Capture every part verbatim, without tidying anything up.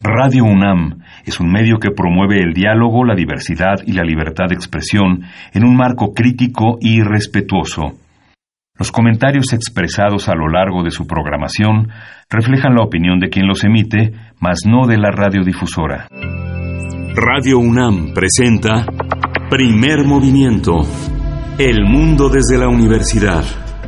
Radio UNAM es un medio que promueve el diálogo, la diversidad y la libertad de expresión en un marco crítico y respetuoso. Los comentarios expresados a lo largo de su programación reflejan la opinión de quien los emite, mas no de la radiodifusora. Radio UNAM presenta Primer Movimiento. El mundo desde la universidad.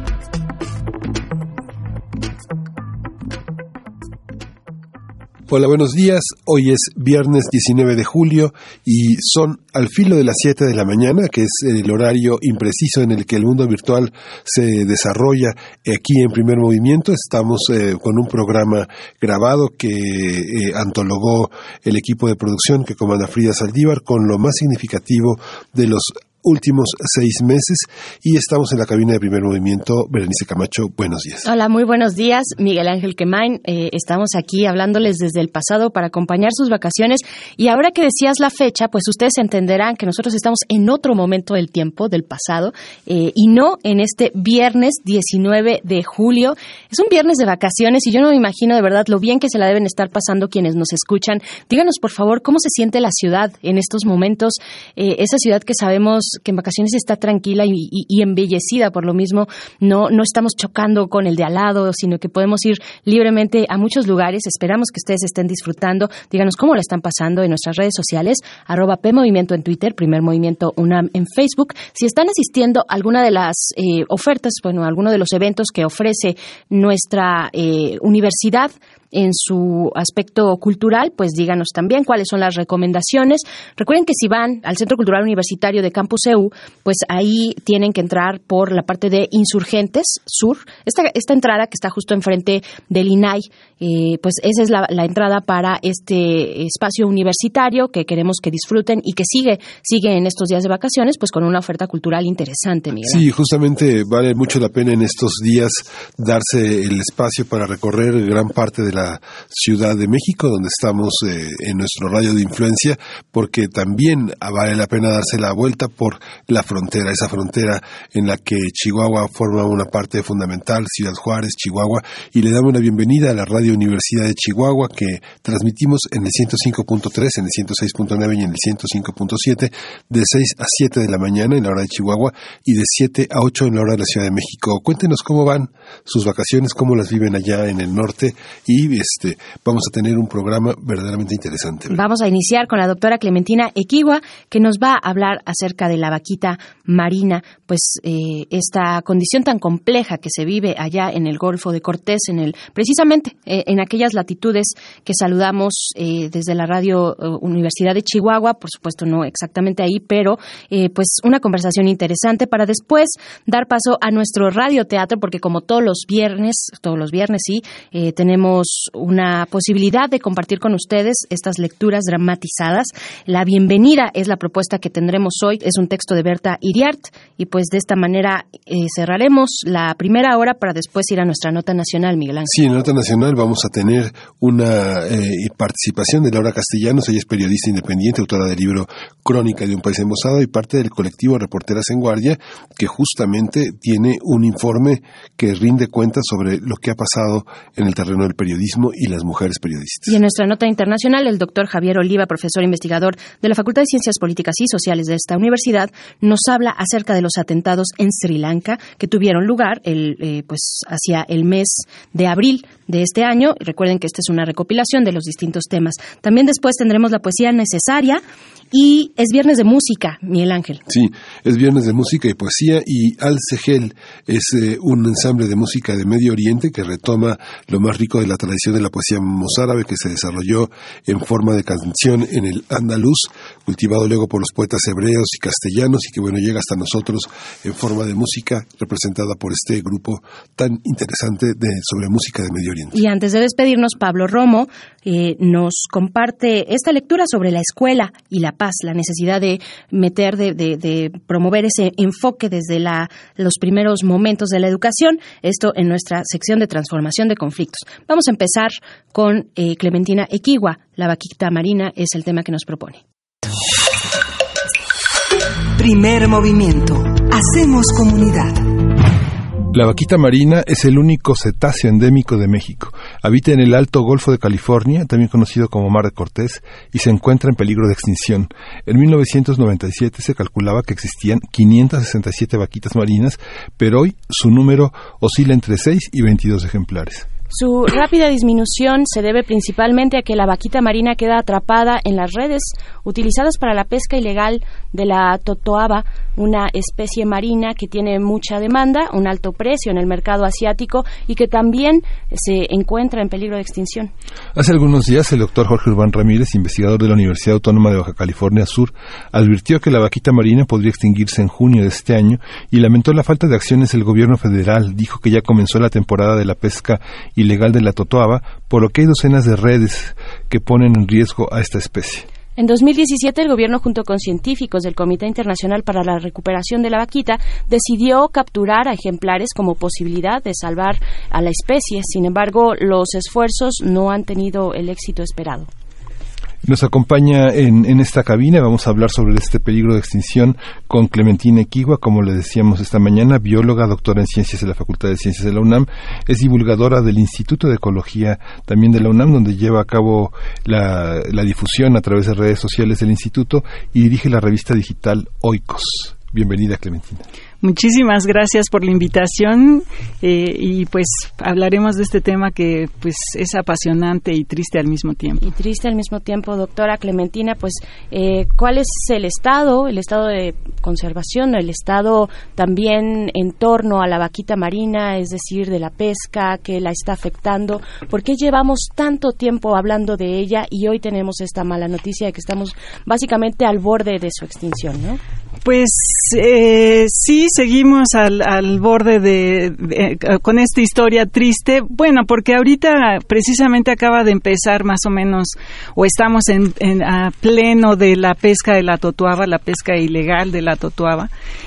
Hola, buenos días. Hoy es viernes diecinueve de julio y son al filo de las siete de la mañana, que es el horario impreciso en el que el mundo virtual se desarrolla aquí en Primer Movimiento. Estamos eh, con un programa grabado que eh, antologó el equipo de producción que comanda Frida Saldívar con lo más significativo de los últimos seis meses, y estamos en la cabina de Primer Movimiento. Berenice Camacho, buenos días. Hola, muy buenos días. Miguel Ángel Quemain, eh, estamos aquí hablándoles desde el pasado para acompañar sus vacaciones, y ahora que decías la fecha, pues ustedes entenderán que nosotros estamos en otro momento del tiempo, del pasado, eh, y no en este viernes diecinueve de julio. Es un viernes de vacaciones y yo no me imagino de verdad lo bien que se la deben estar pasando quienes nos escuchan. Díganos, por favor, cómo se siente la ciudad en estos momentos, eh, esa ciudad que sabemos que en vacaciones está tranquila y, y, y embellecida por lo mismo. No, no estamos chocando con el de al lado, sino que podemos ir libremente a muchos lugares. Esperamos que ustedes estén disfrutando. Díganos cómo la están pasando en nuestras redes sociales, arroba PMovimiento en Twitter, Primer Movimiento UNAM en Facebook. Si están asistiendo a alguna de las eh, ofertas, bueno, a alguno de los eventos que ofrece nuestra eh, universidad, en su aspecto cultural, pues díganos también cuáles son las recomendaciones. Recuerden que si van al Centro Cultural Universitario de Campus E U, pues ahí tienen que entrar por la parte de Insurgentes Sur. Esta, esta entrada que está justo enfrente del I N A I, eh, pues esa es la, la entrada para este espacio universitario que queremos que disfruten y que sigue, sigue en estos días de vacaciones, pues con una oferta cultural interesante, Miguel. Sí, justamente vale mucho la pena en estos días darse el espacio para recorrer gran parte de la Ciudad de México, donde estamos eh, en nuestro radio de influencia, porque también vale la pena darse la vuelta por la frontera, esa frontera en la que Chihuahua forma una parte fundamental, Ciudad Juárez, Chihuahua, y le damos la bienvenida a la Radio Universidad de Chihuahua, que transmitimos en el ciento cinco punto tres, en el ciento seis punto nueve y en el ciento cinco punto siete, de seis a siete de la mañana en la hora de Chihuahua y de siete a ocho en la hora de la Ciudad de México. Cuéntenos cómo van sus vacaciones, cómo las viven allá en el norte, y Este, vamos a tener un programa verdaderamente interesante, ¿verdad? Vamos a iniciar con la doctora Clementina Equigua, que nos va a hablar acerca de la vaquita marina, pues eh, esta condición tan compleja que se vive allá en el Golfo de Cortés, en el precisamente eh, en aquellas latitudes que saludamos eh, desde la Radio eh, Universidad de Chihuahua, por supuesto no exactamente ahí, pero eh, pues una conversación interesante para después dar paso a nuestro radioteatro, porque como todos los viernes, todos los viernes sí, eh, tenemos una posibilidad de compartir con ustedes estas lecturas dramatizadas. La bienvenida es la propuesta que tendremos hoy, es un texto de Berta Iriart, y pues de esta manera eh, cerraremos la primera hora para después ir a nuestra nota nacional, Miguel Ángel. Sí, en la nota nacional vamos a tener una eh, participación de Laura Castellanos. Ella es periodista independiente, autora del libro Crónica de un país embosado y parte del colectivo Reporteras en Guardia, que justamente tiene un informe que rinde cuentas sobre lo que ha pasado en el terreno del periodismo y las mujeres periodistas. Y en nuestra nota internacional, el doctor Javier Oliva, profesor investigador de la Facultad de Ciencias Políticas y Sociales de esta universidad, nos habla acerca de los atentados en Sri Lanka que tuvieron lugar el, eh, pues hacia el mes de abril de este año. Recuerden que esta es una recopilación de los distintos temas. También después tendremos la poesía necesaria. Y es viernes de música, Miguel Ángel. Sí, es viernes de música y poesía, y Al Sehel es eh, un ensamble de música de Medio Oriente que retoma lo más rico de la tradición de la poesía mozárabe, que se desarrolló en forma de canción en el andaluz, cultivado luego por los poetas hebreos y castellanos, y que bueno, llega hasta nosotros en forma de música representada por este grupo tan interesante de sobre música de Medio Oriente. Y antes de despedirnos, Pablo Romo eh, nos comparte esta lectura sobre la escuela y la paz, la necesidad de meter, de, de, de promover ese enfoque desde la, los primeros momentos de la educación, esto en nuestra sección de transformación de conflictos. Vamos a empezar con eh, Clementina Equigua, la vaquita marina es el tema que nos propone. Primer movimiento. Hacemos comunidad. La vaquita marina es el único cetáceo endémico de México. Habita en el Alto Golfo de California, también conocido como Mar de Cortés, y se encuentra en peligro de extinción. En mil novecientos noventa y siete se calculaba que existían quinientas sesenta y siete vaquitas marinas, pero hoy su número oscila entre seis y veintidós ejemplares. Su rápida disminución se debe principalmente a que la vaquita marina queda atrapada en las redes utilizadas para la pesca ilegal de la totoaba, una especie marina que tiene mucha demanda, un alto precio en el mercado asiático y que también se encuentra en peligro de extinción. Hace algunos días el doctor Jorge Urbán Ramírez, investigador de la Universidad Autónoma de Baja California Sur, advirtió que la vaquita marina podría extinguirse en junio de este año y lamentó la falta de acciones del gobierno federal. Dijo que ya comenzó la temporada de la pesca ilegal de la totoaba, por lo que hay docenas de redes que ponen en riesgo a esta especie. En dos mil diecisiete, el gobierno, junto con científicos del Comité Internacional para la Recuperación de la Vaquita, decidió capturar a ejemplares como posibilidad de salvar a la especie. Sin embargo, los esfuerzos no han tenido el éxito esperado. Nos acompaña en, en esta cabina, vamos a hablar sobre este peligro de extinción con Clementina Equigua, como le decíamos esta mañana, bióloga, doctora en Ciencias de la Facultad de Ciencias de la UNAM, es divulgadora del Instituto de Ecología también de la UNAM, donde lleva a cabo la, la difusión a través de redes sociales del instituto y dirige la revista digital Oikos. Bienvenida, Clementina. Muchísimas gracias por la invitación eh, y pues hablaremos de este tema que pues es apasionante y triste al mismo tiempo. Y triste al mismo tiempo, doctora Clementina, pues eh, ¿cuál es el estado, el estado de conservación, el estado también en torno a la vaquita marina, es decir, de la pesca que la está afectando? ¿Por qué llevamos tanto tiempo hablando de ella y hoy tenemos esta mala noticia de que estamos básicamente al borde de su extinción, ¿no? Pues eh, sí, seguimos al, al borde de, de con esta historia triste. Bueno, porque ahorita precisamente acaba de empezar más o menos, o estamos en, en a pleno de la pesca de la totoaba, la pesca ilegal de la totoaba,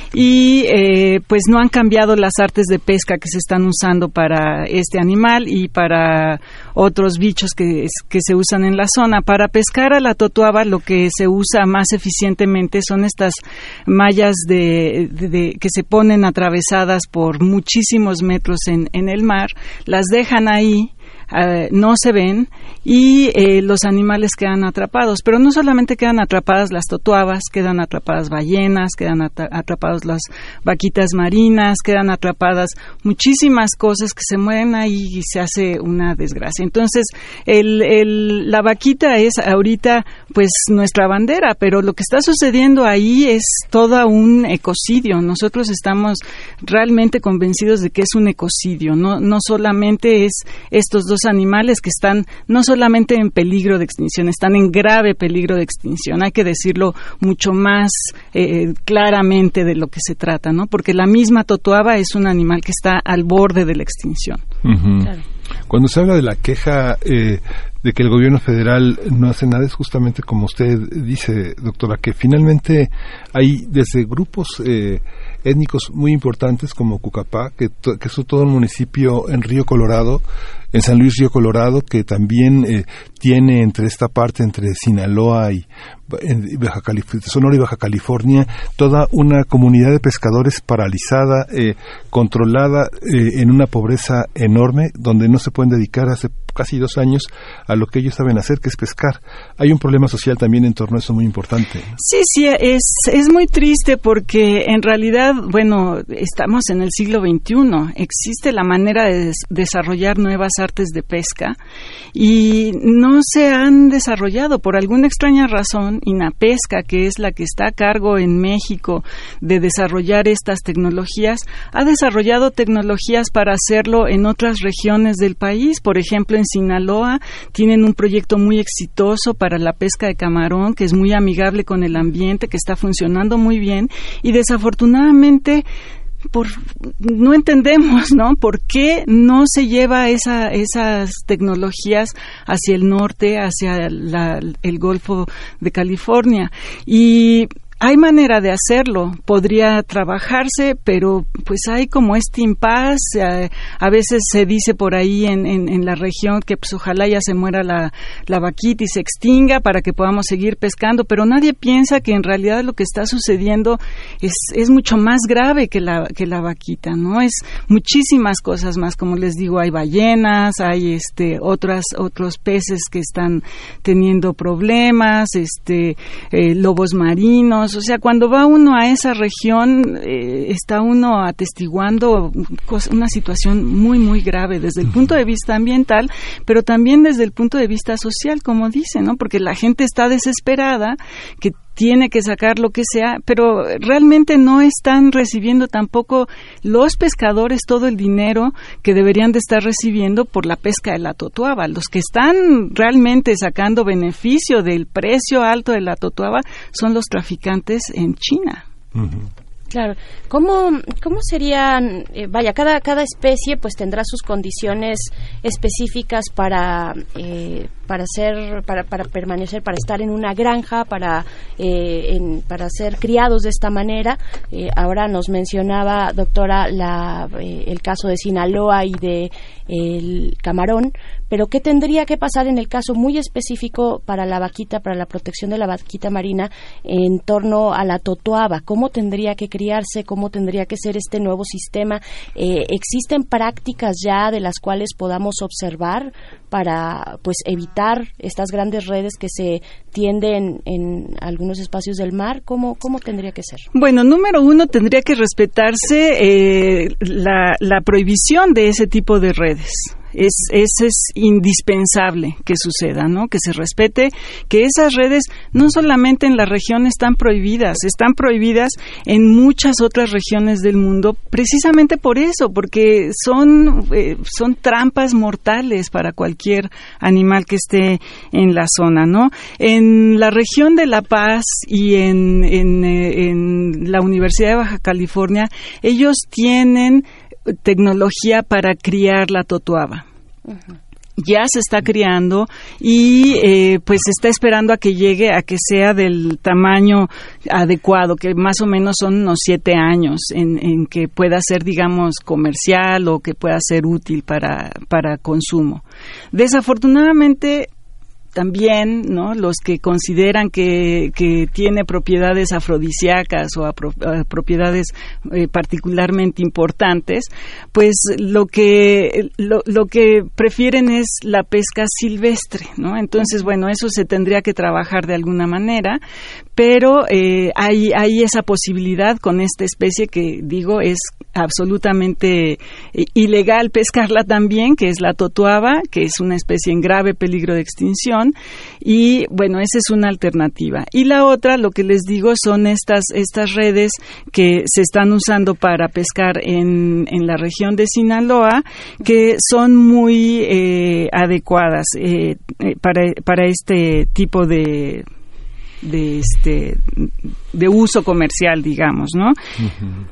y eh, pues no han cambiado las artes de pesca que se están usando para este animal y para otros bichos que, que se usan en la zona. Para pescar a la totoaba lo que se usa más eficientemente son estas mallas de, de, de que se ponen atravesadas por muchísimos metros en, en el mar, las dejan ahí, uh, no se ven y eh, los animales quedan atrapados, pero no solamente quedan atrapadas las totoabas, quedan atrapadas ballenas, quedan at- atrapadas las vaquitas marinas, quedan atrapadas muchísimas cosas que se mueren ahí y se hace una desgracia. Entonces, el, el, la vaquita es ahorita pues nuestra bandera, pero lo que está sucediendo ahí es todo un ecocidio. Nosotros estamos realmente convencidos de que es un ecocidio, no, no solamente es estos dos animales que están no solamente en peligro de extinción, están en grave peligro de extinción. Hay que decirlo mucho más eh, claramente de lo que se trata, ¿no? Porque la misma totoaba es un animal que está al borde de la extinción. Uh-huh. Claro. Cuando se habla de la queja eh, de que el gobierno federal no hace nada, es justamente como usted dice, doctora, que finalmente hay desde grupos eh, étnicos muy importantes como Cucapá, que, to, que es todo un municipio en Río Colorado, en San Luis Río Colorado, que también eh, tiene entre esta parte, entre Sinaloa y en Baja Calif- Sonora y Baja California, toda una comunidad de pescadores paralizada, eh, controlada eh, en una pobreza enorme, donde no se pueden dedicar hace casi dos años a lo que ellos saben hacer, que es pescar. Hay un problema social también en torno a eso muy importante, ¿no? Sí, sí, es, es muy triste porque en realidad, bueno, estamos en el siglo veintiuno, existe la manera de des- desarrollar nuevas artes de pesca y no se han desarrollado por alguna extraña razón. INAPESCA, que es la que está a cargo en México de desarrollar estas tecnologías, ha desarrollado tecnologías para hacerlo en otras regiones del país. Por ejemplo, en Sinaloa tienen un proyecto muy exitoso para la pesca de camarón, que es muy amigable con el ambiente, que está funcionando muy bien, y desafortunadamente Por, no entendemos, ¿no? ¿Por qué no se lleva esa, esas tecnologías hacia el norte, hacia la, el Golfo de California? Y Hay manera de hacerlo, podría trabajarse, pero pues hay como este impasse. A, a veces se dice por ahí en, en, en la región que pues ojalá ya se muera la, la vaquita y se extinga para que podamos seguir pescando, pero nadie piensa que en realidad lo que está sucediendo es, es mucho más grave que la, que la vaquita, ¿no? Es muchísimas cosas más, como les digo, hay ballenas, hay este otras otros peces que están teniendo problemas, este eh, lobos marinos. O sea, cuando va uno a esa región, eh, está uno atestiguando una situación muy, muy grave desde el punto de vista ambiental, pero también desde el punto de vista social, como dice, ¿no? Porque la gente está desesperada, que tiene que sacar lo que sea, pero realmente no están recibiendo tampoco los pescadores todo el dinero que deberían de estar recibiendo por la pesca de la totuaba. Los que están realmente sacando beneficio del precio alto de la totuaba son los traficantes en China. Uh-huh. Claro. ¿Cómo, cómo serían, eh, vaya, cada, cada especie pues tendrá sus condiciones específicas para, eh, para ser, para, para permanecer, para estar en una granja, para, eh, en, para ser criados de esta manera? Eh, ahora nos mencionaba, doctora, la, eh, el caso de Sinaloa y de el camarón, pero ¿qué tendría que pasar en el caso muy específico para la vaquita, para la protección de la vaquita marina en torno a la totoaba? ¿Cómo tendría que criarse? ¿Cómo tendría que ser este nuevo sistema? Eh, ¿Existen prácticas ya de las cuales podamos observar para pues evitar estas grandes redes que se tienden en algunos espacios del mar? ¿Cómo, cómo tendría que ser? Bueno, número uno, tendría que respetarse eh, la, la prohibición de ese tipo de redes. Es, es, es indispensable que suceda, ¿no? Que se respete, que esas redes no solamente en la región están prohibidas, están prohibidas en muchas otras regiones del mundo, precisamente por eso, porque son, eh, son trampas mortales para cualquier animal que esté en la zona, ¿no? En la región de La Paz y en, en, eh, en la Universidad de Baja California, ellos tienen tecnología para criar la totuaba. Uh-huh. Ya se está criando y eh, pues se está esperando a que llegue a que sea del tamaño adecuado, que más o menos son unos siete años en, en que pueda ser, digamos, comercial o que pueda ser útil para, para consumo. Desafortunadamente, también, ¿no?, los que consideran que, que tiene propiedades afrodisíacas o apro, a, propiedades eh, particularmente importantes, pues lo que lo, lo que prefieren es la pesca silvestre, ¿no? Entonces, bueno, eso se tendría que trabajar de alguna manera, pero eh, hay hay esa posibilidad con esta especie que, digo, es absolutamente ilegal pescarla también, que es la totuaba, que es una especie en grave peligro de extinción. Y bueno, esa es una alternativa. Y la otra, lo que les digo, son estas estas redes que se están usando para pescar en, en la región de Sinaloa, que son muy eh, adecuadas eh, para, para este tipo de de este de uso comercial, digamos, ¿no? Uh-huh.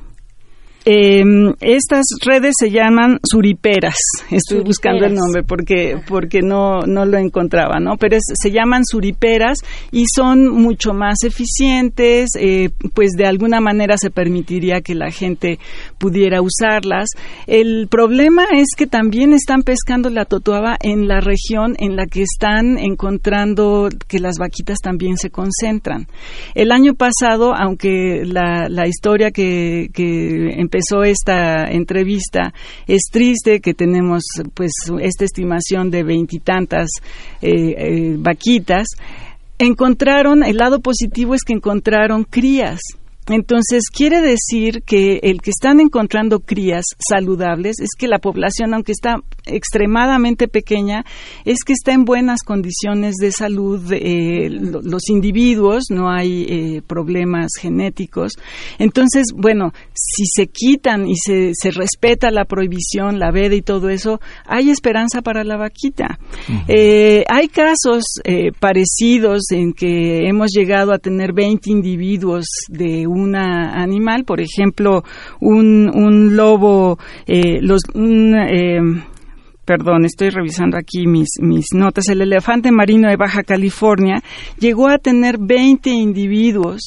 Eh, estas redes se llaman suriperas. Estoy suriperas. buscando el nombre porque porque no no lo encontraba, ¿no? Pero es, se llaman suriperas y son mucho más eficientes. Eh, pues de alguna manera se permitiría que la gente pudiera usarlas. El problema es que también están pescando la totuaba en la región en la que están encontrando que las vaquitas también se concentran. El año pasado, aunque la la historia que que empezó esta entrevista es triste, que tenemos pues esta estimación de veintitantas eh, eh, vaquitas, encontraron, el lado positivo es que encontraron crías. Entonces, quiere decir que el que están encontrando crías saludables es que la población, aunque está extremadamente pequeña, es que está en buenas condiciones de salud. Eh, los individuos, no hay eh, problemas genéticos. Entonces, bueno, si se quitan y se, se respeta la prohibición, la veda y todo eso, hay esperanza para la vaquita. Uh-huh. Eh, hay casos eh, parecidos en que hemos llegado a tener veinte individuos de una animal, por ejemplo, un, un lobo, eh, los, un, eh, perdón, estoy revisando aquí mis, mis notas, el elefante marino de Baja California llegó a tener veinte individuos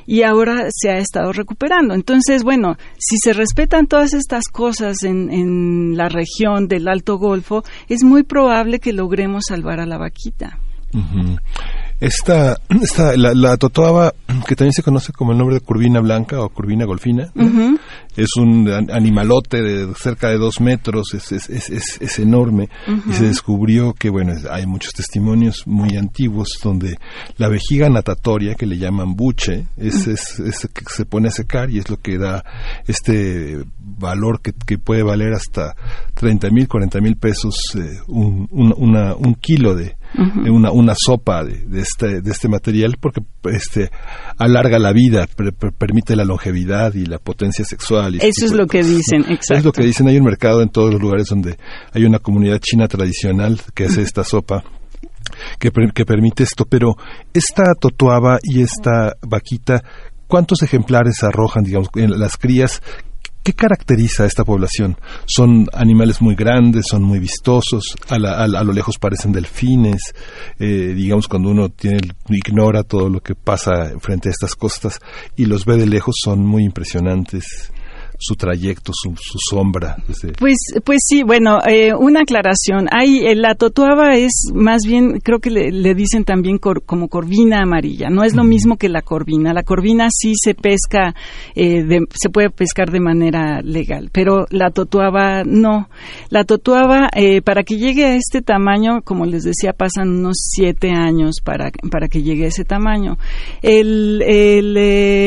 y ahora se ha estado recuperando. Entonces, bueno, si se respetan todas estas cosas en, en la región del Alto Golfo, es muy probable que logremos salvar a la vaquita. Uh-huh. Esta, esta la, la totoaba, que también se conoce como el nombre de curvina blanca o curvina golfina, ¿no? Uh-huh. Es un animalote de cerca de dos metros, es, es, es, es, es enorme, uh-huh. y se descubrió que, bueno, hay muchos testimonios muy antiguos donde la vejiga natatoria, que le llaman buche, es, uh-huh. es, es que se pone a secar y es lo que da este valor que, que puede valer hasta treinta mil, cuarenta mil pesos, eh, un, un, una, un kilo de, uh-huh. una, una sopa de, de este de este material, porque este alarga la vida, per, per, permite la longevidad y la potencia sexual. Y eso es lo que dicen, ¿no? Exacto. Es lo que dicen. Hay un mercado en todos los lugares donde hay una comunidad china tradicional que hace esta sopa que, que permite esto, pero esta totoaba y esta vaquita, ¿cuántos ejemplares arrojan, digamos, en las crías? ¿Qué caracteriza a esta población? Son animales muy grandes, son muy vistosos, a, la, a, a lo lejos parecen delfines, eh, digamos, cuando uno tiene, ignora todo lo que pasa frente a estas costas y los ve de lejos, son muy impresionantes. Su trayecto, su, su sombra. Desde... Pues, pues sí, bueno, eh, una aclaración. Hay, eh, la totoaba es más bien, creo que le, le dicen también cor, como corvina amarilla. No es lo uh-huh. mismo que la corvina. La corvina sí se pesca, eh, de, se puede pescar de manera legal, pero la totoaba no. La totoaba, eh, para que llegue a este tamaño, como les decía, pasan unos siete años para, para que llegue a ese tamaño. El, el,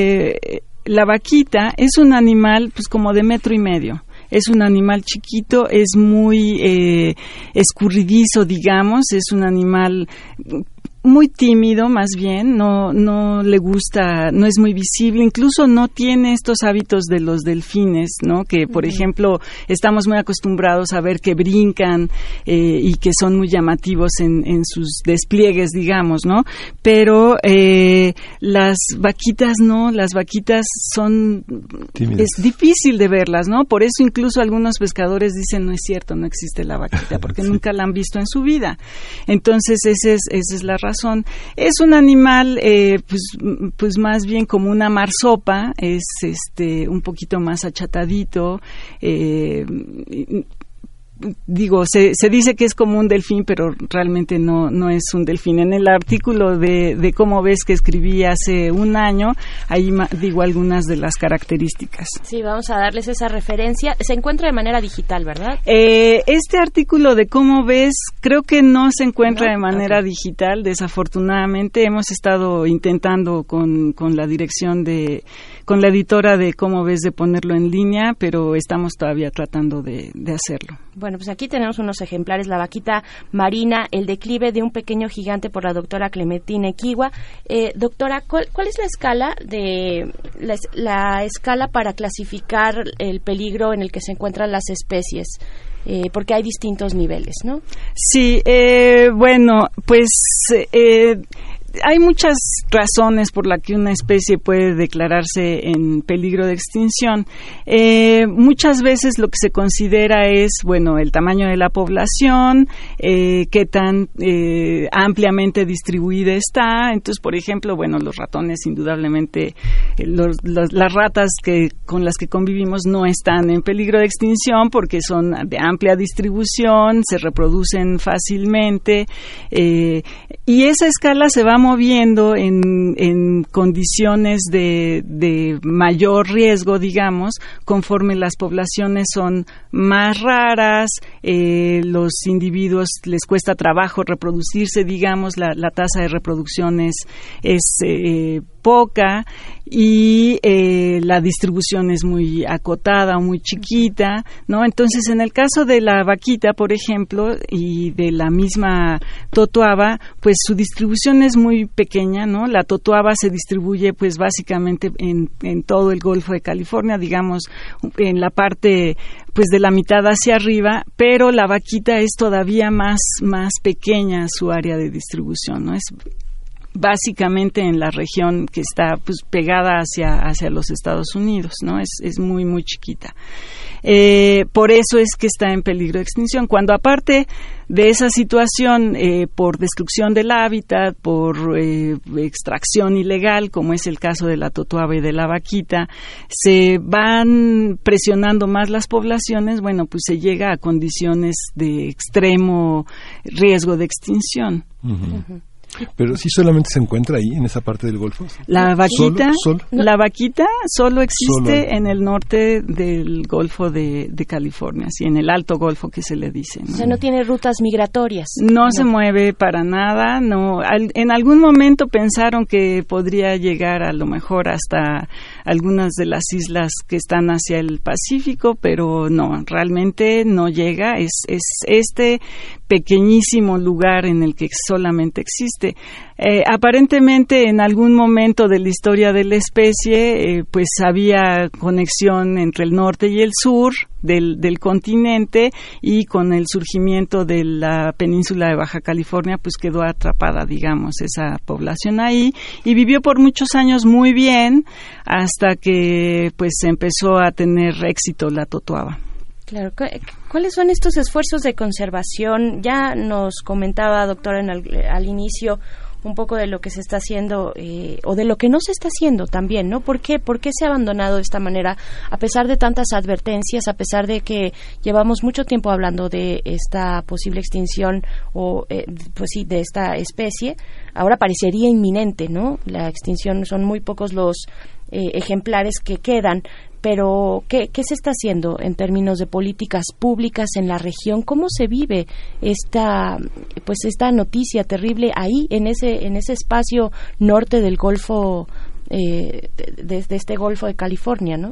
eh, La vaquita es un animal pues como de metro y medio. Es un animal chiquito, es muy eh, escurridizo, digamos, es un animal muy tímido, más bien, no no le gusta, no es muy visible, incluso no tiene estos hábitos de los delfines, ¿no? Que, por uh-huh. ejemplo, estamos muy acostumbrados a ver que brincan eh, y que son muy llamativos en, en sus despliegues, digamos, ¿no? Pero eh, las vaquitas no, las vaquitas son, tímidas. Es difícil de verlas, ¿no? Por eso incluso algunos pescadores dicen, no es cierto, no existe la vaquita, porque sí. nunca la han visto en su vida. Entonces, esa es, esa es la razón. Es un animal, eh, pues, pues más bien como una marsopa, es este un poquito más achatadito. Eh, digo, se, se dice que es como un delfín, pero realmente no, no es un delfín. En el artículo de, de Cómo ves que escribí hace un año, ahí ma, digo algunas de las características. Sí, vamos a darles esa referencia. Se encuentra de manera digital, ¿verdad? Eh, este artículo de Cómo ves creo que no se encuentra ¿No? de manera okay. digital, desafortunadamente. Hemos estado intentando con, con la dirección de, con la editora de Cómo ves de ponerlo en línea, pero estamos todavía tratando de, de hacerlo. Bueno, pues aquí tenemos unos ejemplares, la vaquita marina, el declive de un pequeño gigante, por la doctora Clementina Equigua. Eh, doctora, ¿cuál, ¿cuál es la escala de la, la escala para clasificar el peligro en el que se encuentran las especies? Eh, porque hay distintos niveles, ¿no? Sí, eh, bueno, pues eh, hay muchas razones por las que una especie puede declararse en peligro de extinción. Eh, muchas veces lo que se considera es, bueno, el tamaño de la población, eh, qué tan eh, ampliamente distribuida está. Entonces, por ejemplo, bueno, los ratones, indudablemente, eh, los, los, las ratas que con las que convivimos no están en peligro de extinción porque son de amplia distribución, se reproducen fácilmente, eh, y esa escala se va moviendo en, en condiciones de, de mayor riesgo, digamos, conforme las poblaciones son más raras, eh, los individuos les cuesta trabajo reproducirse, digamos, la, la tasa de reproducción es, es eh, poca y eh, la distribución es muy acotada o muy chiquita, ¿no? Entonces, en el caso de la vaquita, por ejemplo, y de la misma totoaba, pues su distribución es muy pequeña, ¿no? La totoaba se distribuye, pues, básicamente en, en todo el Golfo de California, digamos, en la parte, pues, de la mitad hacia arriba, pero la vaquita es todavía más, más pequeña su área de distribución, ¿no? Es básicamente en la región que está pues pegada hacia hacia los Estados Unidos, ¿no? Es es muy muy chiquita. Eh, por eso es que está en peligro de extinción. Cuando aparte de esa situación eh, por destrucción del hábitat, por eh, extracción ilegal, como es el caso de la totoaba y de la vaquita, se van presionando más las poblaciones, bueno, pues se llega a condiciones de extremo riesgo de extinción. Uh-huh. Uh-huh. Pero sí solamente se encuentra ahí, en esa parte del Golfo. La vaquita, ¿Solo? ¿Solo? La vaquita solo existe solo. en el norte del Golfo de, de California, sí, en el Alto Golfo que se le dice, ¿no? O sea, no tiene rutas migratorias. No, no. se No. mueve para nada, no. Al, en algún momento pensaron que podría llegar a lo mejor hasta algunas de las islas que están hacia el Pacífico, pero no, realmente no llega. Es, es este pequeñísimo lugar en el que solamente existe. Eh, aparentemente en algún momento de la historia de la especie eh, pues había conexión entre el norte y el sur del, del continente, y con el surgimiento de la península de Baja California pues quedó atrapada, digamos, esa población ahí, y vivió por muchos años muy bien hasta que pues empezó a tener éxito la totoaba. Claro. ¿Cuáles son estos esfuerzos de conservación? Ya nos comentaba, doctora, en al, al inicio un poco de lo que se está haciendo eh, o de lo que no se está haciendo también, ¿no? ¿Por qué? ¿Por qué se ha abandonado de esta manera a pesar de tantas advertencias, a pesar de que llevamos mucho tiempo hablando de esta posible extinción o, eh, pues sí, de esta especie? Ahora parecería inminente, ¿no? La extinción, son muy pocos los eh, ejemplares que quedan. Pero, ¿qué, ¿qué se está haciendo en términos de políticas públicas en la región? ¿Cómo se vive esta, pues esta noticia terrible ahí, en ese, en ese espacio norte del Golfo, eh, de, de este Golfo de California, ¿no?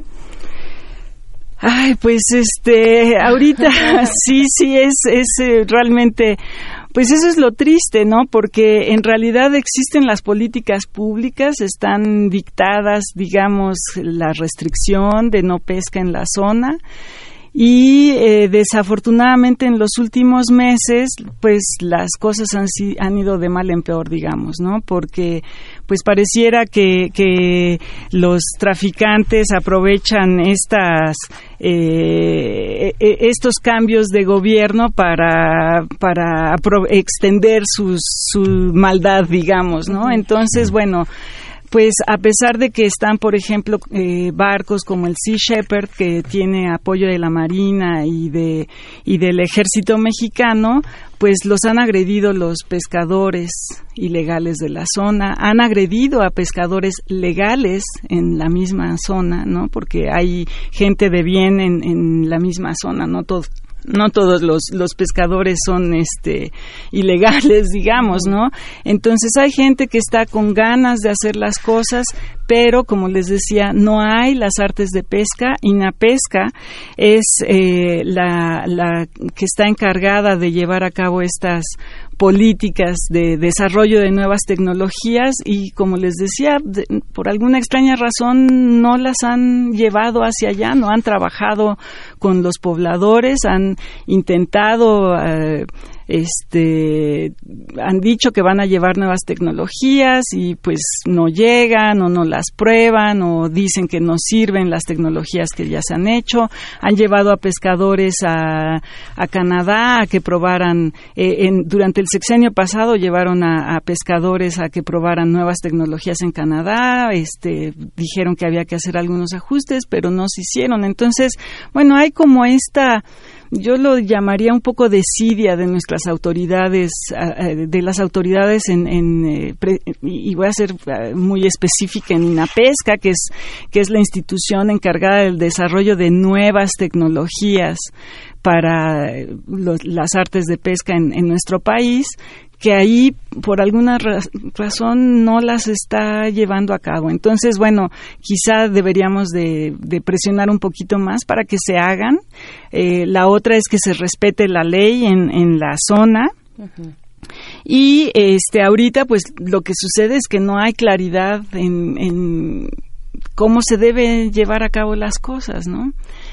Ay, pues este, ahorita sí, sí, es, es eh, realmente, pues eso es lo triste, ¿no? Porque en realidad existen las políticas públicas, están dictadas, digamos, la restricción de no pesca en la zona. Y eh, desafortunadamente en los últimos meses, pues las cosas han, han ido de mal en peor, digamos, ¿no? Porque pues pareciera que, que los traficantes aprovechan estas eh, estos cambios de gobierno para para extender sus, su maldad, digamos, ¿no? Entonces, bueno, pues a pesar de que están, por ejemplo, eh, barcos como el Sea Shepherd, que tiene apoyo de la Marina y de y del Ejército Mexicano, pues los han agredido los pescadores ilegales de la zona, han agredido a pescadores legales en la misma zona, ¿no? Porque hay gente de bien en, en la misma zona, no todo. No todos los, los pescadores son este ilegales, digamos, ¿no? Entonces hay gente que está con ganas de hacer las cosas, pero como les decía, no hay las artes de pesca. INAPESCA es eh, la, la que está encargada de llevar a cabo estas políticas de desarrollo de nuevas tecnologías, y como les decía, de, por alguna extraña razón no las han llevado hacia allá, no han trabajado con los pobladores, han intentado eh, este han dicho que van a llevar nuevas tecnologías y pues no llegan o no las prueban o dicen que no sirven las tecnologías que ya se han hecho. Han llevado a pescadores a, a Canadá a que probaran, eh, en, durante el sexenio pasado llevaron a, a pescadores a que probaran nuevas tecnologías en Canadá, este dijeron que había que hacer algunos ajustes, pero no se hicieron. Entonces, bueno, hay como esta, yo lo llamaría un poco desidia de nuestras autoridades, de las autoridades en, en y voy a ser muy específica, en INAPESCA, que es que es la institución encargada del desarrollo de nuevas tecnologías para los, las artes de pesca en, en nuestro país, que ahí por alguna ra- razón no las está llevando a cabo. Entonces, bueno, quizá deberíamos de, de presionar un poquito más para que se hagan. Eh, la otra es que se respete la ley en, en la zona. Uh-huh. Y este ahorita, pues, lo que sucede es que no hay claridad en, en cómo se deben llevar a cabo las cosas, ¿no?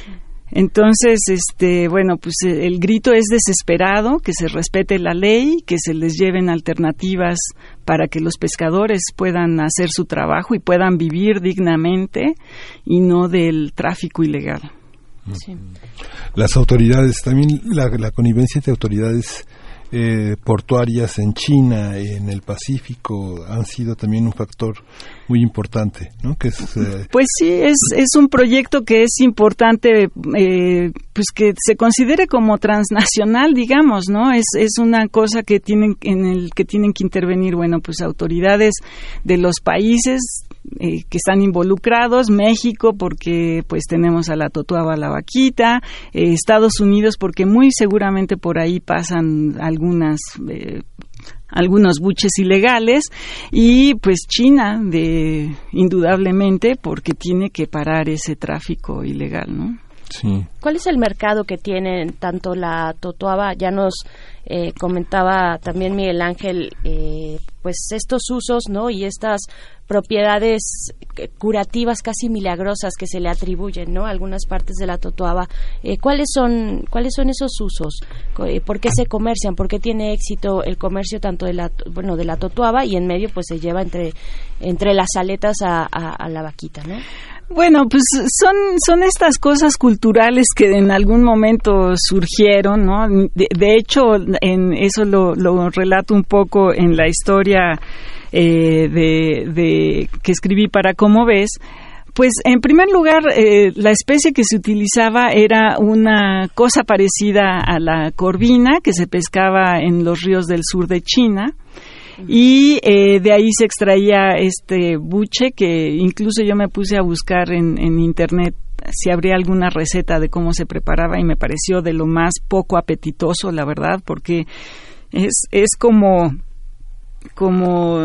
Entonces, este, bueno, pues el grito es desesperado, que se respete la ley, que se les lleven alternativas para que los pescadores puedan hacer su trabajo y puedan vivir dignamente y no del tráfico ilegal. Sí. Las autoridades, también la, la connivencia entre autoridades eh, portuarias en China, en el Pacífico, han sido también un factor muy importante, ¿no? Que es, eh... Pues sí, es es un proyecto que es importante, eh, pues que se considere como transnacional, digamos, ¿no? Es es una cosa que tienen en el que tienen que intervenir, bueno, pues autoridades de los países eh, que están involucrados, México porque pues tenemos a la Totoaba, la Vaquita, eh, Estados Unidos porque muy seguramente por ahí pasan algunas eh, algunos buches ilegales, y pues China de indudablemente porque tiene que parar ese tráfico ilegal, ¿no? Sí. ¿Cuál es el mercado que tienen tanto la Totoaba? Ya nos eh, comentaba también Miguel Ángel, eh, pues estos usos, ¿no? Y estas propiedades curativas casi milagrosas que se le atribuyen, ¿no? A algunas partes de la Totoaba. Eh, ¿Cuáles son cuáles son esos usos? ¿Por qué se comercian? ¿Por qué tiene éxito el comercio tanto de la bueno de la Totoaba y en medio pues se lleva entre entre las aletas a, a, a la vaquita, ¿no? Bueno, pues son son estas cosas culturales que en algún momento surgieron, ¿no? De, de hecho, en eso lo, lo relato un poco en la historia eh, de, de que escribí para Cómo Ves. Pues en primer lugar, eh, la especie que se utilizaba era una cosa parecida a la corvina que se pescaba en los ríos del sur de China. Y eh, de ahí se extraía este buche que incluso yo me puse a buscar en, en internet si habría alguna receta de cómo se preparaba y me pareció de lo más poco apetitoso, la verdad, porque es es como como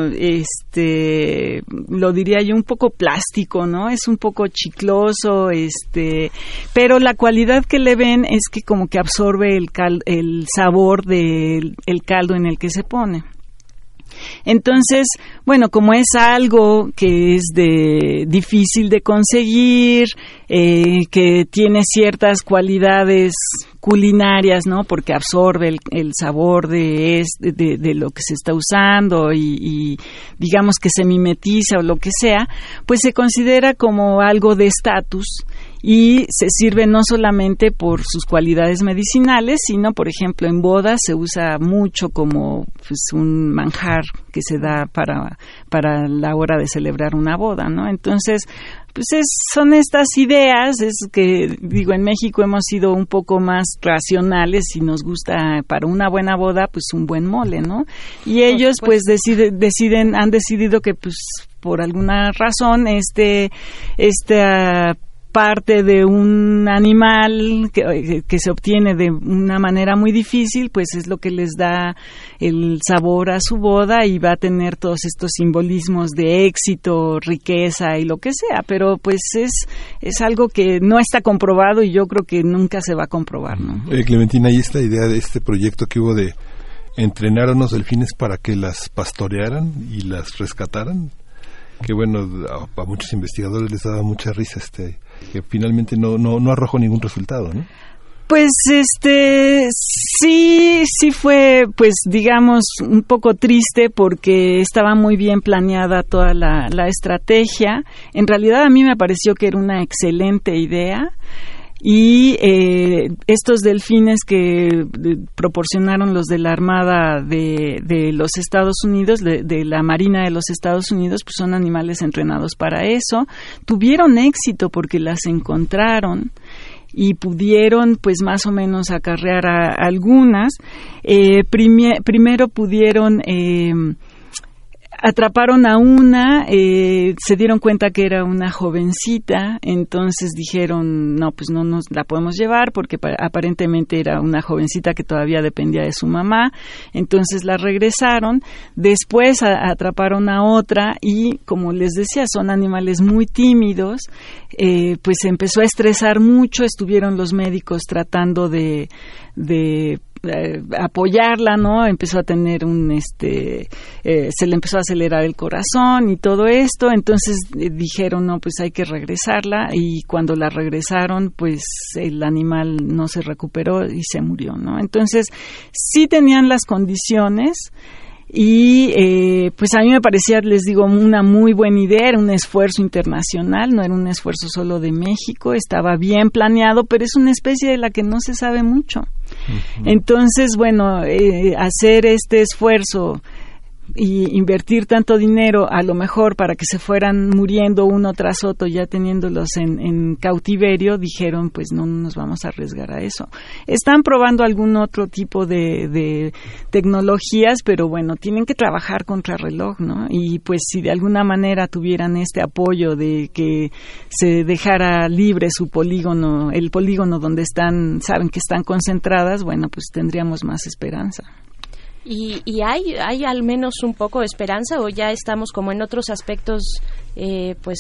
este lo diría yo un poco plástico, ¿no? Es un poco chicloso, este, pero la cualidad que le ven es que como que absorbe el cal, el sabor del el caldo en el que se pone. Entonces, bueno, como es algo que es de difícil de conseguir, eh, que tiene ciertas cualidades culinarias, ¿no? Porque absorbe el, el sabor de, este, de de lo que se está usando y, y digamos que se mimetiza o lo que sea, pues se considera como algo de estatus. Y se sirve no solamente por sus cualidades medicinales, sino, por ejemplo, en bodas se usa mucho como pues, un manjar que se da para para la hora de celebrar una boda, ¿no? Entonces, pues es, son estas ideas, es que, digo, en México hemos sido un poco más racionales y nos gusta para una buena boda, pues un buen mole, ¿no? Y ellos, pues, decide, deciden, han decidido que, pues, por alguna razón, este, esta parte de un animal que, que se obtiene de una manera muy difícil, pues es lo que les da el sabor a su boda y va a tener todos estos simbolismos de éxito, riqueza y lo que sea, pero pues es es algo que no está comprobado y yo creo que nunca se va a comprobar, ¿no? Eh, Clementina, ¿y esta idea de este proyecto que hubo de entrenar a unos delfines para que las pastorearan y las rescataran? Que bueno, a, a muchos investigadores les daba mucha risa este que finalmente no no no arrojó ningún resultado, ¿no? Pues este sí sí fue, pues digamos, un poco triste porque estaba muy bien planeada toda la la estrategia. En realidad a mí me pareció que era una excelente idea. Y eh, estos delfines que de, proporcionaron los de la Armada de, de los Estados Unidos, de, de la Marina de los Estados Unidos, pues son animales entrenados para eso. Tuvieron éxito porque las encontraron y pudieron, pues más o menos acarrear a, a algunas. Eh, primi- primero pudieron eh, atraparon a una, eh, se dieron cuenta que era una jovencita, entonces dijeron, no, pues no nos la podemos llevar porque pa- aparentemente era una jovencita que todavía dependía de su mamá, entonces la regresaron, después a- atraparon a otra y, como les decía, son animales muy tímidos, eh, pues se empezó a estresar mucho, estuvieron los médicos tratando de de eh, apoyarla, ¿no? Empezó a tener un, este, eh, se le empezó a acelerar el corazón y todo esto, entonces eh, dijeron, no, pues hay que regresarla, y cuando la regresaron, pues el animal no se recuperó y se murió, ¿no? Entonces, sí tenían las condiciones. Y eh, pues a mí me parecía, les digo, una muy buena idea, era un esfuerzo internacional, no era un esfuerzo solo de México, estaba bien planeado, pero es una especie de la que no se sabe mucho. Uh-huh. Entonces, bueno, eh, hacer este esfuerzo y invertir tanto dinero, a lo mejor para que se fueran muriendo uno tras otro, ya teniéndolos en, en cautiverio, dijeron, pues no, no nos vamos a arriesgar a eso. Están probando algún otro tipo de, de tecnologías, pero bueno, tienen que trabajar contra reloj, ¿no? Y pues si de alguna manera tuvieran este apoyo de que se dejara libre su polígono, el polígono donde están, saben que están concentradas, bueno, pues tendríamos más esperanza. ¿Y, y hay, hay al menos un poco de esperanza, o ya estamos como en otros aspectos, eh, pues,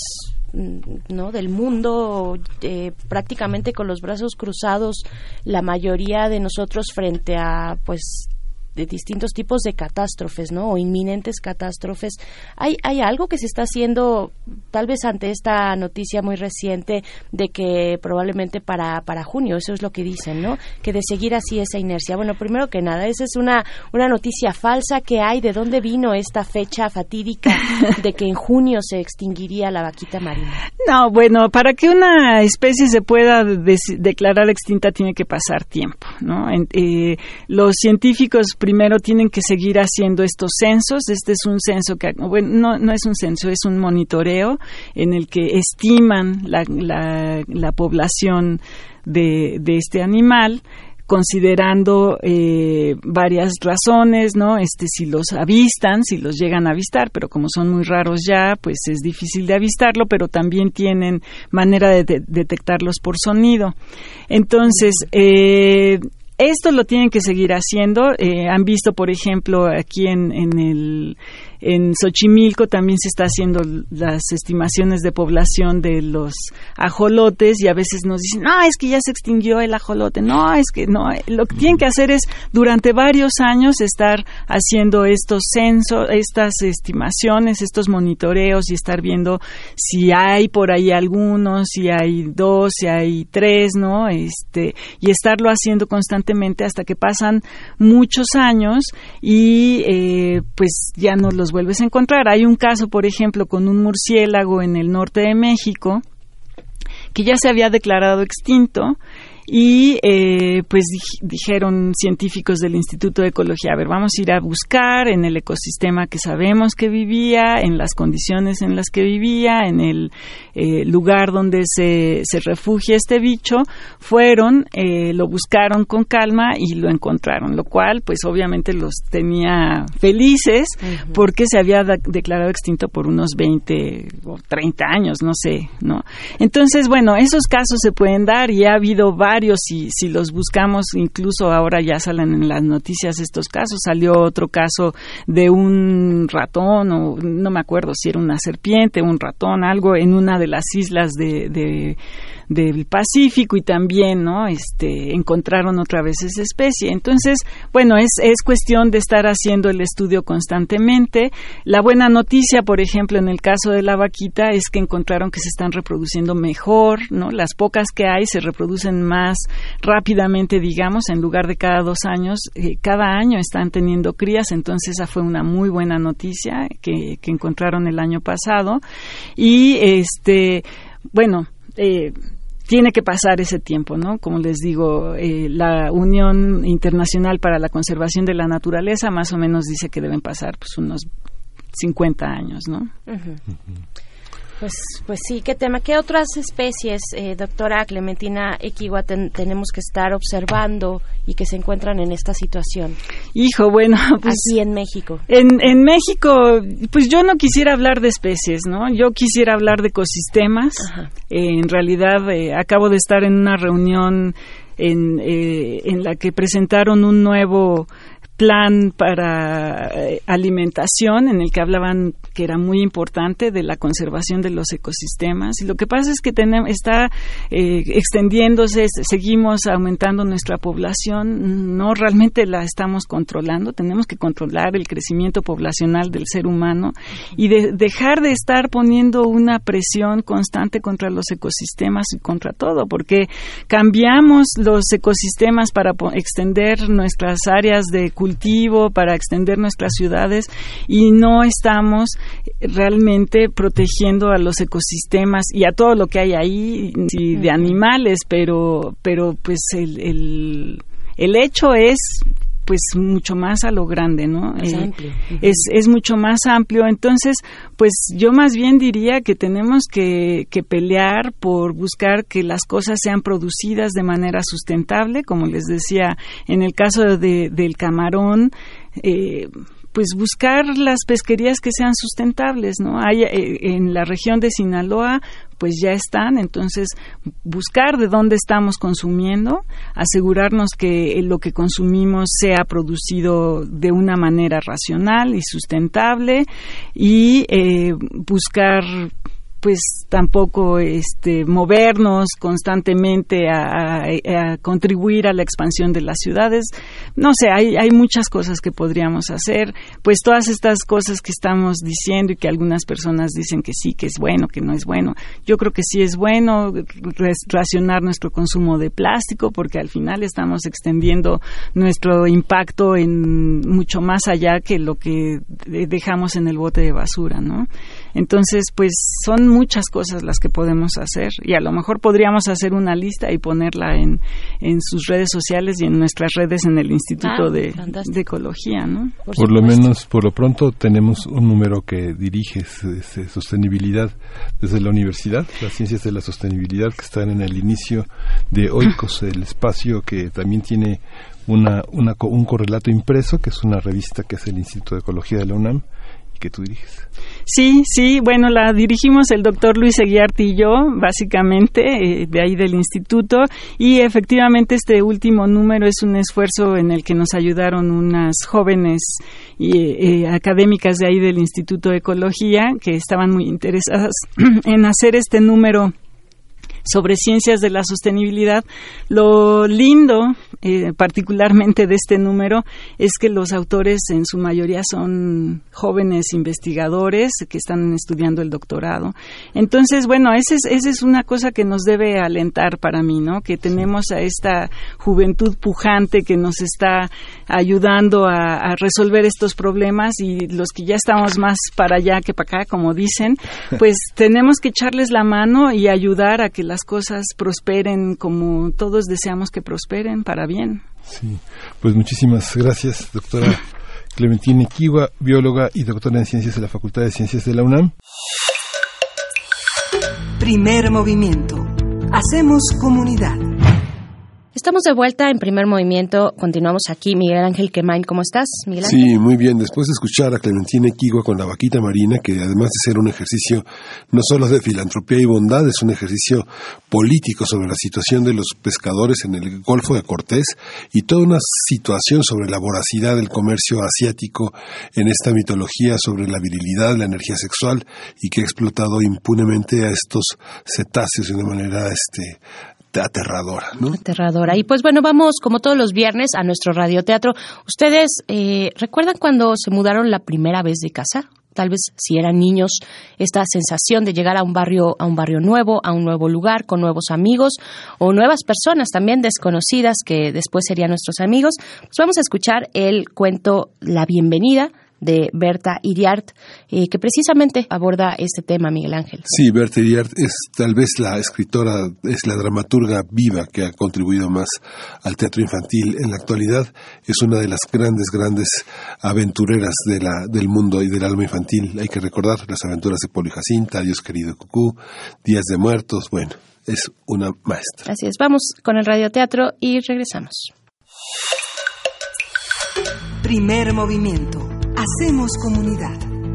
no, del mundo, eh, prácticamente con los brazos cruzados, la mayoría de nosotros frente a, pues, de distintos tipos de catástrofes, ¿no? O inminentes catástrofes. ¿Hay, hay algo que se está haciendo, tal vez ante esta noticia muy reciente de que probablemente para, para junio, eso es lo que dicen, ¿no? Que de seguir así esa inercia. Bueno, primero que nada, esa es una, una noticia falsa que hay. ¿De dónde vino esta fecha fatídica de que en junio se extinguiría la vaquita marina? No, bueno, para que una especie se pueda des- declarar extinta tiene que pasar tiempo, ¿no? En, eh, los científicos primero tienen que seguir haciendo estos censos. Este es un censo que, bueno, no, no es un censo, es un monitoreo en el que estiman la, la, la población de, de este animal, considerando eh, varias razones, ¿no? Este, si los avistan, si los llegan a avistar, pero como son muy raros ya, pues es difícil de avistarlo, pero también tienen manera de, de detectarlos por sonido. Entonces, eh, esto lo tienen que seguir haciendo. Eh, han visto, por ejemplo, aquí en, en el en Xochimilco también se está haciendo las estimaciones de población de los ajolotes, y a veces nos dicen, no, es que ya se extinguió el ajolote. No, es que no. Lo que tienen que hacer es durante varios años estar haciendo estos censos, estas estimaciones, estos monitoreos, y estar viendo si hay por ahí algunos, si hay dos, si hay tres, ¿no? Este, y estarlo haciendo constantemente hasta que pasan muchos años y eh, pues ya no los vuelves a encontrar. Hay un caso, por ejemplo, con un murciélago en el norte de México que ya se había declarado extinto, y eh, pues di- dijeron científicos del Instituto de Ecología, a ver, vamos a ir a buscar en el ecosistema que sabemos que vivía, en las condiciones en las que vivía, en el eh, lugar donde se, se refugia este bicho. Fueron, eh, lo buscaron con calma y lo encontraron, lo cual pues obviamente los tenía felices, uh-huh, porque se había da- declarado extinto por unos veinte o treinta años, no sé, ¿no? Entonces, bueno, esos casos se pueden dar, y ha habido varios. Si, si los buscamos, incluso ahora ya salen en las noticias estos casos. Salió otro caso de un ratón, o no me acuerdo si era una serpiente, un ratón, algo en una de las islas de, de del Pacífico, y también, ¿no? Este, encontraron otra vez esa especie. Entonces, bueno, es, es cuestión de estar haciendo el estudio constantemente. La buena noticia, por ejemplo, en el caso de la vaquita, es que encontraron que se están reproduciendo mejor, ¿no? Las pocas que hay se reproducen más rápidamente, digamos, en lugar de cada dos años, eh, cada año están teniendo crías. Entonces esa fue una muy buena noticia que, que encontraron el año pasado. Y este, bueno, eh, tiene que pasar ese tiempo, ¿no? Como les digo, eh, la Unión Internacional para la Conservación de la Naturaleza más o menos dice que deben pasar pues unos cincuenta años, ¿no? Uh-huh. Uh-huh. Pues, pues sí, qué tema. ¿Qué otras especies, eh, doctora Clementina Equigua, ten, tenemos que estar observando y que se encuentran en esta situación? Hijo, bueno, pues aquí en México. En, en México, pues yo no quisiera hablar de especies, ¿no? Yo quisiera hablar de ecosistemas. Eh, en realidad, eh, acabo de estar en una reunión en, eh, en la que presentaron un nuevo plan para eh, alimentación en el que hablaban que era muy importante de la conservación de los ecosistemas, y lo que pasa es que tenemos, está eh, extendiéndose, seguimos aumentando nuestra población, no realmente la estamos controlando, tenemos que controlar el crecimiento poblacional del ser humano y de, dejar de estar poniendo una presión constante contra los ecosistemas y contra todo, porque cambiamos los ecosistemas para po- extender nuestras áreas de cultivo, para extender nuestras ciudades, y no estamos realmente protegiendo a los ecosistemas y a todo lo que hay ahí, y de animales, pero pero pues el el, el hecho es pues mucho más a lo grande, ¿no? Es eh, amplio. Es, es mucho más amplio. Entonces, pues yo más bien diría que tenemos que, que pelear por buscar que las cosas sean producidas de manera sustentable, como les decía, en el caso de, del camarón, eh, pues buscar las pesquerías que sean sustentables, ¿no? Hay eh, en la región de Sinaloa, pues ya están, entonces buscar de dónde estamos consumiendo, asegurarnos que lo que consumimos sea producido de una manera racional y sustentable, y eh, buscar pues tampoco este movernos constantemente a, a, a contribuir a la expansión de las ciudades. No sé, hay, hay muchas cosas que podríamos hacer, pues todas estas cosas que estamos diciendo y que algunas personas dicen que sí, que es bueno, que no es bueno. Yo creo que sí es bueno racionar nuestro consumo de plástico, porque al final estamos extendiendo nuestro impacto en mucho más allá que lo que dejamos en el bote de basura, ¿no? Entonces, pues son muchas cosas las que podemos hacer, y a lo mejor podríamos hacer una lista y ponerla en, en sus redes sociales y en nuestras redes en el Instituto ah, de, de Ecología, ¿no? Por, por lo menos, por lo pronto, tenemos un número que dirige este, sostenibilidad desde la universidad, las ciencias de la sostenibilidad, que están en el inicio de Oikos, el espacio que también tiene una, una un correlato impreso, que es una revista que hace el Instituto de Ecología de la UNAM, que tú diriges. Sí, sí, bueno, la dirigimos el doctor Luis Eguiarte y yo, básicamente, eh, de ahí del instituto, y efectivamente este último número es un esfuerzo en el que nos ayudaron unas jóvenes y, eh, académicas de ahí del Instituto de Ecología, que estaban muy interesadas en hacer este número sobre ciencias de la sostenibilidad. Lo lindo, eh, particularmente de este número, es que los autores en su mayoría son jóvenes investigadores que están estudiando el doctorado. Entonces, bueno, esa es, esa es una cosa que nos debe alentar para mí, ¿no? Que tenemos a esta juventud pujante que nos está ayudando a, a resolver estos problemas, y los que ya estamos más para allá que para acá, como dicen, pues tenemos que echarles la mano y ayudar a que las cosas prosperen como todos deseamos que prosperen, para bien. Sí, pues muchísimas gracias, doctora Clementina Equihua, bióloga y doctora en ciencias de la Facultad de Ciencias de la UNAM. Primer movimiento. Hacemos comunidad. Estamos de vuelta en Primer Movimiento. Continuamos aquí. Miguel Ángel Quemain, ¿cómo estás, Miguel Ángel? Sí, muy bien. Después de escuchar a Clementina Equihua con la vaquita marina, que además de ser un ejercicio no solo de filantropía y bondad, es un ejercicio político sobre la situación de los pescadores en el Golfo de Cortés, y toda una situación sobre la voracidad del comercio asiático en esta mitología sobre la virilidad, la energía sexual, y que ha explotado impunemente a estos cetáceos de una manera este aterradora, ¿no? Aterradora. Y pues bueno, vamos como todos los viernes a nuestro radioteatro. ¿Ustedes eh, recuerdan cuando se mudaron la primera vez de casa? Tal vez si eran niños, esta sensación de llegar a un barrio, a un barrio nuevo, a un nuevo lugar, con nuevos amigos o nuevas personas también desconocidas que después serían nuestros amigos. Pues vamos a escuchar el cuento La Bienvenida de Berta Iriart, eh, que precisamente aborda este tema, Miguel Ángel. Sí, Berta Iriart es tal vez la escritora, es la dramaturga viva que ha contribuido más al teatro infantil en la actualidad. Es una de las grandes, grandes aventureras de la, del mundo y del alma infantil. Hay que recordar las aventuras de Polo y Jacinta, Dios querido Cucú, Días de Muertos. Bueno, es una maestra. Así es, vamos con el radioteatro y regresamos. Primer movimiento. Hacemos comunidad.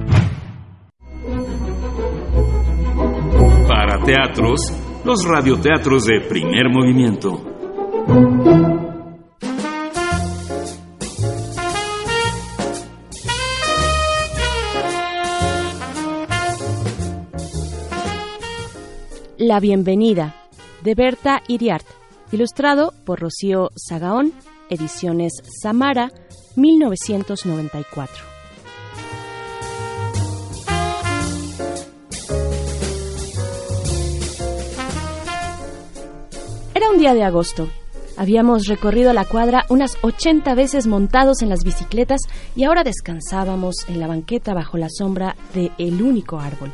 Para teatros, los radioteatros de Primer Movimiento. La bienvenida, de Berta Iriart, ilustrado por Rocío Sagaón, Ediciones Samara, mil novecientos noventa y cuatro. Era un día de agosto. Habíamos recorrido la cuadra unas ochenta veces montados en las bicicletas y ahora descansábamos en la banqueta bajo la sombra de el único árbol.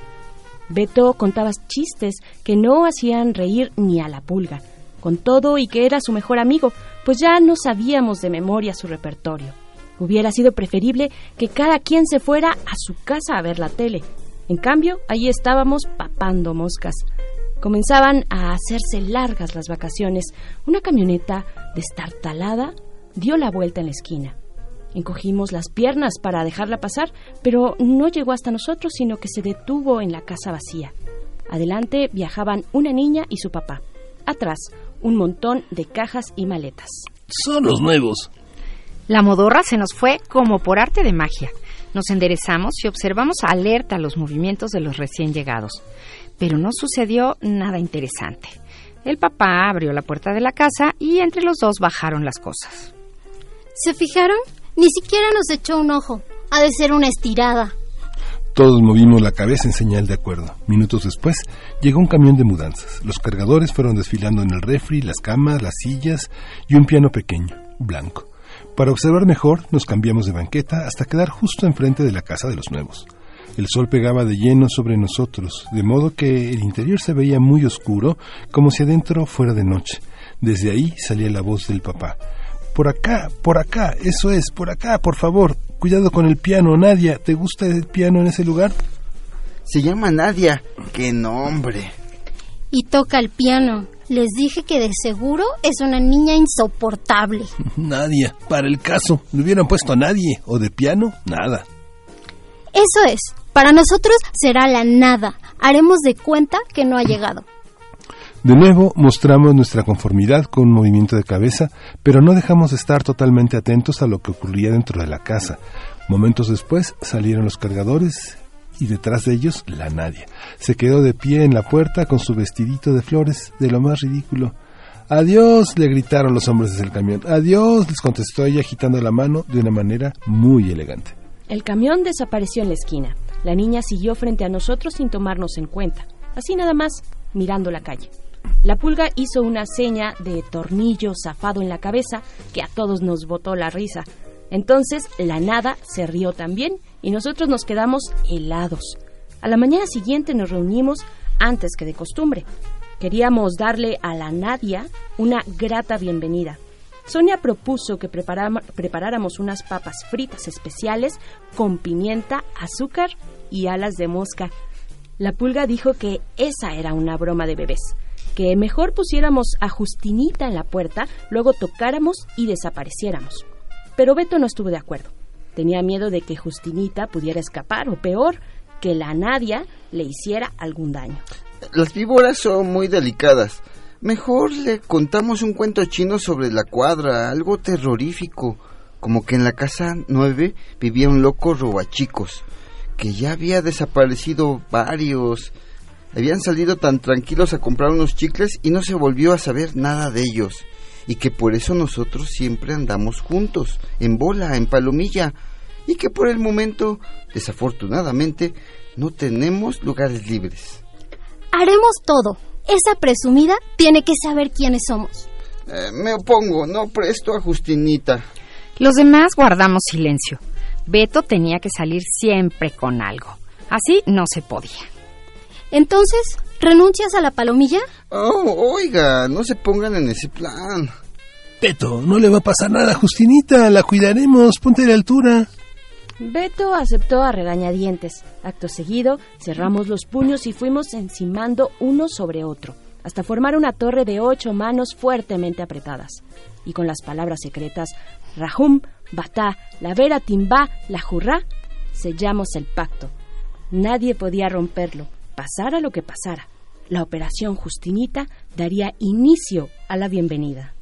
Beto contaba chistes que no hacían reír ni a la pulga, con todo y que era su mejor amigo, pues ya no sabíamos de memoria su repertorio. Hubiera sido preferible que cada quien se fuera a su casa a ver la tele. En cambio, allí estábamos papando moscas. Comenzaban a hacerse largas las vacaciones. Una camioneta destartalada dio la vuelta en la esquina. Encogimos las piernas para dejarla pasar, pero no llegó hasta nosotros, sino que se detuvo en la casa vacía. Adelante viajaban una niña y su papá. Atrás, un montón de cajas y maletas. Son los nuevos. La modorra se nos fue como por arte de magia. Nos enderezamos y observamos alerta los movimientos de los recién llegados. Pero no sucedió nada interesante. El papá abrió la puerta de la casa y entre los dos bajaron las cosas. ¿Se fijaron? Ni siquiera nos echó un ojo. Ha de ser una estirada. Todos movimos la cabeza en señal de acuerdo. Minutos después, llegó un camión de mudanzas. Los cargadores fueron desfilando en el refri, las camas, las sillas y un piano pequeño, blanco. Para observar mejor, nos cambiamos de banqueta hasta quedar justo enfrente de la casa de los nuevos. El sol pegaba de lleno sobre nosotros, de modo que el interior se veía muy oscuro, como si adentro fuera de noche. Desde ahí salía la voz del papá. Por acá, por acá, eso es, por acá, por favor. Cuidado con el piano, Nadia. ¿Te gusta el piano en ese lugar? Se llama Nadia. ¡Qué nombre! Y toca el piano. Les dije que de seguro es una niña insoportable. Nadia, para el caso. ¿Le hubieran puesto a nadie? ¿O de piano? Nada. Eso es. Para nosotros será la nada. Haremos de cuenta que no ha llegado. De nuevo mostramos nuestra conformidad con un movimiento de cabeza, pero no dejamos de estar totalmente atentos a lo que ocurría dentro de la casa. Momentos después salieron los cargadores y detrás de ellos la Nadia. Se quedó de pie en la puerta con su vestidito de flores, de lo más ridículo. «¡Adiós!», le gritaron los hombres desde el camión. «¡Adiós!», les contestó ella agitando la mano de una manera muy elegante. El camión desapareció en la esquina. La niña siguió frente a nosotros sin tomarnos en cuenta, así nada más, mirando la calle. La pulga hizo una seña de tornillo zafado en la cabeza que a todos nos botó la risa. Entonces la nada se rió también y nosotros nos quedamos helados. A la mañana siguiente nos reunimos antes que de costumbre. Queríamos darle a la Nadia una grata bienvenida. Sonia propuso que preparam- preparáramos unas papas fritas especiales con pimienta, azúcar y alas de mosca. La pulga dijo que esa era una broma de bebés, que mejor pusiéramos a Justinita en la puerta, luego tocáramos y desapareciéramos. Pero Beto no estuvo de acuerdo. Tenía miedo de que Justinita pudiera escapar, o peor, que la Nadia le hiciera algún daño. Las víboras son muy delicadas. Mejor le contamos un cuento chino sobre la cuadra, algo terrorífico, como que en la casa nueve vivía un loco robachicos, que ya había desaparecido varios. Habían salido tan tranquilos a comprar unos chicles y no se volvió a saber nada de ellos, y que por eso nosotros siempre andamos juntos, en bola, en palomilla, y que por el momento, desafortunadamente, no tenemos lugares libres. Haremos todo. Esa presumida tiene que saber quiénes somos. Eh, me opongo, no presto a Justinita. Los demás guardamos silencio. Beto tenía que salir siempre con algo. Así no se podía. Entonces, ¿renuncias a la palomilla? Oh, oiga, no se pongan en ese plan. Beto, no le va a pasar nada a Justinita, la cuidaremos, ponte a la altura. Beto aceptó a regañadientes. Acto seguido, cerramos los puños y fuimos encimando uno sobre otro, hasta formar una torre de ocho manos fuertemente apretadas. Y con las palabras secretas Rahum, Batá, La Vera, Timbá, La Jurrá, sellamos el pacto. Nadie podía romperlo, pasara lo que pasara. La operación Justinita daría inicio a la bienvenida.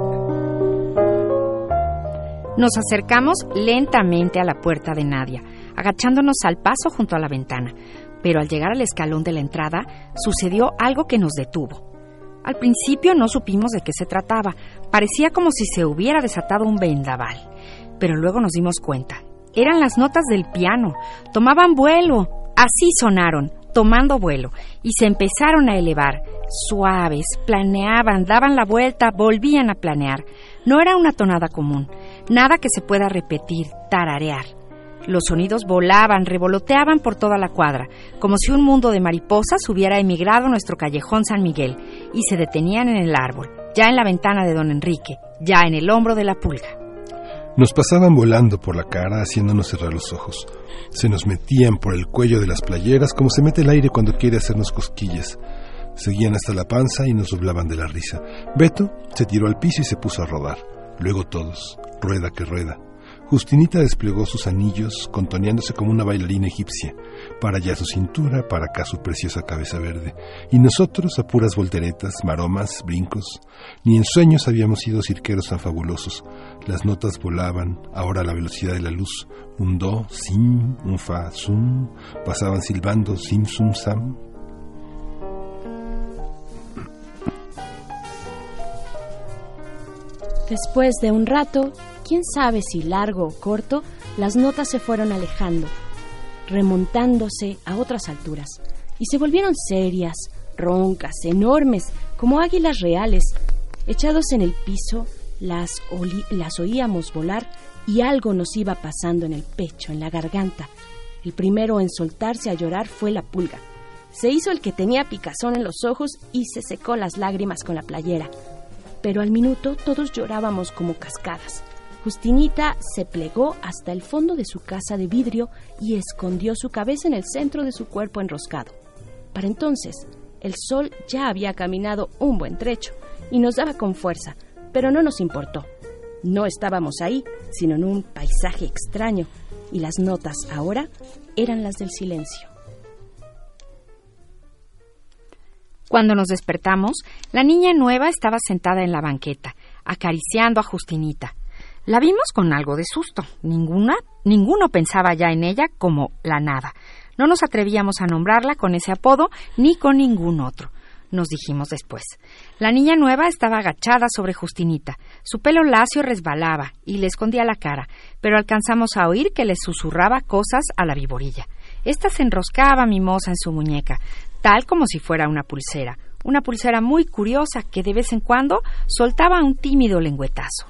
Nos acercamos lentamente a la puerta de Nadia. agachándonos al paso junto a la ventana. Pero al llegar al escalón de la entrada, sucedió algo que nos detuvo. Al principio no supimos de qué se trataba. Parecía como si se hubiera desatado un vendaval. Pero luego nos dimos cuenta. Eran las notas del piano. Tomaban vuelo. Así sonaron, tomando vuelo. Y se empezaron a elevar. Suaves, planeaban, daban la vuelta, volvían a planear. No era una tonada común. Nada que se pueda repetir, tararear. Los sonidos volaban, revoloteaban por toda la cuadra, como si un mundo de mariposas hubiera emigrado a nuestro callejón San Miguel, y se detenían en el árbol, ya en la ventana de don Enrique, ya en el hombro de la pulga. Nos pasaban volando por la cara, haciéndonos cerrar los ojos. Se nos metían por el cuello de las playeras, como se mete el aire cuando quiere hacernos cosquillas. Seguían hasta la panza y nos doblaban de la risa. Beto se tiró al piso y se puso a rodar. Luego todos, rueda que rueda. Justinita desplegó sus anillos, contoneándose como una bailarina egipcia, para allá su cintura, para acá su preciosa cabeza verde, y nosotros a puras volteretas, maromas, brincos. Ni en sueños habíamos sido cirqueros tan fabulosos. Las notas volaban, ahora a la velocidad de la luz, un do, sim, un fa, sum, pasaban silbando, sim, sum, sam. Después de un rato, quién sabe si largo o corto, las notas se fueron alejando, remontándose a otras alturas, y se volvieron serias, roncas, enormes, como águilas reales. Echados en el piso, las, oli- las oíamos volar, y algo nos iba pasando en el pecho, en la garganta. El primero en soltarse a llorar fue la pulga. Se hizo el que tenía picazón en los ojos y se secó las lágrimas con la playera. Pero al minuto todos llorábamos como cascadas. Justinita se plegó hasta el fondo de su casa de vidrio y escondió su cabeza en el centro de su cuerpo enroscado. Para entonces, el sol ya había caminado un buen trecho y nos daba con fuerza, pero no nos importó. No estábamos ahí, sino en un paisaje extraño, y las notas ahora eran las del silencio. Cuando nos despertamos, la niña nueva estaba sentada en la banqueta, acariciando a Justinita. La vimos con algo de susto. Ninguna, ninguno pensaba ya en ella como la nada. No nos atrevíamos a nombrarla con ese apodo ni con ningún otro. Nos dijimos después. La niña nueva estaba agachada sobre Justinita. Su pelo lacio resbalaba y le escondía la cara, pero alcanzamos a oír que le susurraba cosas a la viborilla. Esta se enroscaba mimosa en su muñeca, tal como si fuera una pulsera, una pulsera muy curiosa que de vez en cuando soltaba un tímido lengüetazo.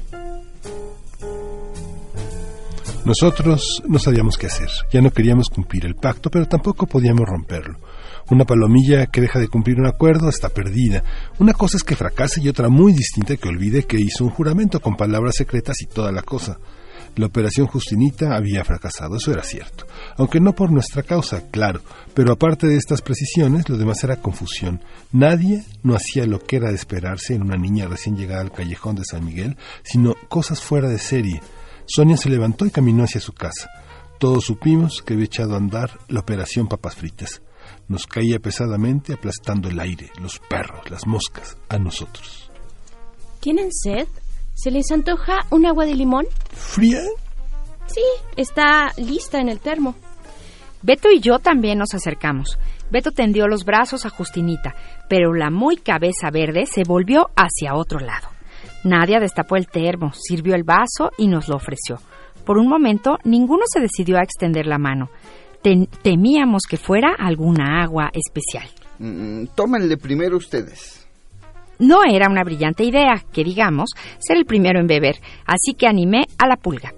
Nosotros no sabíamos qué hacer, ya no queríamos cumplir el pacto, pero tampoco podíamos romperlo. Una palomilla que deja de cumplir un acuerdo está perdida. Una cosa es que fracase y otra muy distinta que olvide que hizo un juramento con palabras secretas y toda la cosa. La operación Justinita había fracasado, eso era cierto, aunque no por nuestra causa, claro, pero aparte de estas precisiones, lo demás era confusión. Nadie no hacía lo que era de esperarse en una niña recién llegada al callejón de San Miguel, sino cosas fuera de serie. Sonia se levantó y caminó hacia su casa. Todos supimos que había echado a andar la operación papas fritas. Nos caía pesadamente aplastando el aire, los perros, las moscas, a nosotros. ¿Tienen sed? ¿Se les antoja un agua de limón? ¿Fría? Sí, está lista en el termo. Beto y yo también nos acercamos. Beto tendió los brazos a Justinita, pero la muy cabeza verde se volvió hacia otro lado. Nadia destapó el termo, sirvió el vaso y nos lo ofreció. Por un momento, ninguno se decidió a extender la mano. Tem- temíamos que fuera alguna agua especial. Mm, tómenle primero ustedes. No era una brillante idea, que digamos, ser el primero en beber, así que animé a la pulga.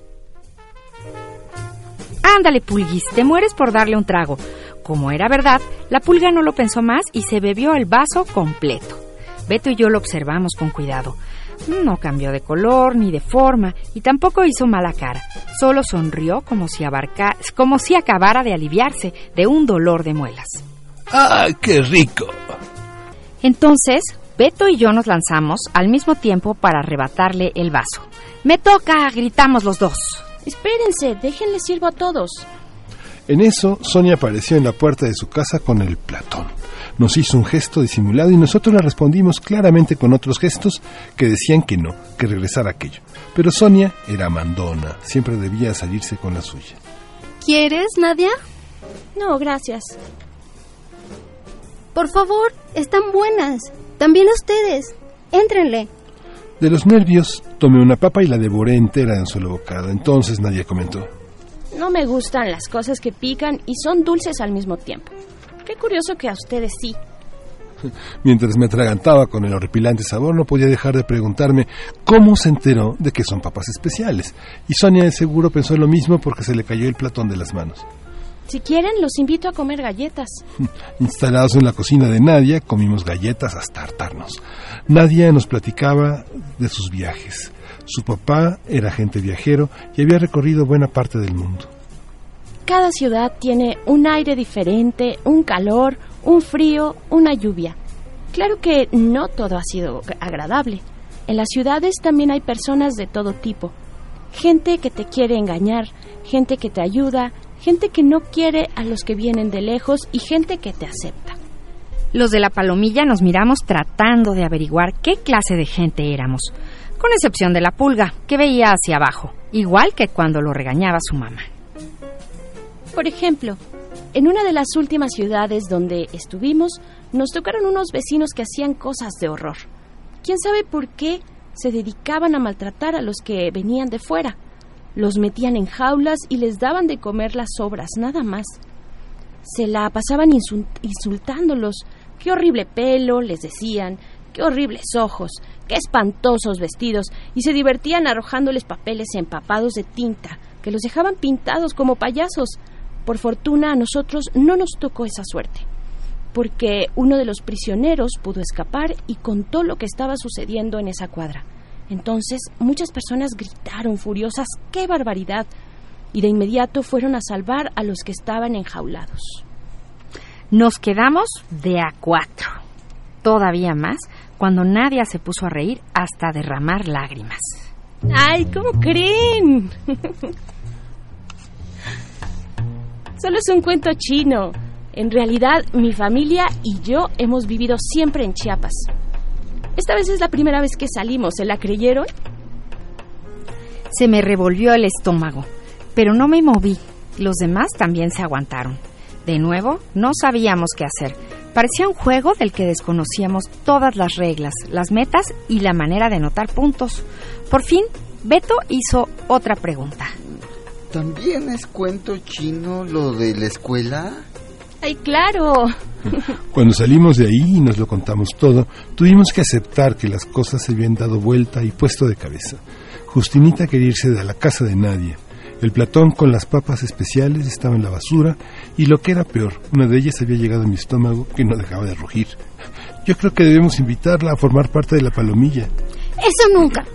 Ándale, Pulguis, te mueres por darle un trago. Como era verdad, la pulga no lo pensó más y se bebió el vaso completo. Beto y yo lo observamos con cuidado. No cambió de color ni de forma y tampoco hizo mala cara. Solo sonrió como si, abarca, como si acabara de aliviarse de un dolor de muelas. ¡Ah, qué rico! Entonces, Beto y yo nos lanzamos al mismo tiempo para arrebatarle el vaso. ¡Me toca!, gritamos los dos. Espérense, déjenle sirvo a todos. En eso, Sonia apareció en la puerta de su casa con el platón. Nos hizo un gesto disimulado y nosotros le respondimos claramente con otros gestos que decían que no, que regresara aquello. Pero Sonia era mandona, siempre debía salirse con la suya. ¿Quieres, Nadia? No, gracias. Por favor, están buenas. También ustedes. Éntrenle. De los nervios, tomé una papa y la devoré entera de un solo bocado. Entonces Nadia comentó: No me gustan las cosas que pican y son dulces al mismo tiempo. Qué curioso que a ustedes sí. Mientras me atragantaba con el horripilante sabor, no podía dejar de preguntarme cómo se enteró de que son papas especiales. Y Sonia de seguro pensó lo mismo porque se le cayó el platón de las manos. Si quieren, los invito a comer galletas. Instalados en la cocina de Nadia, comimos galletas hasta hartarnos. Nadia nos platicaba de sus viajes. Su papá era agente viajero y había recorrido buena parte del mundo. Cada ciudad tiene un aire diferente, un calor, un frío, una lluvia. Claro que no todo ha sido agradable. En las ciudades también hay personas de todo tipo. Gente que te quiere engañar, gente que te ayuda, gente que no quiere a los que vienen de lejos y gente que te acepta. Los de la Palomilla nos miramos tratando de averiguar qué clase de gente éramos, con excepción de la Pulga, que veía hacia abajo, igual que cuando lo regañaba su mamá. Por ejemplo, en una de las últimas ciudades donde estuvimos, nos tocaron unos vecinos que hacían cosas de horror. ¿Quién sabe por qué se dedicaban a maltratar a los que venían de fuera? Los metían en jaulas y les daban de comer las sobras, nada más. Se la pasaban insult- insultándolos. Qué horrible pelo, les decían, qué horribles ojos, qué espantosos vestidos, y se divertían arrojándoles papeles empapados de tinta, que los dejaban pintados como payasos. Por fortuna a nosotros no nos tocó esa suerte, porque uno de los prisioneros pudo escapar y contó lo que estaba sucediendo en esa cuadra. Entonces muchas personas gritaron furiosas, ¡qué barbaridad!, y de inmediato fueron a salvar a los que estaban enjaulados. Nos quedamos de a cuatro, todavía más cuando Nadia se puso a reír hasta derramar lágrimas. ¡Ay, cómo creen! Solo es un cuento chino. En realidad, mi familia y yo hemos vivido siempre en Chiapas. Esta vez es la primera vez que salimos, ¿se la creyeron? Se me revolvió el estómago, pero no me moví. Los demás también se aguantaron. De nuevo, no sabíamos qué hacer. Parecía un juego del que desconocíamos todas las reglas, las metas y la manera de anotar puntos. Por fin, Beto hizo otra pregunta. ¿También es cuento chino lo de la escuela? ¡Ay, claro! Cuando salimos de ahí y nos lo contamos todo, tuvimos que aceptar que las cosas se habían dado vuelta y puesto de cabeza. Justinita quería irse de la casa de Nadia. El platón con las papas especiales estaba en la basura y, lo que era peor, una de ellas había llegado a mi estómago que no dejaba de rugir. Yo creo que debemos invitarla a formar parte de la Palomilla. Eso nunca.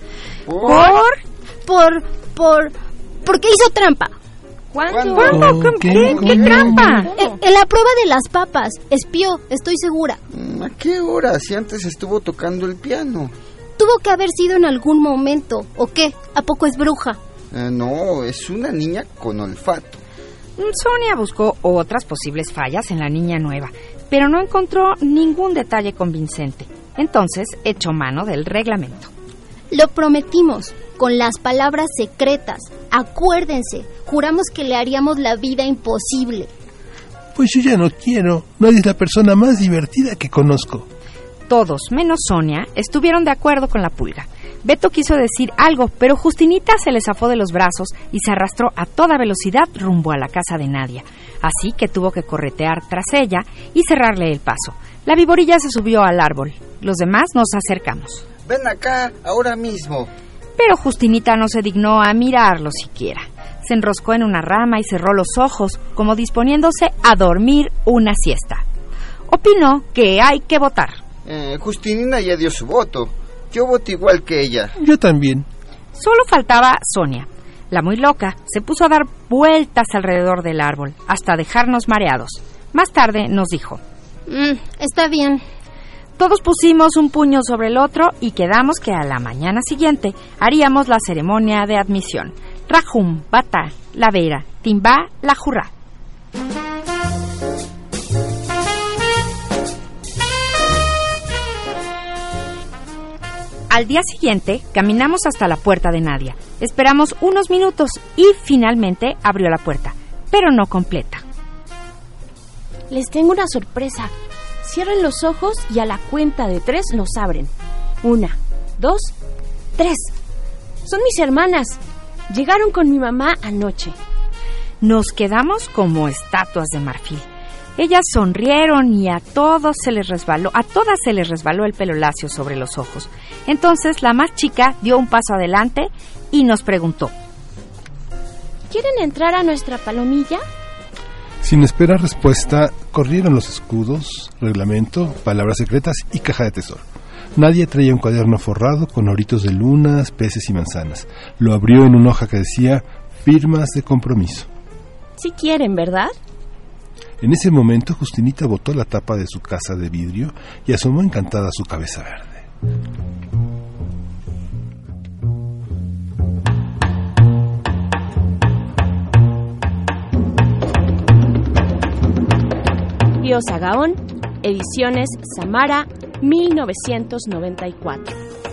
¿Por? Por, por, porque hizo trampa. ¿Cuándo? ¿Cuándo? ¿Qué, ¿Qué, ¿Qué trampa? En, en la prueba de las papas. Espió, estoy segura. ¿A qué hora? Si antes estuvo tocando el piano. Tuvo que haber sido en algún momento. ¿O qué? ¿A poco es bruja? Eh, no, es una niña con olfato. Sonia buscó otras posibles fallas en la niña nueva, pero no encontró ningún detalle convincente. Entonces echó mano del reglamento. Lo prometimos, con las palabras secretas. Acuérdense, juramos que le haríamos la vida imposible. Pues yo ya no quiero. Nadie es la persona más divertida que conozco. Todos, menos Sonia, estuvieron de acuerdo con la Pulga. Beto quiso decir algo, pero Justinita se le zafó de los brazos y se arrastró a toda velocidad rumbo a la casa de Nadia. Así que tuvo que corretear tras ella y cerrarle el paso. La viborilla se subió al árbol. Los demás nos acercamos. Ven acá, ahora mismo. Pero Justinita no se dignó a mirarlo siquiera. Se enroscó en una rama y cerró los ojos, como disponiéndose a dormir una siesta. Opinó que hay que votar. Eh, Justinina ya dio su voto. Yo voto igual que ella. Yo también. Solo faltaba Sonia. La muy loca se puso a dar vueltas alrededor del árbol, hasta dejarnos mareados. Más tarde nos dijo: mm, Está bien. Todos pusimos un puño sobre el otro y quedamos que a la mañana siguiente haríamos la ceremonia de admisión. Rajum, Bata, La Vera, Timba, La Jurra. Al día siguiente, caminamos hasta la puerta de Nadia. Esperamos unos minutos y finalmente abrió la puerta. pero no completa. Les tengo una sorpresa. Cierren los ojos y a la cuenta de tres los abren. Una, dos, tres. Son mis hermanas. Llegaron con mi mamá anoche. Nos quedamos como estatuas de marfil. Ellas sonrieron y a todos se les resbaló, a todas se les resbaló el pelo lacio sobre los ojos. Entonces la más chica dio un paso adelante y nos preguntó: ¿quieren entrar a nuestra palomilla? Sin esperar respuesta, corrieron los escudos, reglamento, palabras secretas y caja de tesoro. Nadie traía un cuaderno forrado con oritos de lunas, peces y manzanas. Lo abrió en una hoja que decía firmas de compromiso. Sí quieren, ¿verdad? En ese momento, Justinita botó la tapa de su casa de vidrio y asomó encantada su cabeza verde. Río Sagaón, Ediciones Samara, mil novecientos noventa y cuatro.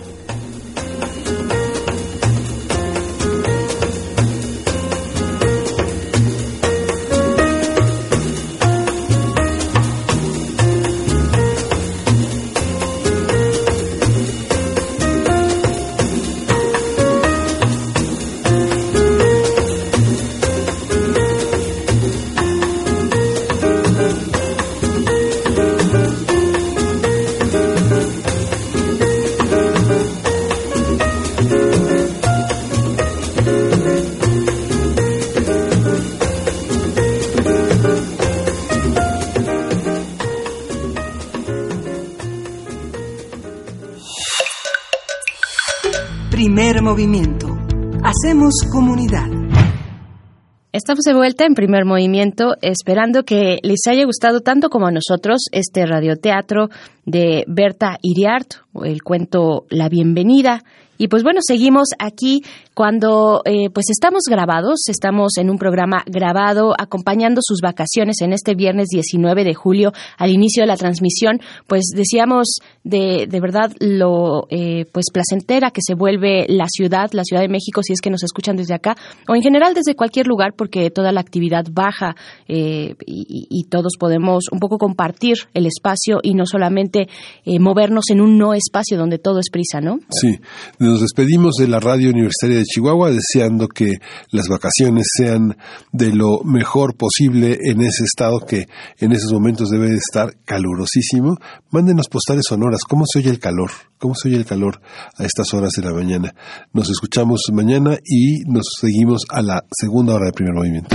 Primer movimiento. Hacemos comunidad. Estamos de vuelta en Primer Movimiento, esperando que les haya gustado tanto como a nosotros este radioteatro de Berta Iriart, el cuento La Bienvenida. Y pues bueno, seguimos aquí cuando eh, pues estamos grabados, estamos en un programa grabado acompañando sus vacaciones en este viernes diecinueve de julio al inicio de la transmisión. Pues decíamos de, de verdad lo eh, pues placentera que se vuelve la ciudad, la Ciudad de México, si es que nos escuchan desde acá o en general desde cualquier lugar, porque toda la actividad baja eh, y, y todos podemos un poco compartir el espacio y no solamente eh, movernos en un no espacio donde todo es prisa, ¿no? Sí. Nos despedimos de la Radio Universitaria de Chihuahua deseando que las vacaciones sean de lo mejor posible en ese estado que en esos momentos debe de estar calurosísimo. Mándenos postales sonoras. ¿Cómo se oye el calor? ¿Cómo se oye el calor a estas horas de la mañana? Nos escuchamos mañana y nos seguimos a la segunda hora de Primer Movimiento.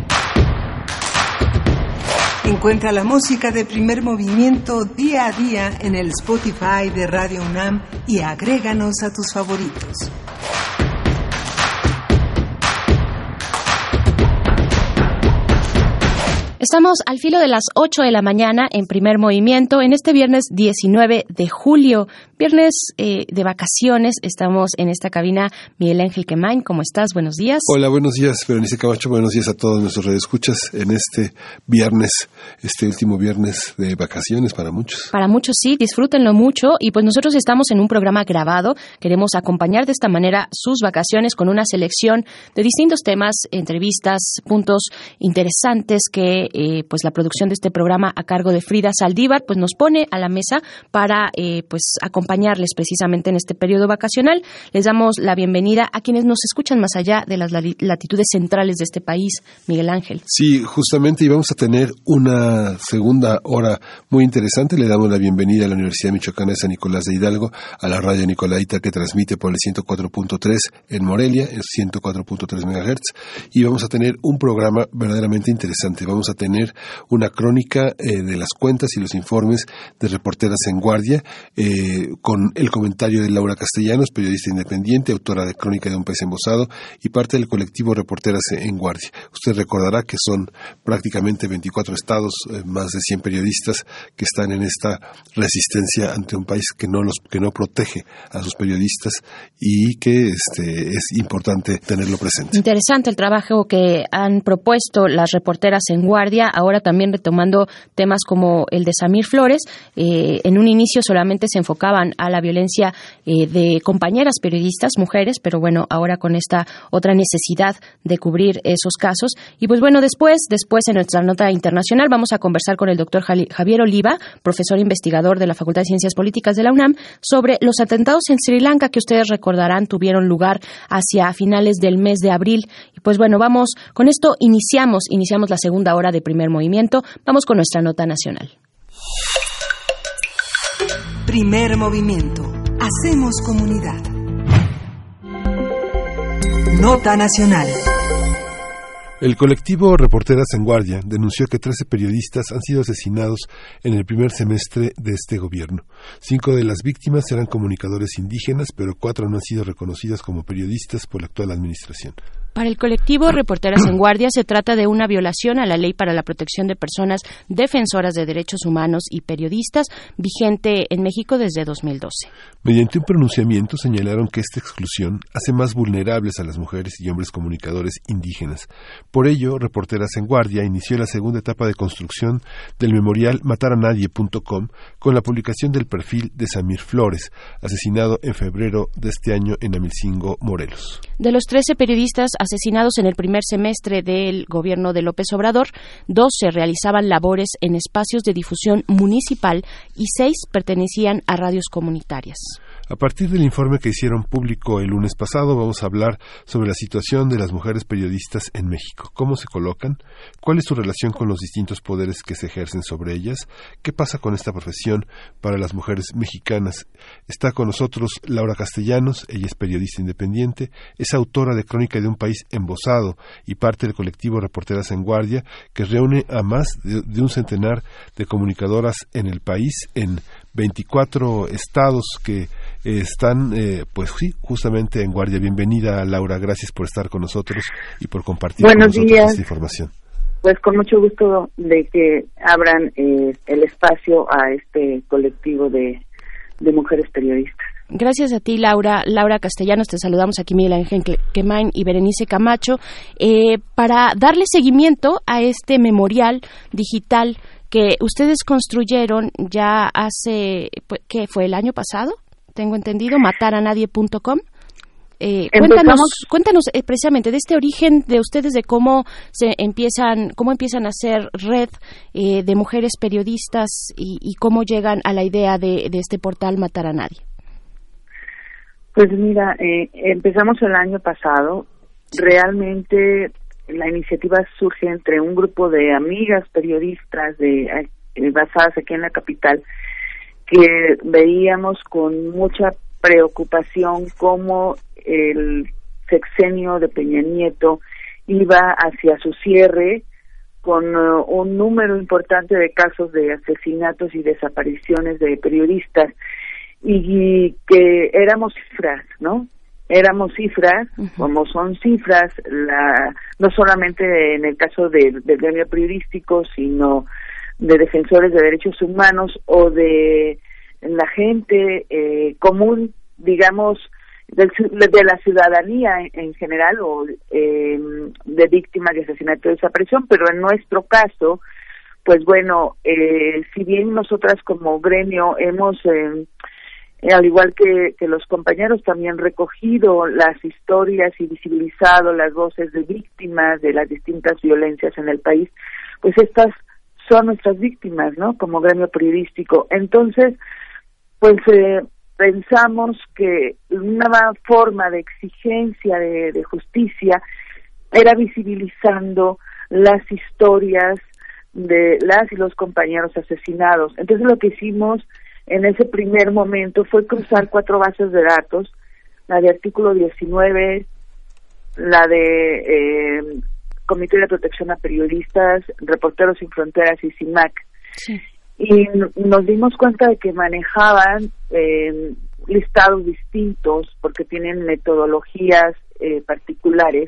Encuentra la música de Primer Movimiento día a día en el Spotify de Radio UNAM y agréganos a tus favoritos. Estamos al filo de las ocho de la mañana en Primer Movimiento en este viernes diecinueve de julio, viernes eh, de vacaciones. Estamos en esta cabina. Miguel Ángel Quemain, ¿cómo estás? Buenos días. Hola, buenos días, Berenice Camacho. Buenos días a todos nuestros radioescuchas en este viernes, este último viernes de vacaciones para muchos. Para muchos sí, disfrútenlo mucho. Y pues nosotros estamos en un programa grabado. Queremos acompañar de esta manera sus vacaciones con una selección de distintos temas, entrevistas, puntos interesantes que Eh, pues la producción de este programa a cargo de Frida Saldívar pues nos pone a la mesa para eh, pues acompañarles precisamente en este periodo vacacional. Les damos la bienvenida a quienes nos escuchan más allá de las latitudes centrales de este país, Miguel Ángel. Sí, justamente, y vamos a tener una segunda hora muy interesante. Le damos la bienvenida a la Universidad Michoacana de San Nicolás de Hidalgo, a la radio Nicolaita que transmite por el ciento cuatro punto tres en Morelia, el ciento cuatro punto tres megahertz, y vamos a tener un programa verdaderamente interesante. Vamos a tener una crónica eh, de las cuentas y los informes de Reporteras en Guardia, eh, con el comentario de Laura Castellanos, periodista independiente, autora de Crónica de un País Embosado y parte del colectivo Reporteras en Guardia. Usted recordará que son prácticamente veinticuatro estados, eh, más de cien periodistas que están en esta resistencia ante un país que no los que no protege a sus periodistas y que este, es importante tenerlo presente. Interesante el trabajo que han propuesto las Reporteras en Guardia Guardia, ahora también retomando temas como el de Samir Flores. Eh, en un inicio solamente se enfocaban a la violencia eh, de compañeras periodistas, mujeres, pero bueno, ahora con esta otra necesidad de cubrir esos casos. Y pues bueno, después, después en nuestra nota internacional vamos a conversar con el doctor Javier Oliva, profesor investigador de la Facultad de Ciencias Políticas de la UNAM, sobre los atentados en Sri Lanka que ustedes recordarán tuvieron lugar hacia finales del mes de abril. Y pues bueno, vamos, con esto iniciamos, iniciamos la segunda hora de Primer Movimiento. Vamos con nuestra nota nacional. Primer Movimiento. Hacemos comunidad. Nota nacional. El colectivo Reporteras en Guardia denunció que trece periodistas han sido asesinados en el primer semestre de este gobierno. Cinco de las víctimas eran comunicadores indígenas, pero cuatro no han sido reconocidas como periodistas por la actual administración. Para el colectivo Reporteras en Guardia se trata de una violación a la Ley para la Protección de Personas Defensoras de Derechos Humanos y Periodistas, vigente en México desde dos mil doce. Mediante un pronunciamiento señalaron que esta exclusión hace más vulnerables a las mujeres y hombres comunicadores indígenas. Por ello, Reporteras en Guardia inició la segunda etapa de construcción del memorial matar a nadie punto com con la publicación del perfil de Samir Flores, asesinado en febrero de este año en Amilcingo, Morelos. De los trece periodistas asesinados en el primer semestre del gobierno de López Obrador, doce realizaban labores en espacios de difusión municipal y seis pertenecían a radios comunitarias. A partir del informe que hicieron público el lunes pasado, vamos a hablar sobre la situación de las mujeres periodistas en México. ¿Cómo se colocan? ¿Cuál es su relación con los distintos poderes que se ejercen sobre ellas? ¿Qué pasa con esta profesión para las mujeres mexicanas? Está con nosotros Laura Castellanos, ella es periodista independiente, es autora de Crónica de un país embosado y parte del colectivo Reporteras en Guardia, que reúne a más de, de un centenar de comunicadoras en el país, en veinticuatro estados que eh, están, eh, pues sí, justamente en guardia. Bienvenida, Laura, gracias por estar con nosotros y por compartir Buenos con nosotros días. esta información. Pues con mucho gusto de que abran eh, el espacio a este colectivo de, de mujeres periodistas. Gracias a ti, Laura. Laura Castellanos, te saludamos aquí, Miguel Ángel Quemain y Berenice Camacho, eh, para darle seguimiento a este memorial digital que ustedes construyeron ya hace, ¿qué fue? ¿El año pasado? Tengo entendido, matar a nadie punto com. Eh, cuéntanos, cuéntanos eh, precisamente de este origen de ustedes, de cómo se empiezan, cómo empiezan a hacer red eh, de mujeres periodistas y, y cómo llegan a la idea de, de este portal Matar a Nadie. Pues mira, eh, empezamos el año pasado. Realmente la iniciativa surge entre un grupo de amigas periodistas de eh, basadas aquí en la capital, que veíamos con mucha preocupación cómo el sexenio de Peña Nieto iba hacia su cierre con uh, un número importante de casos de asesinatos y desapariciones de periodistas, y, y que éramos cifras, ¿no? Éramos cifras, uh-huh. como son cifras, la no solamente en el caso del, del gremio periodístico, sino de defensores de derechos humanos o de la gente eh, común, digamos, del, de la ciudadanía en, en general, o eh, de víctimas de asesinato y desaparición, pero en nuestro caso, pues bueno, eh, si bien nosotras como gremio hemos, eh, al igual que, que los compañeros, también recogido las historias y visibilizado las voces de víctimas de las distintas violencias en el país, pues estas son nuestras víctimas, ¿no?, como gremio periodístico. Entonces, pues eh, pensamos que una forma de exigencia de, de justicia era visibilizando las historias de las y los compañeros asesinados. Entonces lo que hicimos en ese primer momento fue cruzar cuatro bases de datos, la de artículo diecinueve, la de eh, Comité de Protección a Periodistas, Reporteros Sin Fronteras y C I M A C. Sí. Y nos dimos cuenta de que manejaban eh, listados distintos porque tienen metodologías eh, particulares,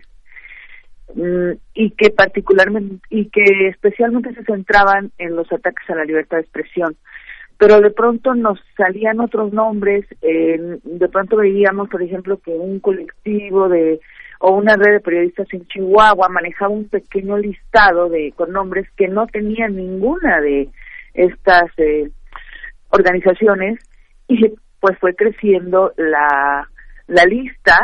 mm, y que particularmente y que especialmente se centraban en los ataques a la libertad de expresión. Pero de pronto nos salían otros nombres, eh, de pronto veíamos, por ejemplo, que un colectivo de o una red de periodistas en Chihuahua manejaba un pequeño listado de con nombres que no tenían ninguna de estas eh, organizaciones, y pues fue creciendo la la lista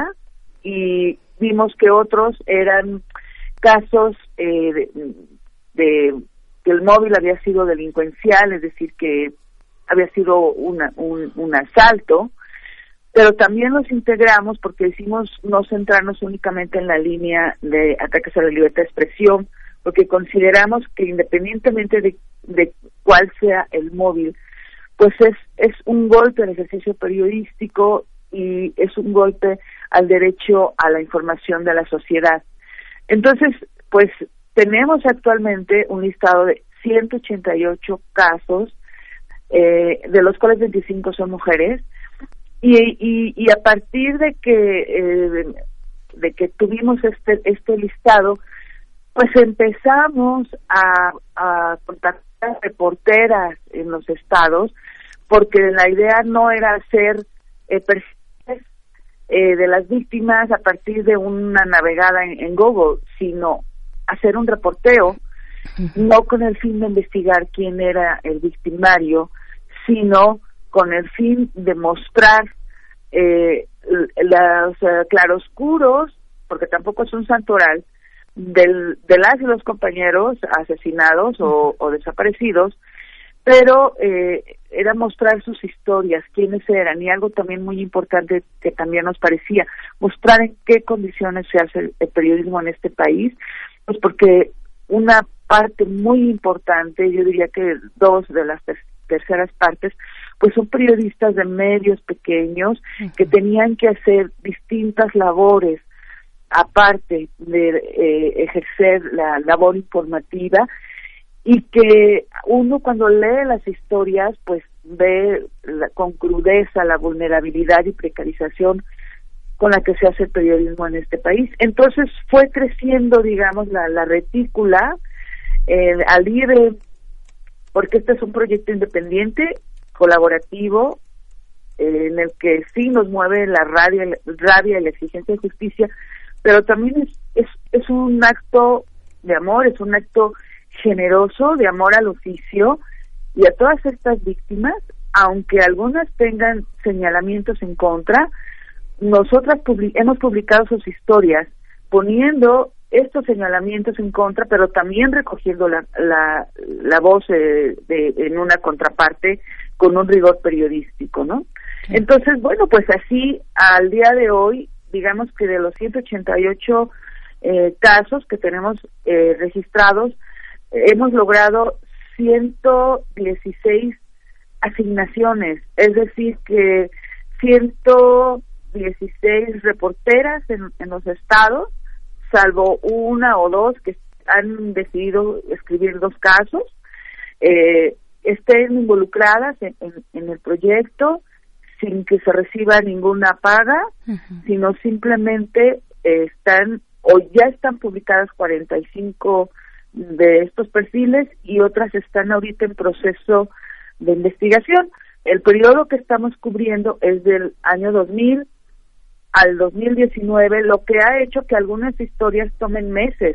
y vimos que otros eran casos eh, de, de que el móvil había sido delincuencial, es decir, que había sido una, un, un asalto, pero también los integramos porque decidimos no centrarnos únicamente en la línea de ataques a la libertad de expresión, porque consideramos que independientemente de, de cuál sea el móvil, pues es, es un golpe al ejercicio periodístico y es un golpe al derecho a la información de la sociedad. Entonces, pues tenemos actualmente un listado de ciento ochenta y ocho casos, eh, de los cuales veinticinco son mujeres, y, y, y a partir de que eh, de que tuvimos este este listado, pues empezamos a, a contactar reporteras en los estados, porque la idea no era hacer eh, perfiles eh, de las víctimas a partir de una navegada en, en Google, sino hacer un reporteo, no con el fin de investigar quién era el victimario, sino con el fin de mostrar eh, los uh, claroscuros, porque tampoco es un santoral, del, de las y los compañeros asesinados o, o desaparecidos, pero eh, era mostrar sus historias, quiénes eran, y algo también muy importante que también nos parecía, mostrar en qué condiciones se hace el, el periodismo en este país, pues porque una parte muy importante, yo diría que dos de las ter- terceras partes, pues son periodistas de medios pequeños uh-huh. que tenían que hacer distintas labores, aparte de eh, ejercer la labor informativa, y que uno cuando lee las historias pues ve la, con crudeza la vulnerabilidad y precarización con la que se hace el periodismo en este país. Entonces fue creciendo, digamos, la, la retícula eh, al ir, eh, porque este es un proyecto independiente, colaborativo, eh, en el que sí nos mueve la rabia, rabia y la exigencia de justicia, pero también es, es, es un acto de amor, es un acto generoso, de amor al oficio y a todas estas víctimas, aunque algunas tengan señalamientos en contra. Nosotras publi- hemos publicado sus historias poniendo estos señalamientos en contra, pero también recogiendo la, la, la voz eh, de, en una contraparte con un rigor periodístico, ¿no? Sí. Entonces, bueno, pues así al día de hoy, digamos que de los ciento ochenta y ocho eh, casos que tenemos eh, registrados, hemos logrado ciento dieciséis asignaciones, es decir que ciento dieciséis reporteras en, en los estados, salvo una o dos que han decidido escribir dos casos, eh, estén involucradas en, en, en el proyecto sin que se reciba ninguna paga, uh-huh. sino simplemente eh, están o ya están publicadas cuarenta y cinco de estos perfiles y otras están ahorita en proceso de investigación. El periodo que estamos cubriendo es del año dos mil al dos mil diecinueve, lo que ha hecho que algunas historias tomen meses,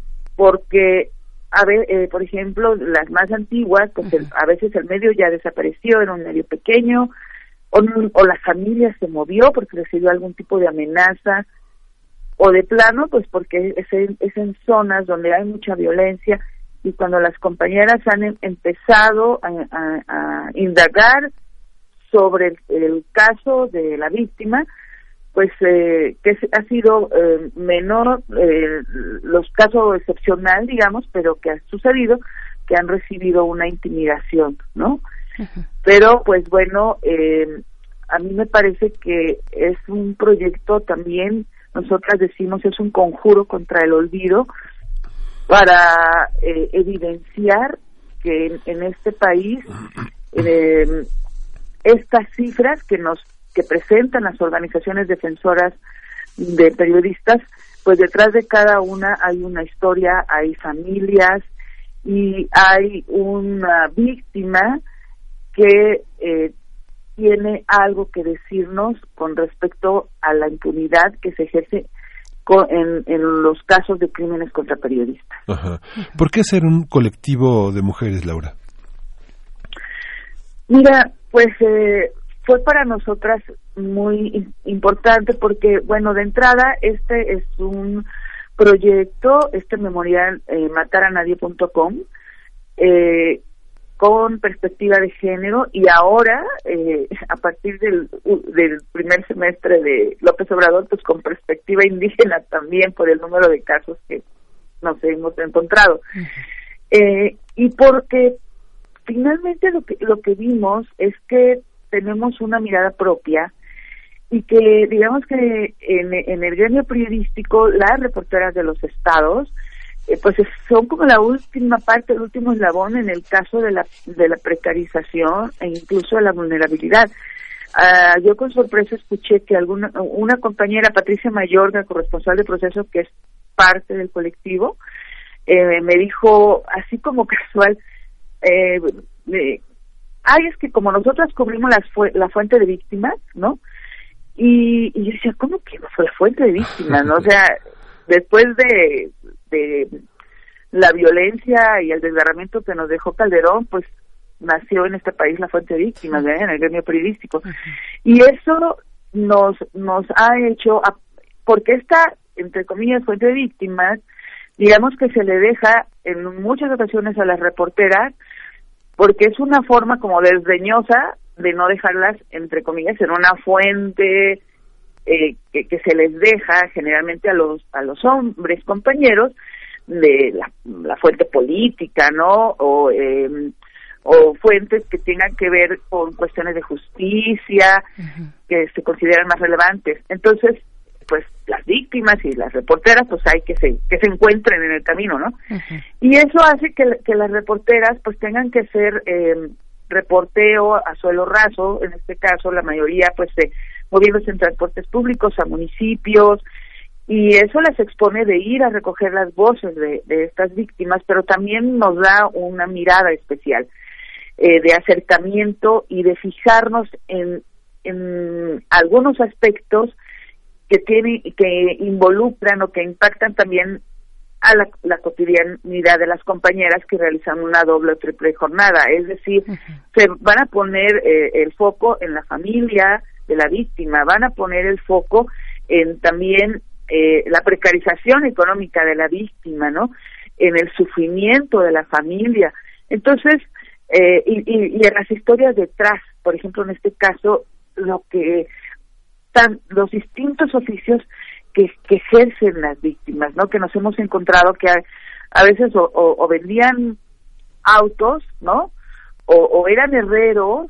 porque a ver, eh, por ejemplo, las más antiguas, pues el, a veces el medio ya desapareció, era un medio pequeño, o, o la familia se movió porque recibió algún tipo de amenaza, o de plano, pues porque es en, es en zonas donde hay mucha violencia, y cuando las compañeras han em, empezado a, a, a indagar sobre el, el caso de la víctima, pues eh, que ha sido eh, menor, eh, los casos excepcional, digamos, pero que ha sucedido, que han recibido una intimidación, ¿no? Uh-huh. Pero, pues bueno, eh, a mí me parece que es un proyecto también, nosotras decimos, es un conjuro contra el olvido para eh, evidenciar que en, en este país eh, estas cifras que nos que presentan las organizaciones defensoras de periodistas, pues detrás de cada una hay una historia, hay familias y hay una víctima que eh, tiene algo que decirnos con respecto a la impunidad que se ejerce con, en, en los casos de crímenes contra periodistas. Ajá. ¿Por qué ser un colectivo de mujeres, Laura? Mira, pues eh, fue para nosotras muy importante porque, bueno, de entrada este es un proyecto, este memorial eh, matar a nadie punto com, eh, con perspectiva de género, y ahora, eh, a partir del, del primer semestre de López Obrador, pues con perspectiva indígena también, por el número de casos que nos hemos encontrado. Uh-huh. Eh, y porque finalmente lo que, lo que vimos es que tenemos una mirada propia, y que digamos que en, en el gremio periodístico las reporteras de los estados eh, pues son como la última parte, el último eslabón en el caso de la de la precarización e incluso de la vulnerabilidad. Uh, yo con sorpresa escuché que alguna una compañera, Patricia Mayorga, corresponsal de Proceso, que es parte del colectivo, eh, me dijo así como casual, eh, eh, ay, es que como nosotras cubrimos las fu- la fuente de víctimas, ¿no? Y, y yo decía, ¿cómo que fue la fuente de víctimas, no? O sea, después de, de la violencia y el desgarramiento que nos dejó Calderón, pues nació en este país la fuente de víctimas, ¿eh? En el gremio periodístico. Uh-huh. Y eso nos nos ha hecho, porque esta, entre comillas, fuente de víctimas, digamos que se le deja en muchas ocasiones a las reporteras, porque es una forma como desdeñosa de no dejarlas, entre comillas, en una fuente eh, que, que se les deja generalmente a los a los hombres compañeros de la, la fuente política, ¿no? O eh, o fuentes que tengan que ver con cuestiones de justicia, uh-huh, que se consideran más relevantes. Entonces, pues las víctimas y las reporteras, pues hay que se que se encuentren en el camino, ¿no? Uh-huh. Y eso hace que, que las reporteras pues tengan que ser eh, reporteo a suelo raso, en este caso la mayoría pues eh, moviéndose en transportes públicos a municipios, y eso las expone de ir a recoger las voces de, de estas víctimas, pero también nos da una mirada especial eh, de acercamiento y de fijarnos en, en algunos aspectos que tienen, que involucran o que impactan también a la, la cotidianidad de las compañeras que realizan una doble o triple jornada. Es decir, uh-huh, se van a poner eh, el foco en la familia de la víctima, van a poner el foco en también eh, la precarización económica de la víctima, ¿no? En el sufrimiento de la familia. Entonces, eh, y, y, y en las historias detrás, por ejemplo, en este caso, lo que tan, los distintos oficios que, que ejercen las víctimas, ¿no? Que nos hemos encontrado que a, a veces o, o, o vendían autos, ¿no? O, o eran herreros,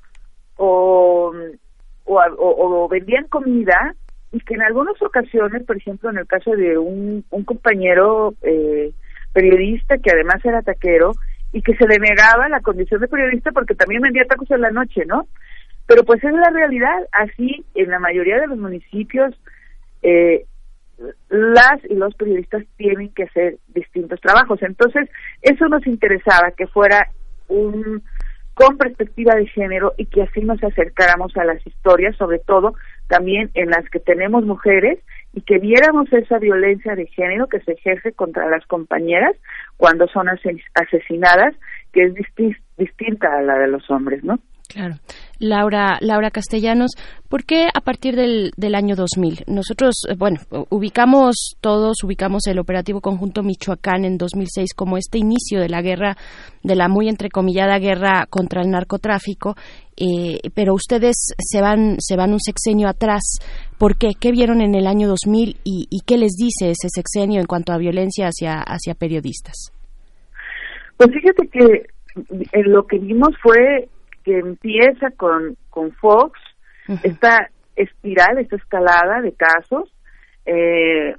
o, o, o, o vendían comida, y que en algunas ocasiones, por ejemplo, en el caso de un, un compañero eh, periodista que además era taquero, y que se le negaba la condición de periodista porque también vendía tacos en la noche, ¿no? Pero pues es la realidad. Así, en la mayoría de los municipios, eh, las y los periodistas tienen que hacer distintos trabajos. Entonces, eso nos interesaba, que fuera un con perspectiva de género, y que así nos acercáramos a las historias, sobre todo también en las que tenemos mujeres, y que viéramos esa violencia de género que se ejerce contra las compañeras cuando son asesinadas, que es disti- distinta a la de los hombres, ¿no? Claro. Laura, Laura Castellanos, ¿por qué a partir del, del año dos mil? Nosotros, bueno, ubicamos todos, ubicamos el Operativo Conjunto Michoacán en dos mil seis como este inicio de la guerra, de la muy entrecomillada guerra contra el narcotráfico, eh, pero ustedes se van, se van un sexenio atrás. ¿Por qué? ¿Qué vieron en el año dos mil y, y qué les dice ese sexenio en cuanto a violencia hacia, hacia periodistas? Pues fíjate que en lo que vimos fue que empieza con, con Fox, uh-huh, esta espiral, esta escalada de casos. Eh,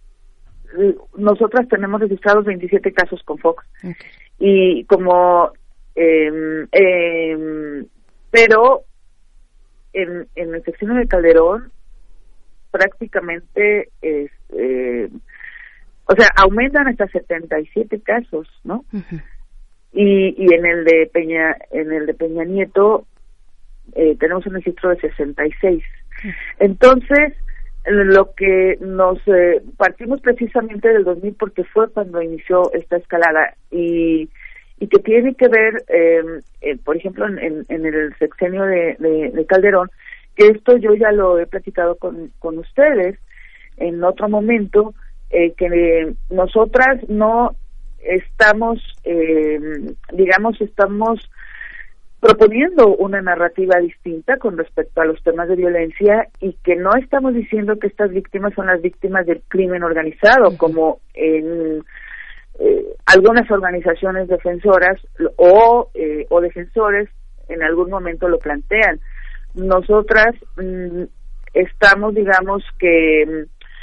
nosotras tenemos registrados veintisiete casos con Fox. Okay. Y como, eh, eh, pero en, en el sexenio de Calderón prácticamente, es, eh, o sea, aumentan hasta setenta y siete casos, ¿no? Uh-huh. Y, y en el de Peña en el de Peña Nieto eh, tenemos un registro de sesenta y seis. Entonces lo que nos eh, partimos precisamente del dos mil porque fue cuando inició esta escalada y y que tiene que ver, eh, eh, por ejemplo, en, en, en el sexenio de, de, de Calderón, que esto yo ya lo he platicado con, con ustedes en otro momento, eh, que nosotras no estamos, eh, digamos, estamos proponiendo una narrativa distinta con respecto a los temas de violencia y que no estamos diciendo que estas víctimas son las víctimas del crimen organizado, como en eh, algunas organizaciones defensoras o, eh, o defensores en algún momento lo plantean. Nosotras mmm, estamos, digamos, que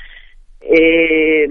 eh,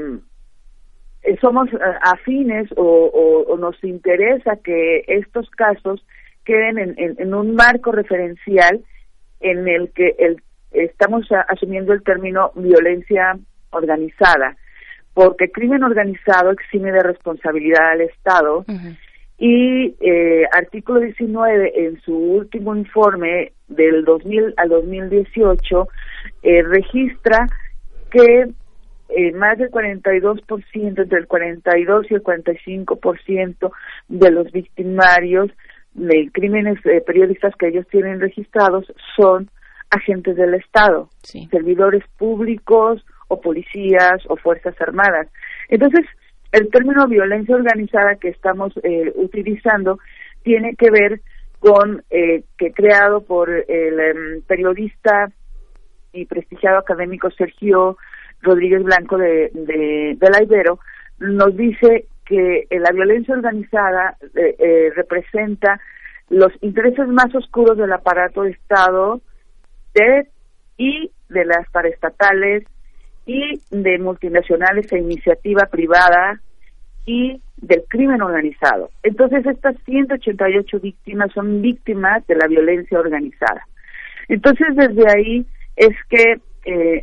somos afines o, o, o nos interesa que estos casos queden en, en, en un marco referencial en el que el, estamos a, asumiendo el término violencia organizada, porque crimen organizado exime de responsabilidad al Estado. Uh-huh. Y eh, artículo diecinueve en su último informe del dos mil al dos mil dieciocho eh, registra que eh, más del cuarenta y dos por ciento, entre el cuarenta y dos y el cuarenta y cinco por ciento de los victimarios de crímenes eh, periodistas que ellos tienen registrados son agentes del Estado, sí. servidores públicos o policías o fuerzas armadas. Entonces, el término violencia organizada que estamos eh, utilizando tiene que ver con eh, que creado por el um, periodista y prestigiado académico Sergio Rodríguez Blanco de, de, de la Ibero, nos dice que eh, la violencia organizada eh, eh, representa los intereses más oscuros del aparato de Estado de, y de las paraestatales y de multinacionales e iniciativa privada y del crimen organizado. Entonces, estas ciento ochenta y ocho víctimas son víctimas de la violencia organizada. Entonces, desde ahí es que eh,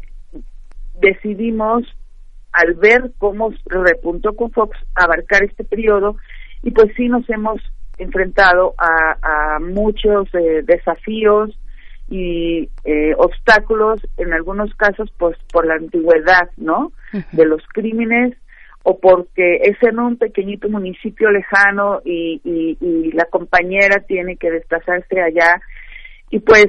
decidimos, al ver cómo repuntó con Fox, abarcar este periodo, y pues sí nos hemos enfrentado a, a muchos eh, desafíos y eh, obstáculos, en algunos casos pues por la antigüedad, ¿no?, uh-huh. de los crímenes, o porque es en un pequeñito municipio lejano y, y, y la compañera tiene que desplazarse allá, y pues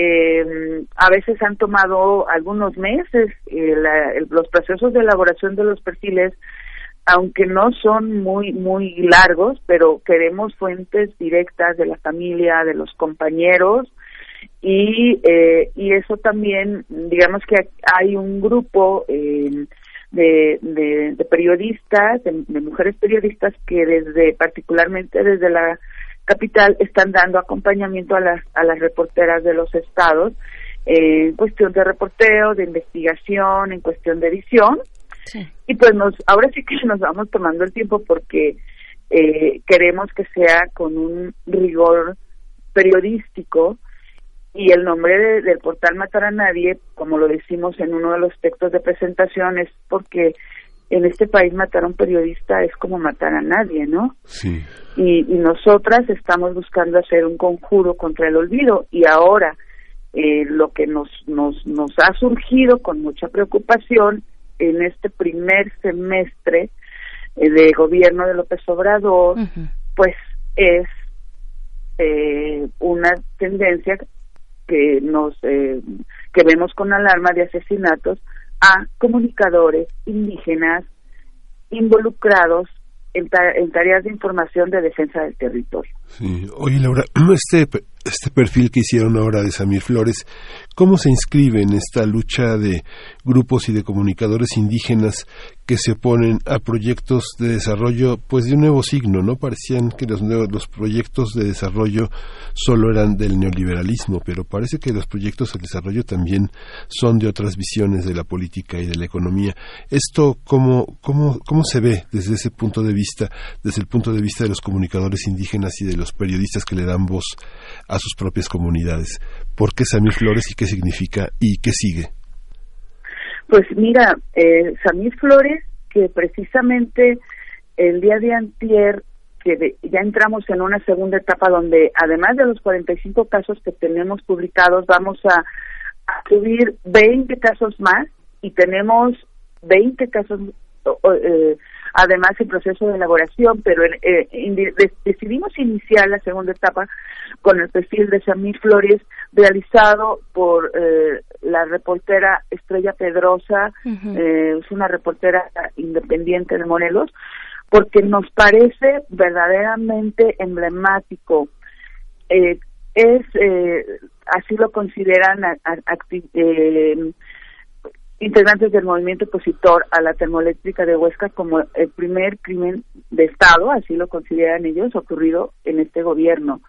eh, a veces han tomado algunos meses eh, la, el, los procesos de elaboración de los perfiles, aunque no son muy muy largos, pero queremos fuentes directas de la familia, de los compañeros, y eh, y eso también, digamos que hay un grupo eh, de, de, de periodistas, de, de mujeres periodistas que desde, particularmente desde la capital, están dando acompañamiento a las a las reporteras de los estados eh, en cuestión de reporteo, de investigación, en cuestión de edición. Sí. Y pues nos ahora sí que nos vamos tomando el tiempo porque eh, queremos que sea con un rigor periodístico, y el nombre de, del portal Matar a Nadie, como lo decimos en uno de los textos de presentación, es porque en este país matar a un periodista es como matar a nadie, ¿no? Sí. Y, y nosotras estamos buscando hacer un conjuro contra el olvido, y ahora eh, lo que nos, nos, nos ha surgido con mucha preocupación en este primer semestre eh, de gobierno de López Obrador, uh-huh. pues es eh, una tendencia que nos eh, que vemos con alarma de asesinatos a comunicadores indígenas involucrados en, ta- en tareas de información de defensa del territorio. Sí. Oye, Laura, este este perfil que hicieron ahora de Samir Flores, ¿cómo se inscribe en esta lucha de grupos y de comunicadores indígenas que se oponen a proyectos de desarrollo, pues de un nuevo signo, ¿no? Parecían que los nuevos, los proyectos de desarrollo solo eran del neoliberalismo, pero parece que los proyectos de desarrollo también son de otras visiones de la política y de la economía. Esto, ¿cómo, cómo, cómo se ve desde ese punto de vista, desde el punto de vista de los comunicadores indígenas y de los periodistas que le dan voz a sus propias comunidades? ¿Por qué Samir Flores y qué significa y qué sigue? Pues mira, eh, Samir Flores, que precisamente el día de antier, que de, ya entramos en una segunda etapa donde además de los cuarenta y cinco casos que tenemos publicados, vamos a, a subir veinte casos más y tenemos veinte casos eh, además en proceso de elaboración, pero eh, indi- decidimos iniciar la segunda etapa con el perfil de Samir Flores, realizado por eh, la reportera Estrella Pedrosa, uh-huh. eh, es una reportera independiente de Morelos, porque nos parece verdaderamente emblemático. Eh, es, eh, así lo consideran a, a, acti- eh, integrantes del movimiento opositor a la termoeléctrica de Huesca como el primer crimen de Estado, así lo consideran ellos, ocurrido en este gobierno.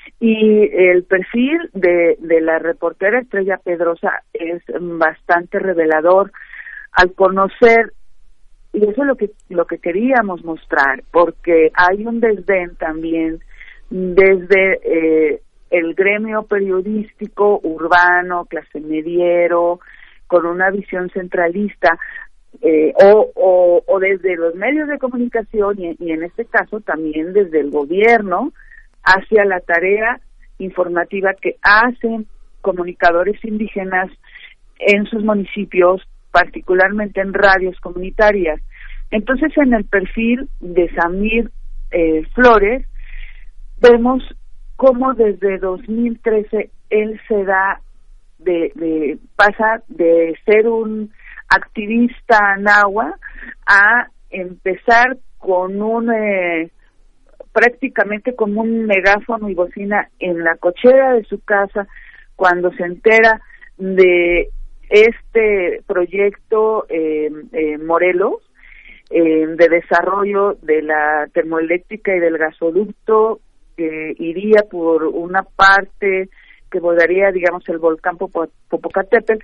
Y el perfil de, de la reportera Estrella Pedrosa es bastante revelador al conocer, y eso es lo que lo que queríamos mostrar, porque hay un desdén también desde eh, el gremio periodístico urbano, clase mediero, con una visión centralista, eh, o, o, o desde los medios de comunicación y, y en este caso también desde el gobierno, hacia la tarea informativa que hacen comunicadores indígenas en sus municipios, particularmente en radios comunitarias. Entonces, en el perfil de Samir eh, Flores, vemos cómo desde dos mil trece él se da de, de pasa de ser un activista nahua a empezar con un eh, prácticamente como un megáfono y bocina en la cochera de su casa cuando se entera de este proyecto eh, eh, Morelos eh, de desarrollo de la termoeléctrica y del gasoducto que iría por una parte que bordaría, digamos, el volcán Popo, Popocatépetl,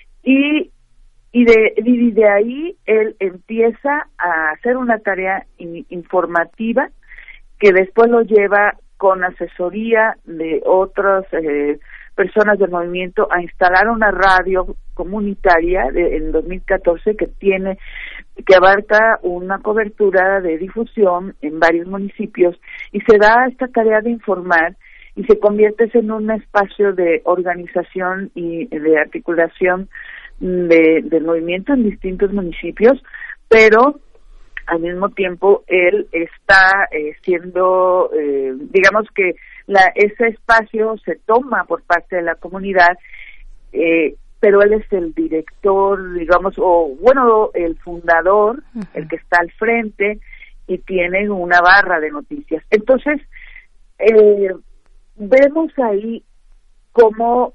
y y de y de ahí él empieza a hacer una tarea in, informativa que después lo lleva con asesoría de otras eh, personas del movimiento a instalar una radio comunitaria de, en dos mil catorce que tiene que abarca una cobertura de difusión en varios municipios y se da esta tarea de informar y se convierte en un espacio de organización y de articulación de, del movimiento en distintos municipios, pero al mismo tiempo él está eh, siendo, eh, digamos que la, ese espacio se toma por parte de la comunidad, eh, pero él es el director, digamos, o bueno, el fundador, uh-huh. el que está al frente y tiene una barra de noticias. Entonces, eh, vemos ahí cómo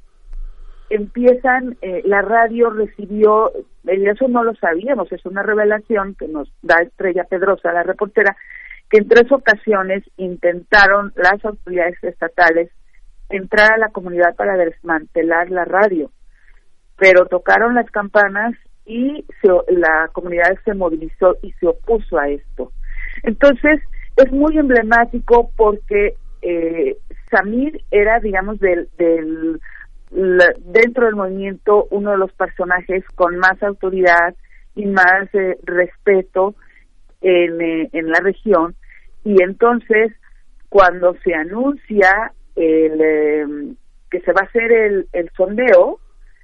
empiezan, eh, la radio recibió, eso no lo sabíamos, es una revelación que nos da Estrella Pedrosa, la reportera, que en tres ocasiones intentaron las autoridades estatales entrar a la comunidad para desmantelar la radio, pero tocaron las campanas y se, la comunidad se movilizó y se opuso a esto. Entonces, es muy emblemático porque eh, Samir era, digamos, del, del la, dentro del movimiento uno de los personajes con más autoridad y más eh, respeto en, eh, en la región, y entonces cuando se anuncia el eh, que se va a hacer el, el sondeo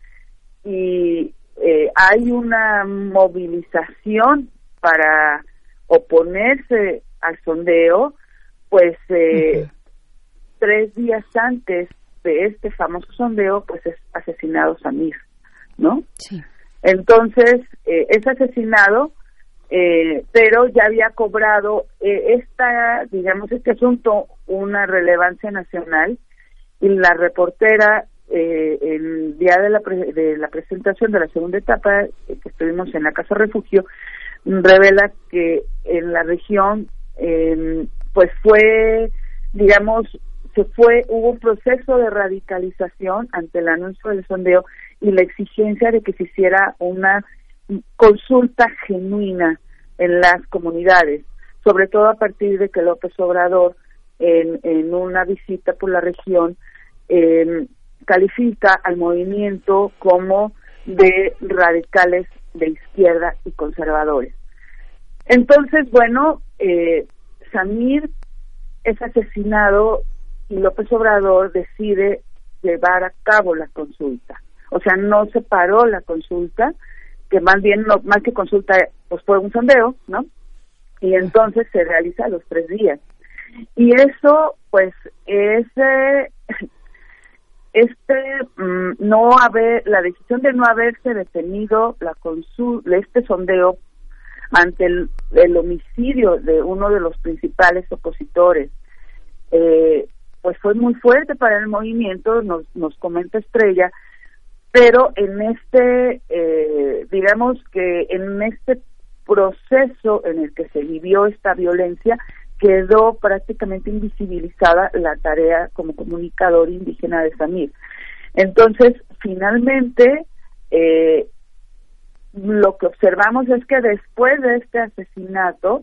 y eh, hay una movilización para oponerse al sondeo, pues eh, uh-huh. tres días antes de este famoso sondeo, pues es asesinado Samir, ¿no? Sí. Entonces, eh, es asesinado, eh, pero ya había cobrado eh, esta, digamos, este asunto una relevancia nacional, y la reportera, eh, el día de la, pre- de la presentación de la segunda etapa, eh, que estuvimos en la Casa Refugio, revela que en la región, eh, pues fue, digamos, se fue, hubo un proceso de radicalización ante el anuncio del sondeo y la exigencia de que se hiciera una consulta genuina en las comunidades, sobre todo a partir de que López Obrador, en, en una visita por la región, eh, califica al movimiento como de radicales de izquierda y conservadores. Entonces, bueno, eh, Samir es asesinado y López Obrador decide llevar a cabo la consulta. O sea, no se paró la consulta, que más bien, no, más que consulta, pues fue un sondeo, ¿no? Y entonces se realiza a los tres días. Y eso, pues, es eh, este mm, no haber, la decisión de no haberse detenido la consulta, este sondeo ante el, el homicidio de uno de los principales opositores, eh, pues fue muy fuerte para el movimiento, nos, nos comenta Estrella, pero en este, eh, digamos que en este proceso en el que se vivió esta violencia, quedó prácticamente invisibilizada la tarea como comunicador indígena de Samir. Entonces, finalmente, eh, lo que observamos es que después de este asesinato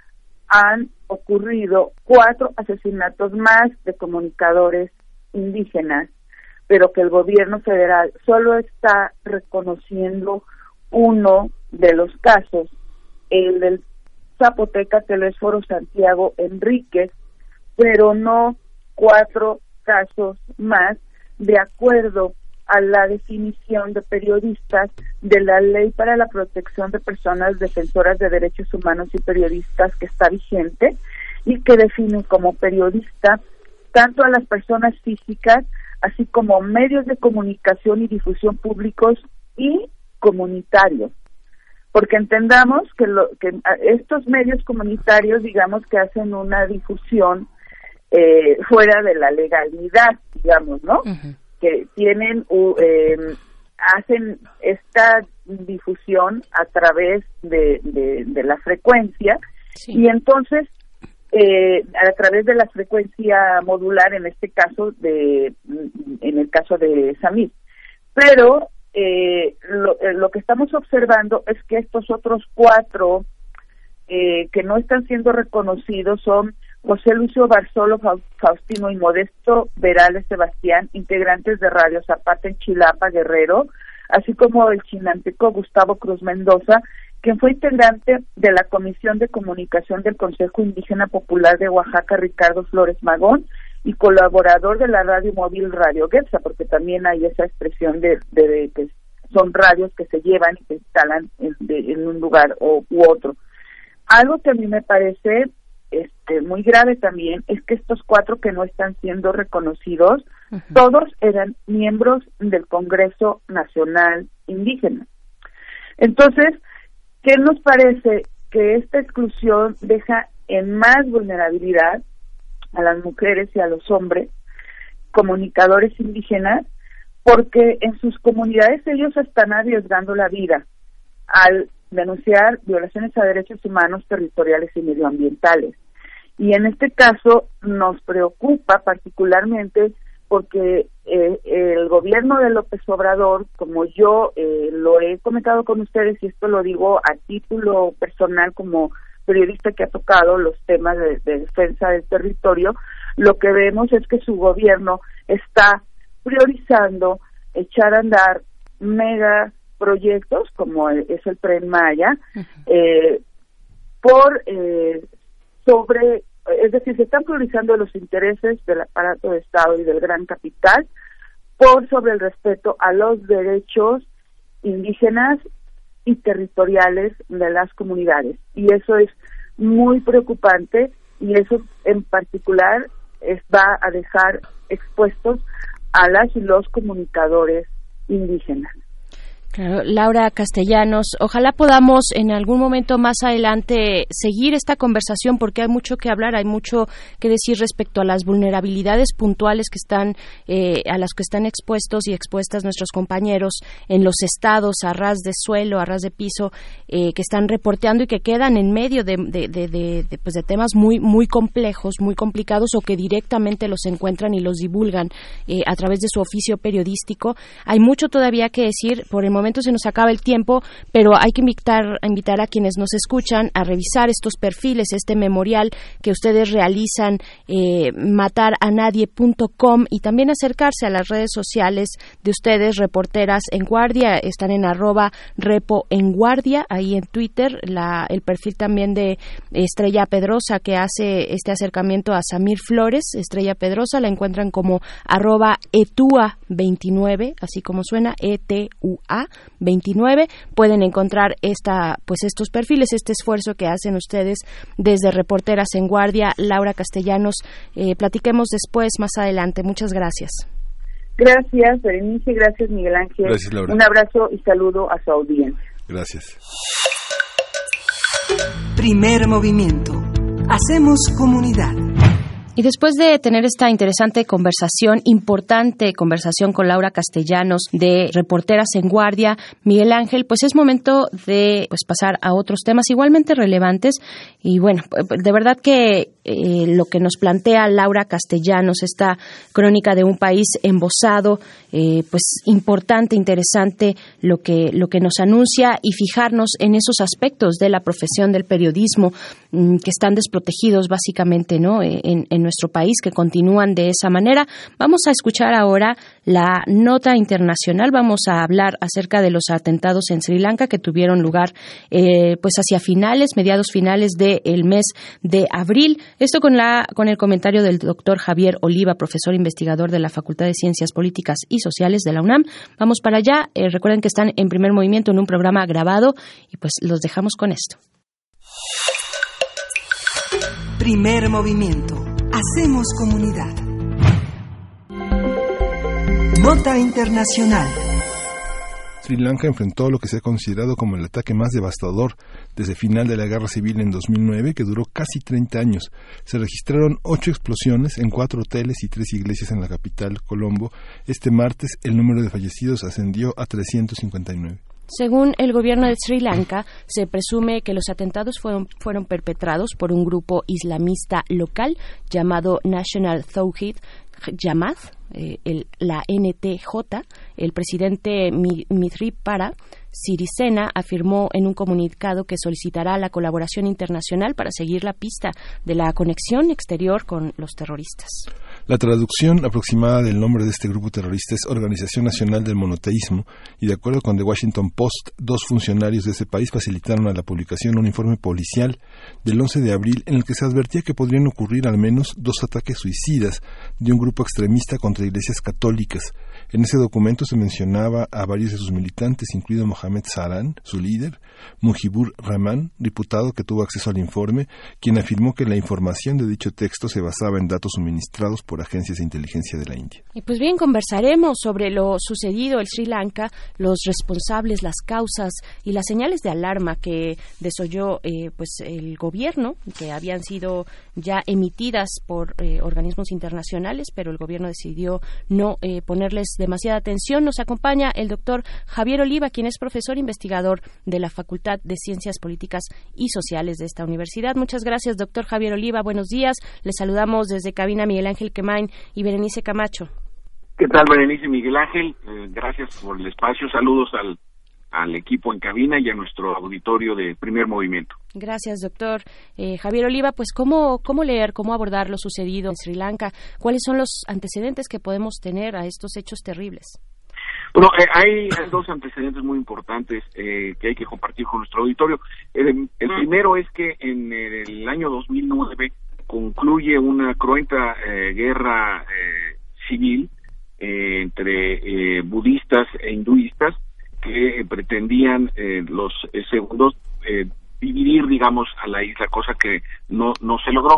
han ocurrido cuatro asesinatos más de comunicadores indígenas, pero que el gobierno federal solo está reconociendo uno de los casos, el del Zapoteca Telésforo Santiago Enríquez, pero no cuatro casos más, de acuerdo a la definición de periodistas de la Ley para la Protección de Personas Defensoras de Derechos Humanos y Periodistas, que está vigente y que define como periodista tanto a las personas físicas, así como medios de comunicación y difusión públicos y comunitarios. Porque entendamos que, lo, que estos medios comunitarios, digamos, que hacen una difusión eh, fuera de la legalidad, digamos, ¿no? Uh-huh. Que tienen, uh, eh, hacen esta difusión a través de, de, de la frecuencia, sí. Y entonces, eh, a través de la frecuencia modular, en este caso, de en el caso de Samir. Pero Eh, lo, eh, lo que estamos observando es que estos otros cuatro eh, que no están siendo reconocidos son José Lucio Barzolo Faustino y Modesto Verales Sebastián, integrantes de Radio Zapata en Chilapa, Guerrero, así como el chinanteco Gustavo Cruz Mendoza, quien fue integrante de la Comisión de Comunicación del Consejo Indígena Popular de Oaxaca, Ricardo Flores Magón, y colaborador de la radio móvil Radio Guepsa, porque también hay esa expresión de, de, de que son radios que se llevan y se instalan en, de, en un lugar o, u otro. Algo que a mí me parece este, muy grave también es que estos cuatro que no están siendo reconocidos, uh-huh. todos eran miembros del Congreso Nacional Indígena. Entonces, ¿qué nos parece? Que esta exclusión deja en más vulnerabilidad a las mujeres y a los hombres, comunicadores indígenas, porque en sus comunidades ellos están arriesgando la vida al denunciar violaciones a derechos humanos, territoriales y medioambientales. Y en este caso nos preocupa particularmente porque eh, el gobierno de López Obrador, como yo eh, lo he comentado con ustedes, y esto lo digo a título personal como periodista que ha tocado los temas de, de defensa del territorio, lo que vemos es que su gobierno está priorizando echar a andar mega proyectos como es el Tren Maya, uh-huh. eh, por eh, sobre, es decir, se están priorizando los intereses del aparato de Estado y del gran capital por sobre el respeto a los derechos indígenas y territoriales de las comunidades, y eso es muy preocupante, y eso en particular es, va a dejar expuestos a las y los comunicadores indígenas. Claro, Laura Castellanos, ojalá podamos en algún momento más adelante seguir esta conversación, porque hay mucho que hablar, hay mucho que decir respecto a las vulnerabilidades puntuales que están eh, a las que están expuestos y expuestas nuestros compañeros en los estados a ras de suelo, a ras de piso, eh, que están reporteando y que quedan en medio de, de, de, de, de, pues de temas muy muy complejos, muy complicados, o que directamente los encuentran y los divulgan eh, a través de su oficio periodístico. Hay mucho todavía que decir. Por el momento se nos acaba el tiempo, pero hay que invitar, a invitar a quienes nos escuchan a revisar estos perfiles, este memorial que ustedes realizan, eh, matar a nadie punto com, y también acercarse a las redes sociales de ustedes, Reporteras en Guardia. Están en arroba repo en guardia, ahí en Twitter, la, el perfil también de Estrella Pedrosa, que hace este acercamiento a Samir Flores. Estrella Pedrosa la encuentran como arroba etua veintinueve, así como suena, E T U A veintinueve. Pueden encontrar esta, pues estos perfiles, este esfuerzo que hacen ustedes desde Reporteras en Guardia. Laura Castellanos, eh, platiquemos después, más adelante. Muchas gracias. Gracias, Berenice, gracias, Miguel Ángel. Gracias, Laura. Un abrazo y saludo a su audiencia. Gracias. Primer movimiento. Hacemos comunidad. Y después de tener esta interesante conversación, importante conversación con Laura Castellanos de Reporteras en Guardia, Miguel Ángel, pues es momento de pues pasar a otros temas igualmente relevantes. Y bueno, de verdad que eh, lo que nos plantea Laura Castellanos, esta crónica de un país embosado, eh, pues importante, interesante lo que, lo que nos anuncia, y fijarnos en esos aspectos de la profesión del periodismo mmm, que están desprotegidos básicamente, ¿no? En, en nuestro país, que continúan de esa manera. Vamos a escuchar ahora la nota internacional. Vamos a hablar acerca de los atentados en Sri Lanka que tuvieron lugar eh, pues hacia finales, mediados finales del mes de abril. Esto con la con el comentario del doctor Javier Oliva, profesor investigador de la Facultad de Ciencias Políticas y Sociales de la UNAM. Vamos para allá. Eh, recuerden que están en Primer Movimiento en un programa grabado y pues los dejamos con esto. Primer Movimiento. Hacemos comunidad. Nota internacional. Sri Lanka enfrentó lo que se ha considerado como el ataque más devastador desde el final de la guerra civil en dos mil nueve, que duró casi treinta años. Se registraron ocho explosiones en cuatro hoteles y tres iglesias en la capital, Colombo. Este martes el número de fallecidos ascendió a trescientos cincuenta y nueve. Según el gobierno de Sri Lanka, se presume que los atentados fueron, fueron perpetrados por un grupo islamista local llamado National Tawhid Jamaat, eh, el, la N T J. El presidente Maithripala Sirisena afirmó en un comunicado que solicitará la colaboración internacional para seguir la pista de la conexión exterior con los terroristas. La traducción aproximada del nombre de este grupo terrorista es Organización Nacional del Monoteísmo, y de acuerdo con The Washington Post, dos funcionarios de ese país facilitaron a la publicación un informe policial del once de abril en el que se advertía que podrían ocurrir al menos dos ataques suicidas de un grupo extremista contra iglesias católicas. En ese documento se mencionaba a varios de sus militantes, incluido Mohamed Saran, su líder, Mujibur Rahman, diputado que tuvo acceso al informe, quien afirmó que la información de dicho texto se basaba en datos suministrados por agencias de inteligencia de la India. Y pues bien, conversaremos sobre lo sucedido en Sri Lanka, los responsables, las causas y las señales de alarma que desoyó eh, pues el gobierno, que habían sido ya emitidas por eh, organismos internacionales, pero el gobierno decidió no eh, ponerles demasiada atención. Nos acompaña el doctor Javier Oliva, quien es profesor investigador de la Facultad de Ciencias Políticas y Sociales de esta universidad. Muchas gracias, doctor Javier Oliva. Buenos días. Les saludamos desde cabina Miguel Ángel Quemain y Berenice Camacho. ¿Qué tal, Berenice y Miguel Ángel? Eh, gracias por el espacio. Saludos al, al equipo en cabina y a nuestro auditorio de Primer Movimiento. Gracias, doctor. Eh, Javier Oliva, pues ¿cómo, cómo leer, cómo abordar lo sucedido en Sri Lanka? ¿Cuáles son los antecedentes que podemos tener a estos hechos terribles? Bueno, eh, hay dos antecedentes muy importantes eh, que hay que compartir con nuestro auditorio. El, el primero es que en el año dos mil nueve concluye una cruenta eh, guerra eh, civil eh, entre eh, budistas e hinduistas que eh, pretendían eh, los eh, segundos eh, dividir, digamos, a la isla, cosa que no, no se logró.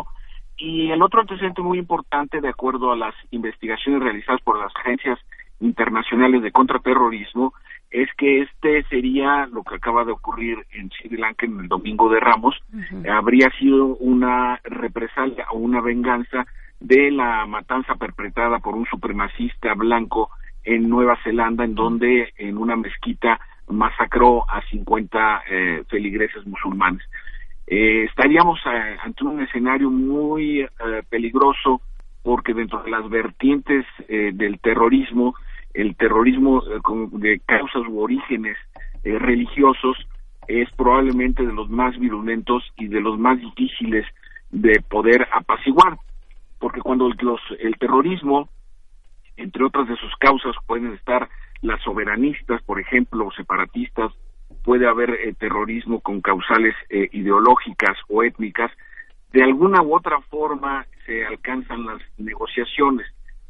Y el otro antecedente muy importante, de acuerdo a las investigaciones realizadas por las agencias internacionales de contraterrorismo, es que este sería lo que acaba de ocurrir en Sri Lanka en el Domingo de Ramos. Uh-huh. Habría sido una represalia o una venganza de la matanza perpetrada por un supremacista blanco en Nueva Zelanda, en donde en una mezquita masacró a cincuenta eh, feligreses musulmanes. Eh, estaríamos eh, ante un escenario muy eh, peligroso, porque dentro de las vertientes eh, del terrorismo, el terrorismo eh, con, de causas u orígenes eh, religiosos es probablemente de los más virulentos y de los más difíciles de poder apaciguar, porque cuando los, el terrorismo, entre otras de sus causas, pueden estar las soberanistas, por ejemplo, o separatistas, puede haber eh, terrorismo con causales eh, ideológicas o étnicas. De alguna u otra forma se alcanzan las negociaciones.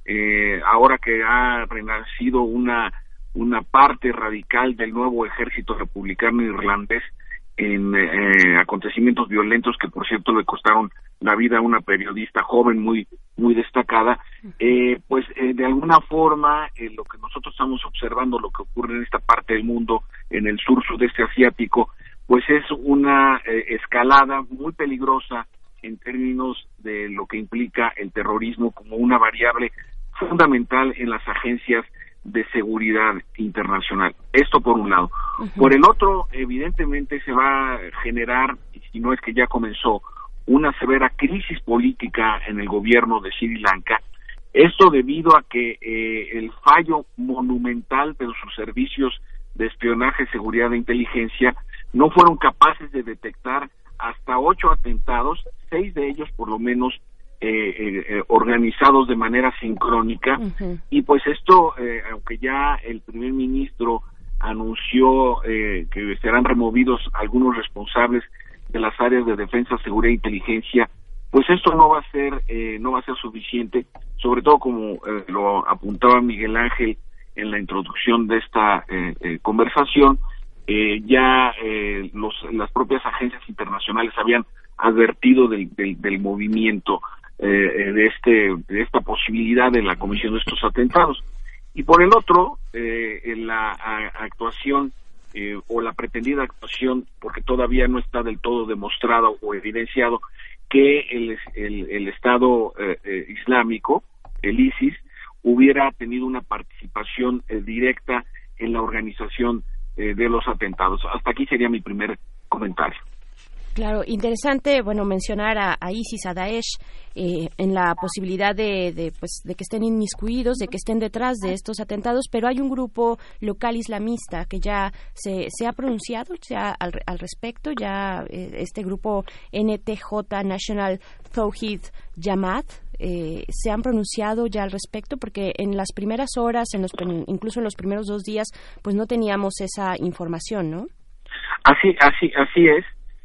eh, ahora que ha renacido una una parte radical del nuevo ejército republicano irlandés en eh, acontecimientos violentos que, por cierto, le costaron la vida a una periodista joven muy muy destacada, eh, pues eh, de alguna forma eh, lo que nosotros estamos observando, lo que ocurre en esta parte del mundo, en el sur sudeste asiático, pues es una eh, escalada muy peligrosa en términos de lo que implica el terrorismo como una variable fundamental en las agencias de seguridad internacional. Esto por un lado. Uh-huh. Por el otro, evidentemente se va a generar, y si no es que ya comenzó, una severa crisis política en el gobierno de Sri Lanka. Esto debido a que eh, el fallo monumental de sus servicios de espionaje, seguridad e inteligencia no fueron capaces de detectar hasta ocho atentados, seis de ellos por lo menos Eh, eh, organizados de manera sincrónica. Uh-huh. Y pues esto, eh, aunque ya el primer ministro anunció eh, que serán removidos algunos responsables de las áreas de defensa, seguridad e inteligencia, pues esto no va a ser eh, no va a ser suficiente, sobre todo como eh, lo apuntaba Miguel Ángel en la introducción de esta eh, eh, conversación. eh, ya eh, los las propias agencias internacionales habían advertido del, del, del movimiento Eh, de este de esta posibilidad de la comisión de estos atentados. Y por el otro, eh, en la a, actuación eh, o la pretendida actuación, porque todavía no está del todo demostrado o evidenciado, que el, el, el Estado eh, eh, Islámico, el ISIS, hubiera tenido una participación eh, directa en la organización eh, de los atentados. Hasta aquí sería mi primer comentario. Claro, interesante, bueno, mencionar a, a ISIS, a Daesh, eh, en la posibilidad de, de, pues, de que estén inmiscuidos, de que estén detrás de estos atentados, pero hay un grupo local islamista que ya se, se ha pronunciado ya al, al respecto, ya eh, este grupo N T J, National Tawhid Jamaat, eh, se han pronunciado ya al respecto, porque en las primeras horas, en los, incluso en los primeros dos días, pues no teníamos esa información, ¿no? Así, así, así es.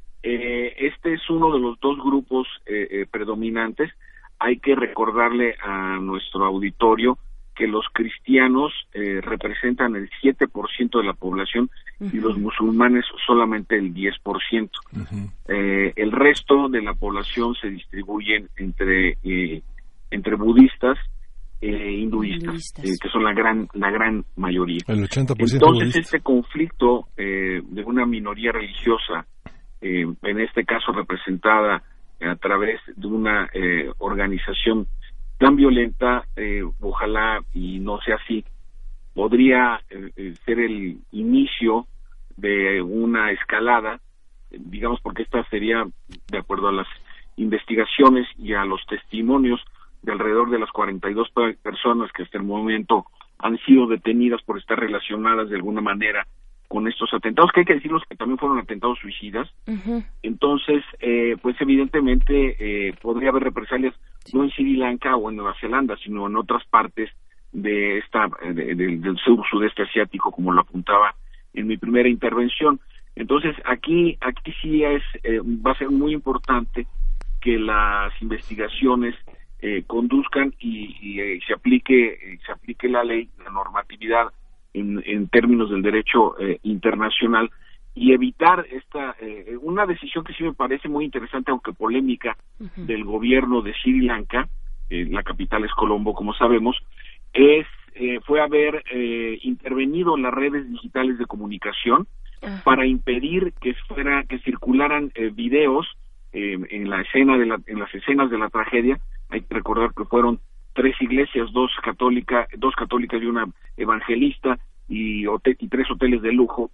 Eh, este es uno de los dos grupos eh, eh, predominantes. Hay que recordarle a nuestro auditorio que los cristianos eh, representan el siete por ciento de la población. Uh-huh. Y los musulmanes solamente el diez por ciento. Uh-huh. Eh, el resto de la población se distribuyen entre eh, entre budistas e hinduistas, eh, que son la gran la gran mayoría. El ochenta por ciento Entonces, budista. Este conflicto eh, de una minoría religiosa, Eh, en este caso representada a través de una eh, organización tan violenta, eh, ojalá y no sea así, podría eh, ser el inicio de una escalada, eh, digamos, porque esta sería, de acuerdo a las investigaciones y a los testimonios, de alrededor de las cuarenta y dos personas que hasta el momento han sido detenidas por estar relacionadas de alguna manera con estos atentados, que hay que decirlos que también fueron atentados suicidas. Uh-huh. Entonces, eh, pues evidentemente eh, podría haber represalias no en Sri Lanka o en Nueva Zelanda, sino en otras partes de esta de, de, del sur sudeste asiático, como lo apuntaba en mi primera intervención. Entonces, aquí aquí sí es eh, va a ser muy importante que las investigaciones eh, conduzcan y, y eh, se aplique eh, se aplique la ley, la normatividad En, en términos del derecho eh, internacional, y evitar esta eh, una decisión que sí me parece muy interesante, aunque polémica, uh-huh. del gobierno de Sri Lanka, eh, la capital es Colombo, como sabemos, es eh, fue haber eh, intervenido en las redes digitales de comunicación uh-huh. para impedir que fuera que circularan eh, videos eh, en la escena de la, en las escenas de la tragedia. Hay que recordar que fueron tres iglesias, dos católicas, dos católicas y una evangelista, y, hotel, y tres hoteles de lujo,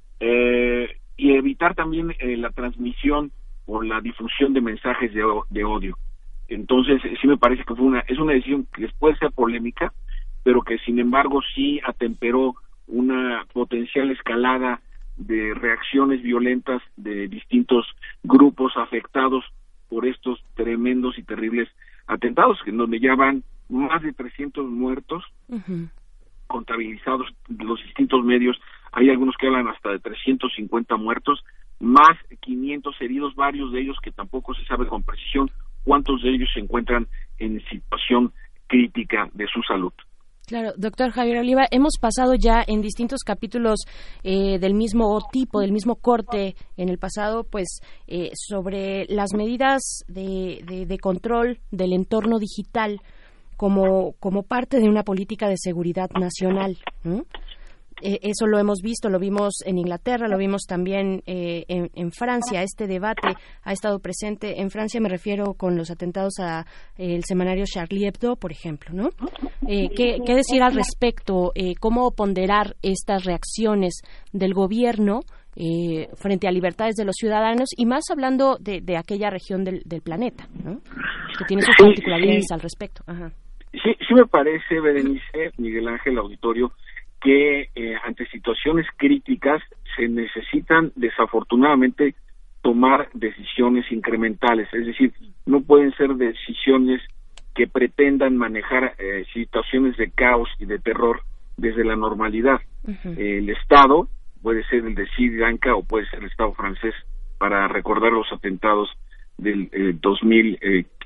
eh, y evitar también eh, la transmisión o la difusión de mensajes de, de odio. Entonces, sí me parece que fue una es una decisión que puede ser polémica, pero que sin embargo sí atemperó una potencial escalada de reacciones violentas de distintos grupos afectados por estos tremendos y terribles atentados, en donde ya van más de trescientos muertos uh-huh. contabilizados los distintos medios. Hay algunos que hablan hasta de trescientos cincuenta muertos, más quinientos heridos, varios de ellos que tampoco se sabe con precisión cuántos de ellos se encuentran en situación crítica de su salud. Claro, doctor Javier Oliva, hemos pasado ya en distintos capítulos eh, del mismo tipo, del mismo corte en el pasado, pues eh, sobre las medidas de, de, de control del entorno digital como, como parte de una política de seguridad nacional, ¿no? Eh, eso lo hemos visto, lo vimos en Inglaterra, lo vimos también eh, en, en Francia. Este debate ha estado presente en Francia, me refiero con los atentados a eh, el semanario Charlie Hebdo, por ejemplo, ¿no? Eh, ¿qué, ¿Qué decir al respecto? Eh, ¿Cómo ponderar estas reacciones del gobierno eh, frente a libertades de los ciudadanos? Y más hablando de, de aquella región del, del planeta, ¿no? Que tiene sus sí, particularidades sí. al respecto. Ajá. Sí, sí me parece, Berenice, Miguel Ángel Auditorio, que eh, ante situaciones críticas se necesitan desafortunadamente tomar decisiones incrementales, es decir, no pueden ser decisiones que pretendan manejar eh, situaciones de caos y de terror desde la normalidad. Uh-huh. Eh, el Estado puede ser el de Sri Lanka o puede ser el Estado francés, para recordar los atentados del eh, dos mil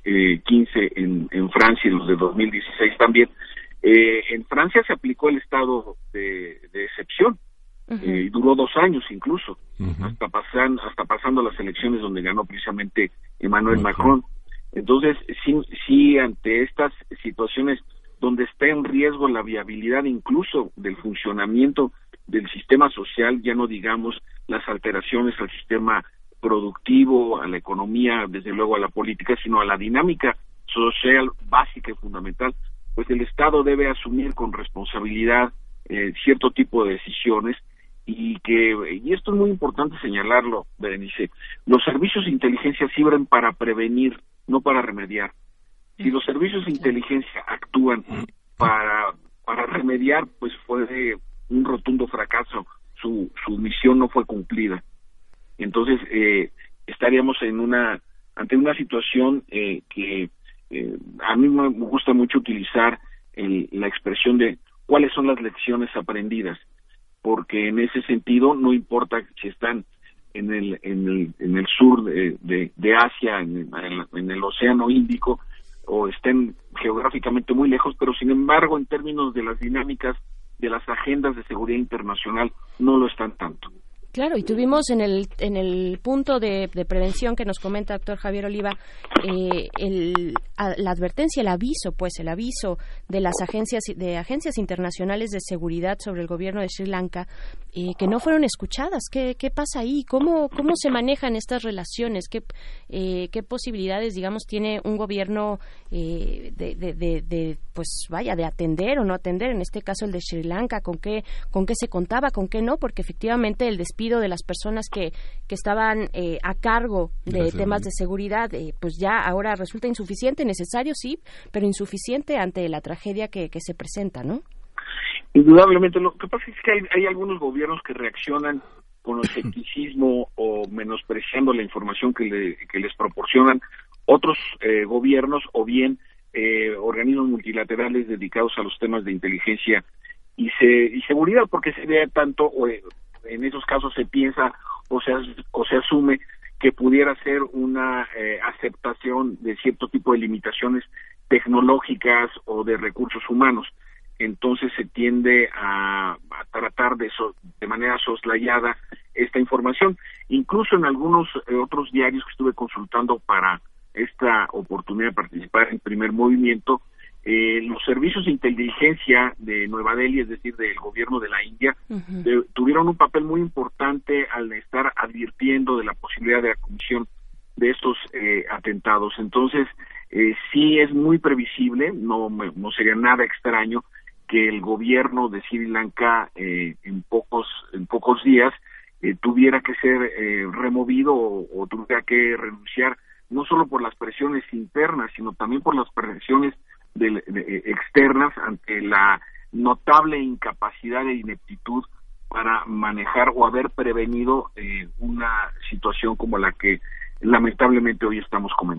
quince en, en Francia y los de dos mil dieciséis también. Eh, en Francia se aplicó el estado de, de excepción, uh-huh. eh, y duró dos años incluso, uh-huh. hasta pasan, hasta pasando las elecciones donde ganó precisamente Emmanuel uh-huh. Macron. Entonces, sí, sí, ante estas situaciones donde está en riesgo la viabilidad incluso del funcionamiento del sistema social, ya no digamos las alteraciones al sistema productivo, a la economía, desde luego a la política, sino a la dinámica social básica y fundamental, pues el Estado debe asumir con responsabilidad eh, cierto tipo de decisiones y que, y esto es muy importante señalarlo, Berenice, los servicios de inteligencia sirven para prevenir, no para remediar. Si los servicios de inteligencia actúan para, para remediar, pues fue un rotundo fracaso, su, su misión no fue cumplida. Entonces, eh, estaríamos en una, ante una situación eh, que Eh, a mí me gusta mucho utilizar el, la expresión de cuáles son las lecciones aprendidas, porque en ese sentido no importa si están en el en el, en el sur de, de, de Asia, en el, en el Océano Índico, o estén geográficamente muy lejos, pero sin embargo en términos de las dinámicas de las agendas de seguridad internacional no lo están tanto. Claro, y tuvimos en el en el punto de, de prevención que nos comenta doctor Javier Oliva eh, el, a, la advertencia, el aviso, pues el aviso de las agencias de agencias internacionales de seguridad sobre el gobierno de Sri Lanka eh, que no fueron escuchadas. ¿Qué, qué pasa ahí? ¿Cómo cómo se manejan estas relaciones? ¿Qué eh, qué posibilidades, digamos, tiene un gobierno eh, de, de, de, de pues vaya de atender o no atender? En este caso el de Sri Lanka, ¿con qué con qué se contaba, con qué no? Porque efectivamente el despido de las personas que, que estaban eh, a cargo de Gracias, temas de seguridad, eh, pues ya ahora resulta insuficiente, necesario sí, pero insuficiente ante la tragedia que, que se presenta, ¿no? Indudablemente, lo que pasa es que hay, hay algunos gobiernos que reaccionan con escepticismo o menospreciando la información que, le, que les proporcionan otros eh, gobiernos o bien eh, organismos multilaterales dedicados a los temas de inteligencia y, se, y seguridad, porque se ve tanto... Eh, en esos casos se piensa o se, o se asume que pudiera ser una eh, aceptación de cierto tipo de limitaciones tecnológicas o de recursos humanos. Entonces se tiende a, a tratar de, so, de manera soslayada esta información. Incluso en algunos eh, otros diarios que estuve consultando para esta oportunidad de participar en Primer Movimiento, Eh, los servicios de inteligencia de Nueva Delhi, es decir, del gobierno de la India, uh-huh. de, tuvieron un papel muy importante al estar advirtiendo de la posibilidad de la comisión de estos eh, atentados. Entonces, eh, sí es muy previsible, no, no sería nada extraño que el gobierno de Sri Lanka eh, en pocos en pocos días eh, tuviera que ser eh, removido o, o tuviera que renunciar, no solo por las presiones internas, sino también por las presiones De, de, externas ante la notable incapacidad e ineptitud para manejar o haber prevenido eh, una situación como la que lamentablemente hoy estamos comentando.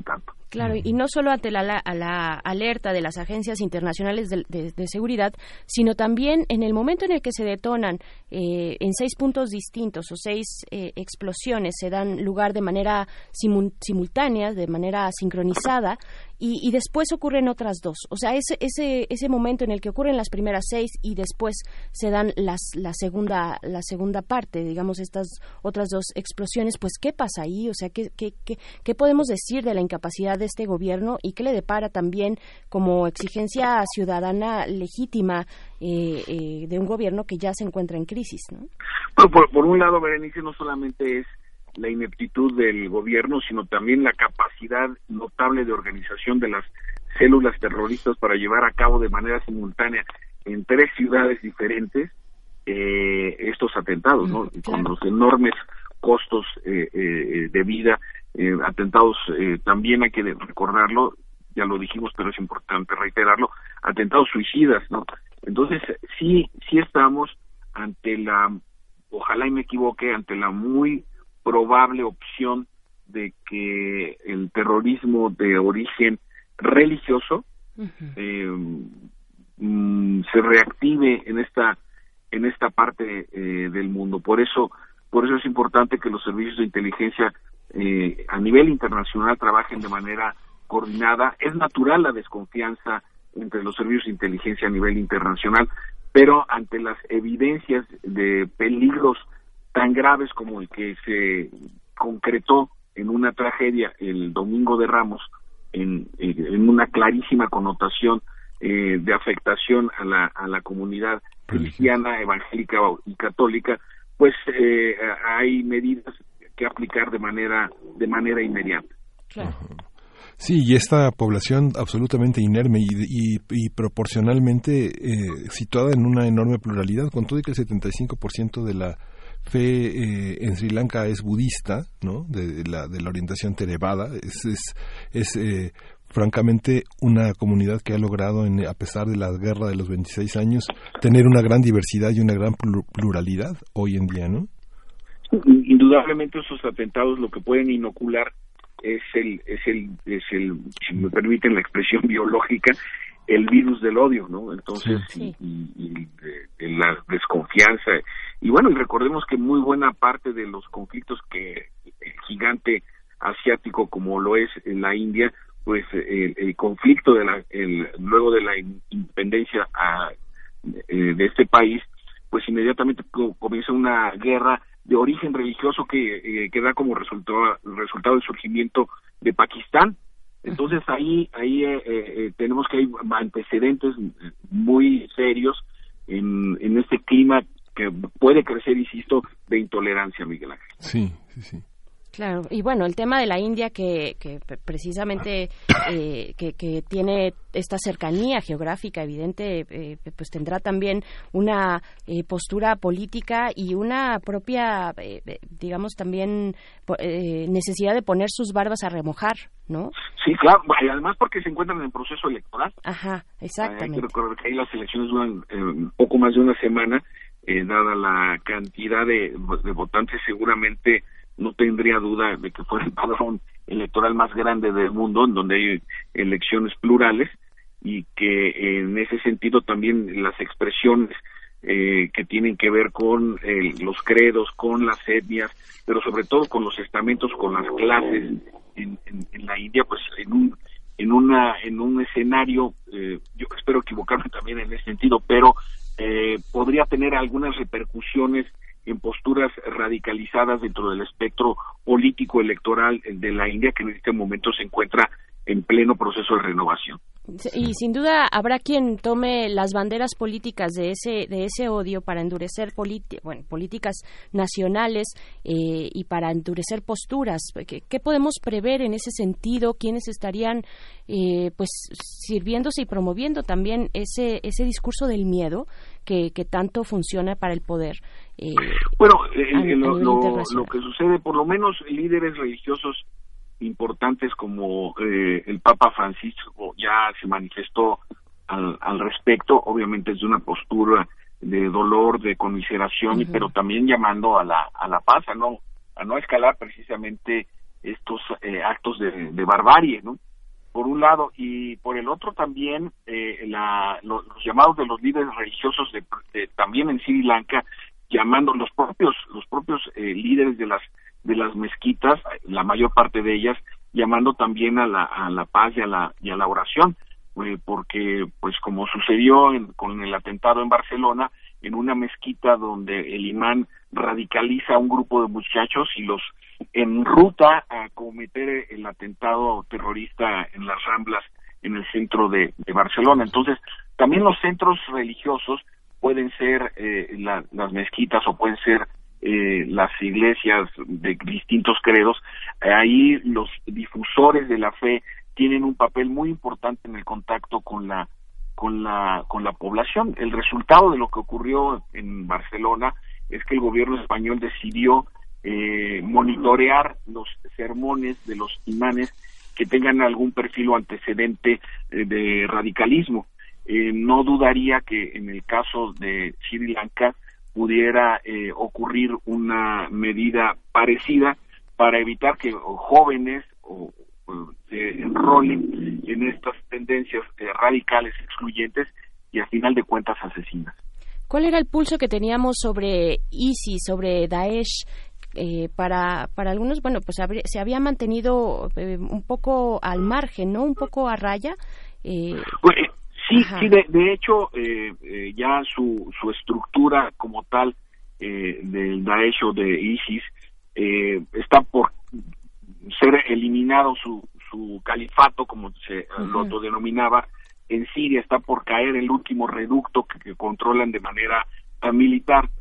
Claro, y no solo ante la, la, la alerta de las agencias internacionales de, de, de seguridad, sino también en el momento en el que se detonan eh, en seis puntos distintos o seis eh, explosiones, se dan lugar de manera simu- simultánea, de manera sincronizada, y, y después ocurren otras dos. O sea, ese, ese, ese momento en el que ocurren las primeras seis y después se dan las, la, segunda, la segunda parte, digamos, estas otras dos explosiones, pues, ¿qué pasa ahí? O sea, ¿qué, qué, qué, qué podemos decir de la incapacidad de este gobierno y qué le depara también como exigencia ciudadana legítima eh, eh, de un gobierno que ya se encuentra en crisis, ¿no? Bueno, por, por un lado, Berenice, no solamente es la ineptitud del gobierno, sino también la capacidad notable de organización de las células terroristas para llevar a cabo de manera simultánea en tres ciudades diferentes eh, estos atentados, ¿no? Claro. Con los enormes costos eh, eh, de vida, eh, atentados eh, también hay que recordarlo, ya lo dijimos, pero es importante reiterarlo, atentados suicidas, ¿no? Entonces, sí, sí estamos ante la, ojalá y me equivoque, ante la muy probable opción de que el terrorismo de origen religioso uh-huh. eh, mm, se reactive en esta en esta parte eh, del mundo. Por eso por eso es importante que los servicios de inteligencia eh, a nivel internacional trabajen de manera coordinada. Es natural la desconfianza entre los servicios de inteligencia a nivel internacional, pero ante las evidencias de peligros tan graves como el que se concretó en una tragedia el Domingo de Ramos, en, en una clarísima connotación eh, de afectación a la, a la comunidad cristiana, evangélica y católica, pues eh, hay medidas que aplicar de manera de manera inmediata. Claro. Sí, y esta población absolutamente inerme y, y, y proporcionalmente eh, situada en una enorme pluralidad, con todo y que el setenta y cinco por ciento de la fe eh, en Sri Lanka es budista, ¿no? De, de la de la orientación Theravada, es es, es eh, francamente una comunidad que ha logrado, en, a pesar de la guerra de los veintiséis años, tener una gran diversidad y una gran pluralidad hoy en día, ¿no? Indudablemente esos atentados lo que pueden inocular es el es el es el si me permiten la expresión biológica, el virus del odio, ¿no? Entonces sí. y, y, y de, de la desconfianza. Y bueno, y recordemos que muy buena parte de los conflictos que el gigante asiático como lo es en la India, pues el, el conflicto de la el, luego de la independencia a, eh, de este país, pues inmediatamente co- comienza una guerra de origen religioso que, eh, que da como resultado resultado el surgimiento de Pakistán. Entonces ahí ahí eh, eh, tenemos que hay antecedentes muy serios en, en este clima que puede crecer, insisto, de intolerancia, Miguel Ángel. Sí, sí, sí. Claro, y bueno, el tema de la India que, que precisamente eh, que, que tiene esta cercanía geográfica evidente, eh, pues tendrá también una eh, postura política y una propia, eh, digamos también, eh, necesidad de poner sus barbas a remojar, ¿no? Sí, claro, y además porque se encuentran en proceso electoral. Ajá, exactamente. Hay que recordar que ahí las elecciones duran eh, poco más de una semana, eh, dada la cantidad de, de votantes, seguramente no tendría duda de que fuera el padrón electoral más grande del mundo, en donde hay elecciones plurales, y que en ese sentido también las expresiones eh, que tienen que ver con eh, los credos, con las etnias, pero sobre todo con los estamentos, con las clases en, en, en la India, pues en un en una en un escenario, eh, yo espero equivocarme también en ese sentido, pero eh, podría tener algunas repercusiones en posturas radicalizadas dentro del espectro político electoral de la India, que en este momento se encuentra en pleno proceso de renovación. Y sin duda habrá quien tome las banderas políticas de ese de ese odio para endurecer politi- bueno, políticas nacionales eh, y para endurecer posturas. ¿Qué, ¿Qué podemos prever en ese sentido? ¿Quiénes estarían eh, pues sirviéndose y promoviendo también ese ese discurso del miedo que, que tanto funciona para el poder? Eh, bueno, eh, a, lo, a lo, lo que sucede, por lo menos líderes religiosos importantes como eh, el Papa Francisco ya se manifestó al, al respecto, obviamente es de una postura de dolor, de conmiseración, uh-huh. pero también llamando a la a la paz, a no a no escalar precisamente estos eh, actos de, de barbarie, ¿no? por un lado, y por el otro también eh, la, los, los llamados de los líderes religiosos de, de, también en Sri Lanka, llamando los propios los propios eh, líderes de las de las mezquitas, la mayor parte de ellas, llamando también a la a la paz y a la y a la oración, eh, porque pues como sucedió en, con el atentado en Barcelona, en una mezquita donde el imán radicaliza a un grupo de muchachos y los enruta a cometer el atentado terrorista en las Ramblas, en el centro de, de Barcelona. Entonces, también los centros religiosos pueden ser eh, la, las mezquitas o pueden ser eh, las iglesias de distintos credos. Eh, ahí los difusores de la fe tienen un papel muy importante en el contacto con la con la con la población. El resultado de lo que ocurrió en Barcelona es que el gobierno español decidió eh, monitorear los sermones de los imanes que tengan algún perfil o antecedente eh, de radicalismo. Eh, no dudaría que en el caso de Sri Lanka pudiera eh, ocurrir una medida parecida para evitar que o jóvenes o, o se enrolen en estas tendencias eh, radicales, excluyentes y a final de cuentas asesinas. ¿Cuál era el pulso que teníamos sobre ISIS, sobre Daesh? Eh, para para algunos, bueno, pues habría, se había mantenido eh, un poco al margen, ¿no? Un poco a raya. Eh, pues, eh, sí, ajá. sí, de, de hecho, eh, eh, ya su, su estructura como tal eh, del Daesh o de ISIS eh, está por ser eliminado su, su califato, como se uh-huh. lo autodenominaba, en Siria. Está por caer el último reducto que, que controlan de manera uh, militar.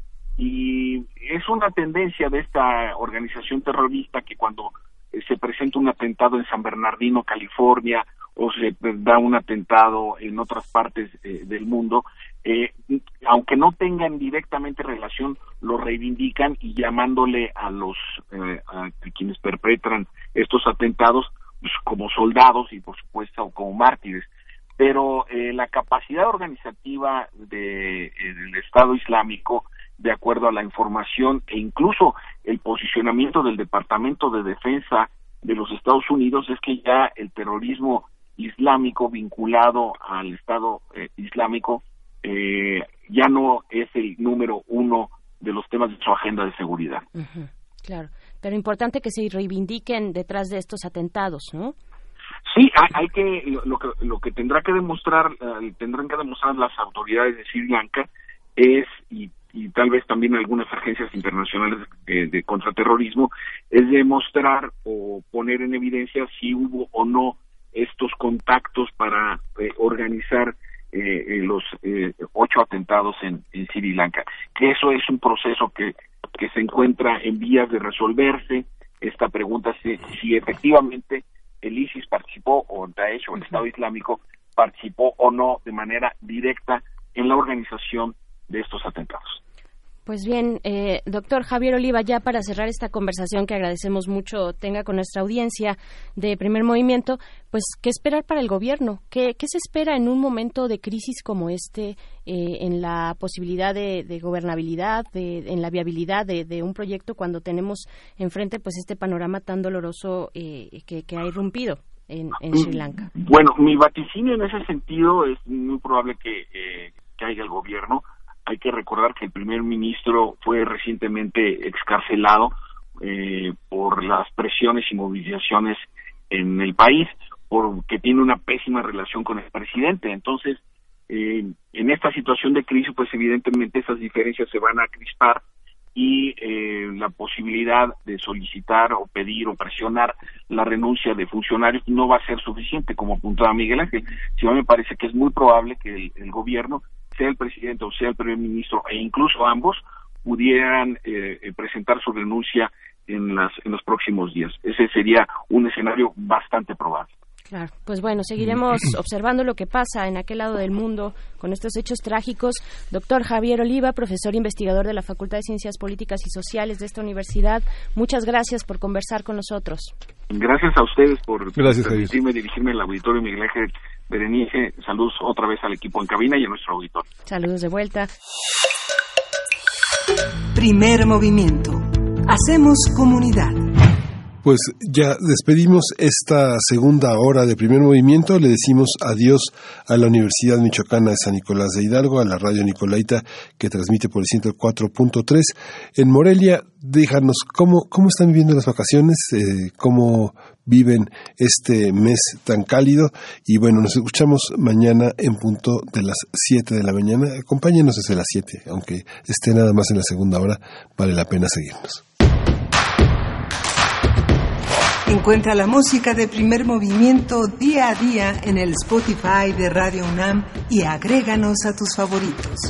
Y es una tendencia de esta organización terrorista que cuando eh, se presenta un atentado en San Bernardino, California, o se da un atentado en otras partes eh, del mundo, eh, aunque no tengan directamente relación, lo reivindican y llamándole a los eh, a quienes perpetran estos atentados pues, como soldados y por supuesto como mártires. Pero eh, la capacidad organizativa de, eh, del Estado Islámico, de acuerdo a la información e incluso el posicionamiento del Departamento de Defensa de los Estados Unidos, es que ya el terrorismo islámico vinculado al Estado eh, Islámico eh, ya no es el número uno de los temas de su agenda de seguridad. Uh-huh, claro, pero importante que se reivindiquen detrás de estos atentados, ¿no? Sí, hay, hay que lo, lo que lo que tendrá que demostrar uh, tendrán que demostrar las autoridades de Sri Lanka es y y tal vez también algunas agencias internacionales de, de contraterrorismo, es demostrar o poner en evidencia si hubo o no estos contactos para eh, organizar eh, los eh, ocho atentados en, en Sri Lanka. Que eso es un proceso que, que se encuentra en vías de resolverse. Esta pregunta si, si efectivamente el ISIS participó o Daesh o el Estado Islámico participó o no de manera directa en la organización de estos atentados. Pues bien, eh, doctor Javier Oliva, ya para cerrar esta conversación que agradecemos mucho tenga con nuestra audiencia de Primer Movimiento, pues, ¿qué esperar para el gobierno? ¿Qué, qué se espera en un momento de crisis como este, eh, en la posibilidad de, de gobernabilidad, de, en la viabilidad de, de un proyecto cuando tenemos enfrente pues este panorama tan doloroso eh, que, que ha irrumpido en, en Sri Lanka? Bueno, mi vaticinio en ese sentido es muy probable que, eh, que haya el gobierno. Hay que recordar que el primer ministro fue recientemente excarcelado eh, por las presiones y movilizaciones en el país, porque tiene una pésima relación con el presidente. Entonces, eh, en esta situación de crisis, pues evidentemente esas diferencias se van a crispar y eh, la posibilidad de solicitar o pedir o presionar la renuncia de funcionarios no va a ser suficiente, como apuntaba Miguel Ángel. Sí, a mí me parece que es muy probable que el, el gobierno, sea el presidente o sea el primer ministro, e incluso ambos, pudieran eh, presentar su renuncia en, las, en los próximos días. Ese sería un escenario bastante probable. Claro, pues bueno, seguiremos observando lo que pasa en aquel lado del mundo con estos hechos trágicos. Doctor Javier Oliva, profesor investigador de la Facultad de Ciencias Políticas y Sociales de esta universidad, muchas gracias por conversar con nosotros. Gracias a ustedes por gracias, permitirme dirigirme al auditorio. Miguel Ángel, Berenice, saludos otra vez al equipo en cabina y a nuestro auditor. Saludos de vuelta. Primer movimiento. Hacemos comunidad. Pues ya despedimos esta segunda hora de Primer Movimiento. Le decimos adiós a la Universidad Michoacana de San Nicolás de Hidalgo, a la Radio Nicolaita que transmite por el ciento cuatro punto tres. En Morelia, díganos cómo, cómo están viviendo las vacaciones, eh, cómo viven este mes tan cálido. Y bueno, nos escuchamos mañana en punto de las siete de la mañana. Acompáñenos desde las siete, aunque esté nada más en la segunda hora, vale la pena seguirnos. Encuentra la música de Primer Movimiento día a día en el Spotify de Radio UNAM y agréganos a tus favoritos.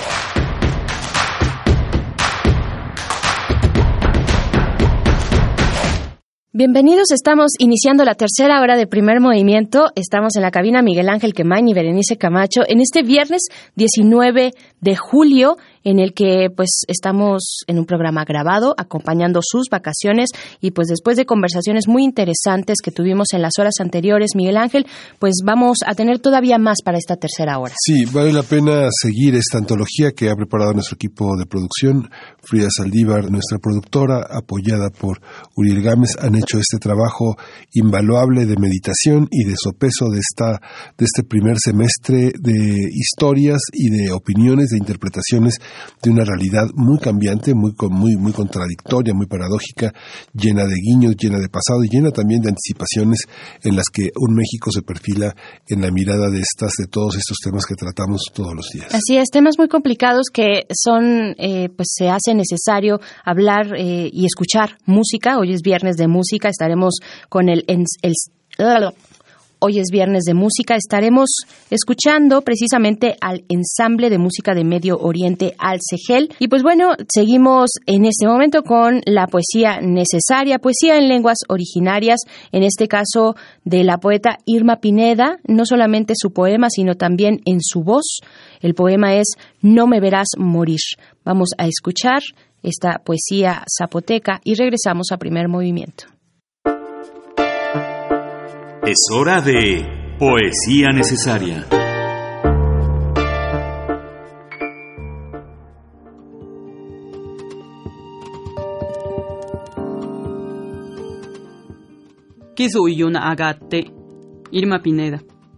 Bienvenidos, estamos iniciando la tercera hora de Primer Movimiento. Estamos en la cabina Miguel Ángel Quemain y Berenice Camacho en este viernes diecinueve de julio, en el que pues estamos en un programa grabado acompañando sus vacaciones y pues después de conversaciones muy interesantes que tuvimos en las horas anteriores, Miguel Ángel, pues vamos a tener todavía más para esta tercera hora. Sí, vale la pena seguir esta antología que ha preparado nuestro equipo de producción. Frida Saldívar, nuestra productora, apoyada por Uriel Gámez, han hecho este trabajo invaluable de meditación y de sopeso de esta de este primer semestre de historias y de opiniones, de interpretaciones de una realidad muy cambiante, muy muy muy contradictoria, muy paradójica, llena de guiños, llena de pasado y llena también de anticipaciones en las que un México se perfila en la mirada de estas de todos estos temas que tratamos todos los días. Así es, temas muy complicados que son eh, pues se hace necesario hablar eh, y escuchar música. Hoy es viernes de música, estaremos con el, el, el Hoy es viernes de música, estaremos escuchando precisamente al ensamble de música de Medio Oriente Al-Sehel. Y pues bueno, seguimos en este momento con la poesía necesaria, poesía en lenguas originarias, en este caso de la poeta Irma Pineda, no solamente su poema, sino también en su voz. El poema es No me verás morir. Vamos a escuchar esta poesía zapoteca y regresamos a Primer Movimiento. Es hora de Poesía Necesaria. Kisuyuna Agate, Irma Pineda.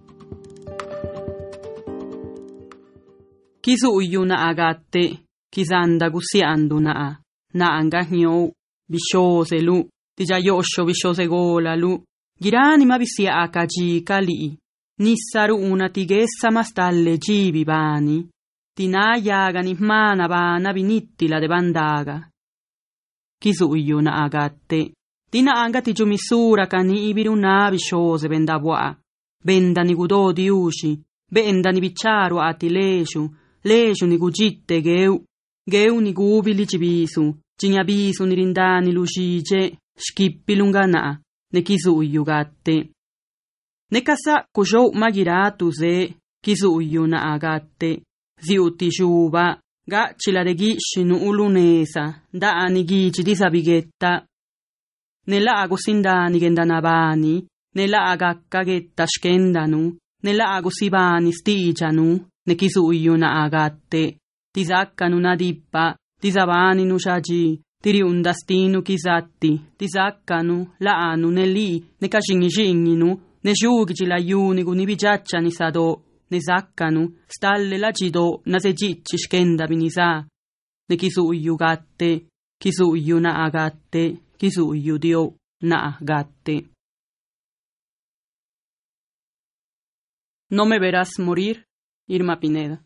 Kisuyuna Agate, Kisanda Gusianduna, Naanga Nyo, Bishoselu, Tijayosho Bishosegolalu. Girani ma visia akaji kali, nissaru una tigessa mastalle jibi bani, tinayaga nihmana bana binittila de bandaga. Kisuyuna agatte, tina angati jumisura kani ibiruna bishose bendabwa, benda ni gudo di ushi, benda ni bicharu ati leshu, leshu ni gugitte geu, geu ni gubili jibisu, jinyabisu ni rindani lushije, skippi lungana. Ne kisuyu gatte. Ne kasa kujo magiratu ze kisuyu na agatte. Ziuti juba ga cilaregi shinu ulunesa da anigi cidisa bigetta. Ne la ago sindani gendanabani, ne la agakka getta skendanu, ne la ago sibani stigianu, ne kisuyu na agatte. Tisaccanu na dippa, tisabani nushaji. Tiri un dastino chisatti, ti saccanu, la anu, ne lì, ne cacingicinginu, ne ciugici la iunicu, ne picciaccia ni sadò, ne saccanu, stalle la cidò, na se cicci scenda pinisa, ne chisugliu gatte, chisugliu na agatte, chisugliu dio na gatte. No me verás morir, Irma Pineda.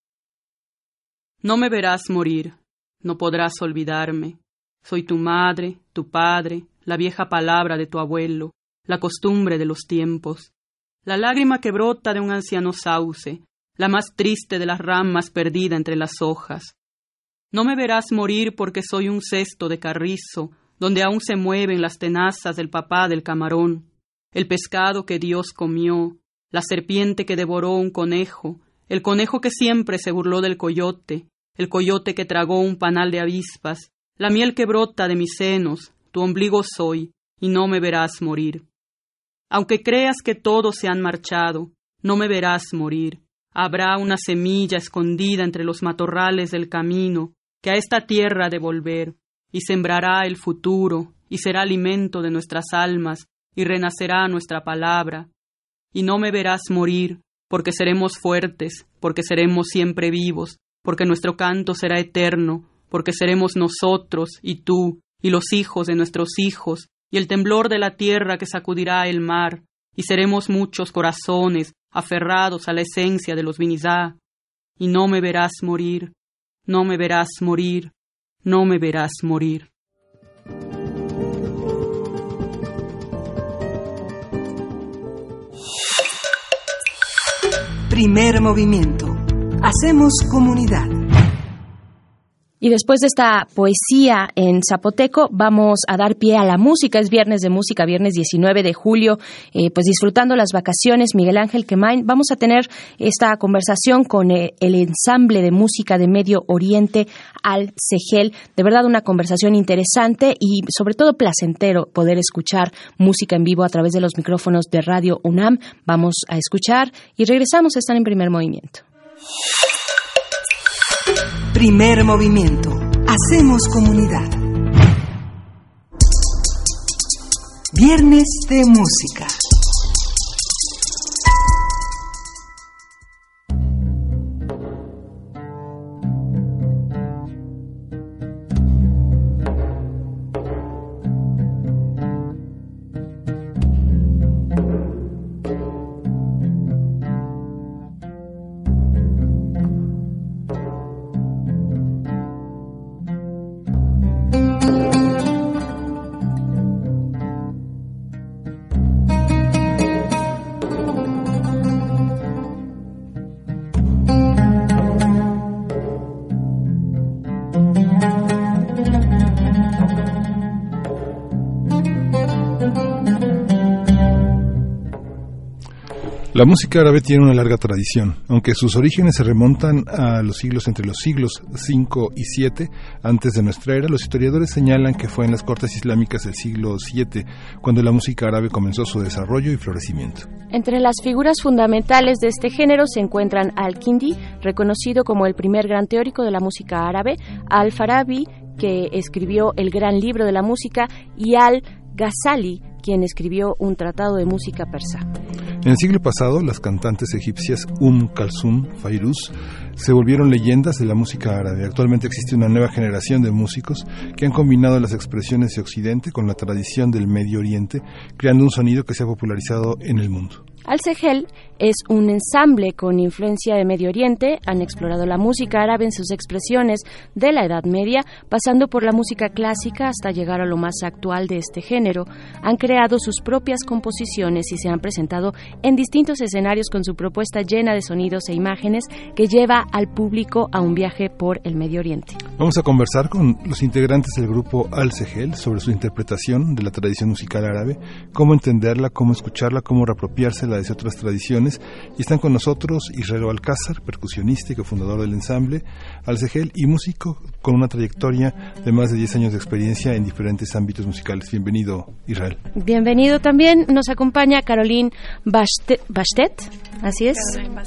No me verás morir, no podrás olvidarme. Soy tu madre, tu padre, la vieja palabra de tu abuelo, la costumbre de los tiempos, la lágrima que brota de un anciano sauce, la más triste de las ramas perdida entre las hojas. No me verás morir porque soy un cesto de carrizo, donde aún se mueven las tenazas del papá del camarón, el pescado que Dios comió, la serpiente que devoró un conejo, el conejo que siempre se burló del coyote, el coyote que tragó un panal de avispas, la miel que brota de mis senos, tu ombligo soy, y no me verás morir. Aunque creas que todos se han marchado, no me verás morir. Habrá una semilla escondida entre los matorrales del camino, que a esta tierra ha de volver, y sembrará el futuro, y será alimento de nuestras almas, y renacerá nuestra palabra. Y no me verás morir, porque seremos fuertes, porque seremos siempre vivos, porque nuestro canto será eterno, porque seremos nosotros y tú, y los hijos de nuestros hijos, y el temblor de la tierra que sacudirá el mar, y seremos muchos corazones aferrados a la esencia de los Vinizá. Y no me verás morir, no me verás morir, no me verás morir. Primer movimiento. Hacemos comunidad. Y después de esta poesía en zapoteco, vamos a dar pie a la música. Es viernes de música, viernes diecinueve de julio, eh, pues disfrutando las vacaciones. Miguel Ángel Quemain, vamos a tener esta conversación con eh, el ensamble de música de Medio Oriente, Al-Sehel. De verdad, una conversación interesante y sobre todo placentero poder escuchar música en vivo a través de los micrófonos de Radio UNAM. Vamos a escuchar y regresamos. Están en Primer Movimiento. Primer movimiento. Hacemos comunidad. Viernes de música. La música árabe tiene una larga tradición, aunque sus orígenes se remontan a los siglos entre los siglos cinco y siete antes de nuestra era. Los historiadores señalan que fue en las cortes islámicas del siglo siete cuando la música árabe comenzó su desarrollo y florecimiento. Entre las figuras fundamentales de este género se encuentran Al-Kindi, reconocido como el primer gran teórico de la música árabe, Al-Farabi, que escribió el gran libro de la música, y Al-Ghazali, quien escribió un tratado de música persa. En el siglo pasado, las cantantes egipcias Umm Kalsum, Fairuz, se volvieron leyendas de la música árabe. Actualmente existe una nueva generación de músicos que han combinado las expresiones de Occidente con la tradición del Medio Oriente, creando un sonido que se ha popularizado en el mundo. Al-Sehel es un ensamble con influencia de Medio Oriente. Han explorado la música árabe en sus expresiones de la Edad Media, pasando por la música clásica hasta llegar a lo más actual de este género. Han creado sus propias composiciones y se han presentado en distintos escenarios con su propuesta llena de sonidos e imágenes que lleva al público a un viaje por el Medio Oriente. Vamos a conversar con los integrantes del grupo Al-Sehel sobre su interpretación de la tradición musical árabe, cómo entenderla, cómo escucharla, cómo reapropiársela de otras tradiciones. Y están con nosotros Israel Alcázar, percusionista y cofundador del ensamble Al-Sehel y músico con una trayectoria de más de diez años de experiencia en diferentes ámbitos musicales. Bienvenido, Israel. Bienvenido también. Nos acompaña Caroline Bastet, Bastet así es.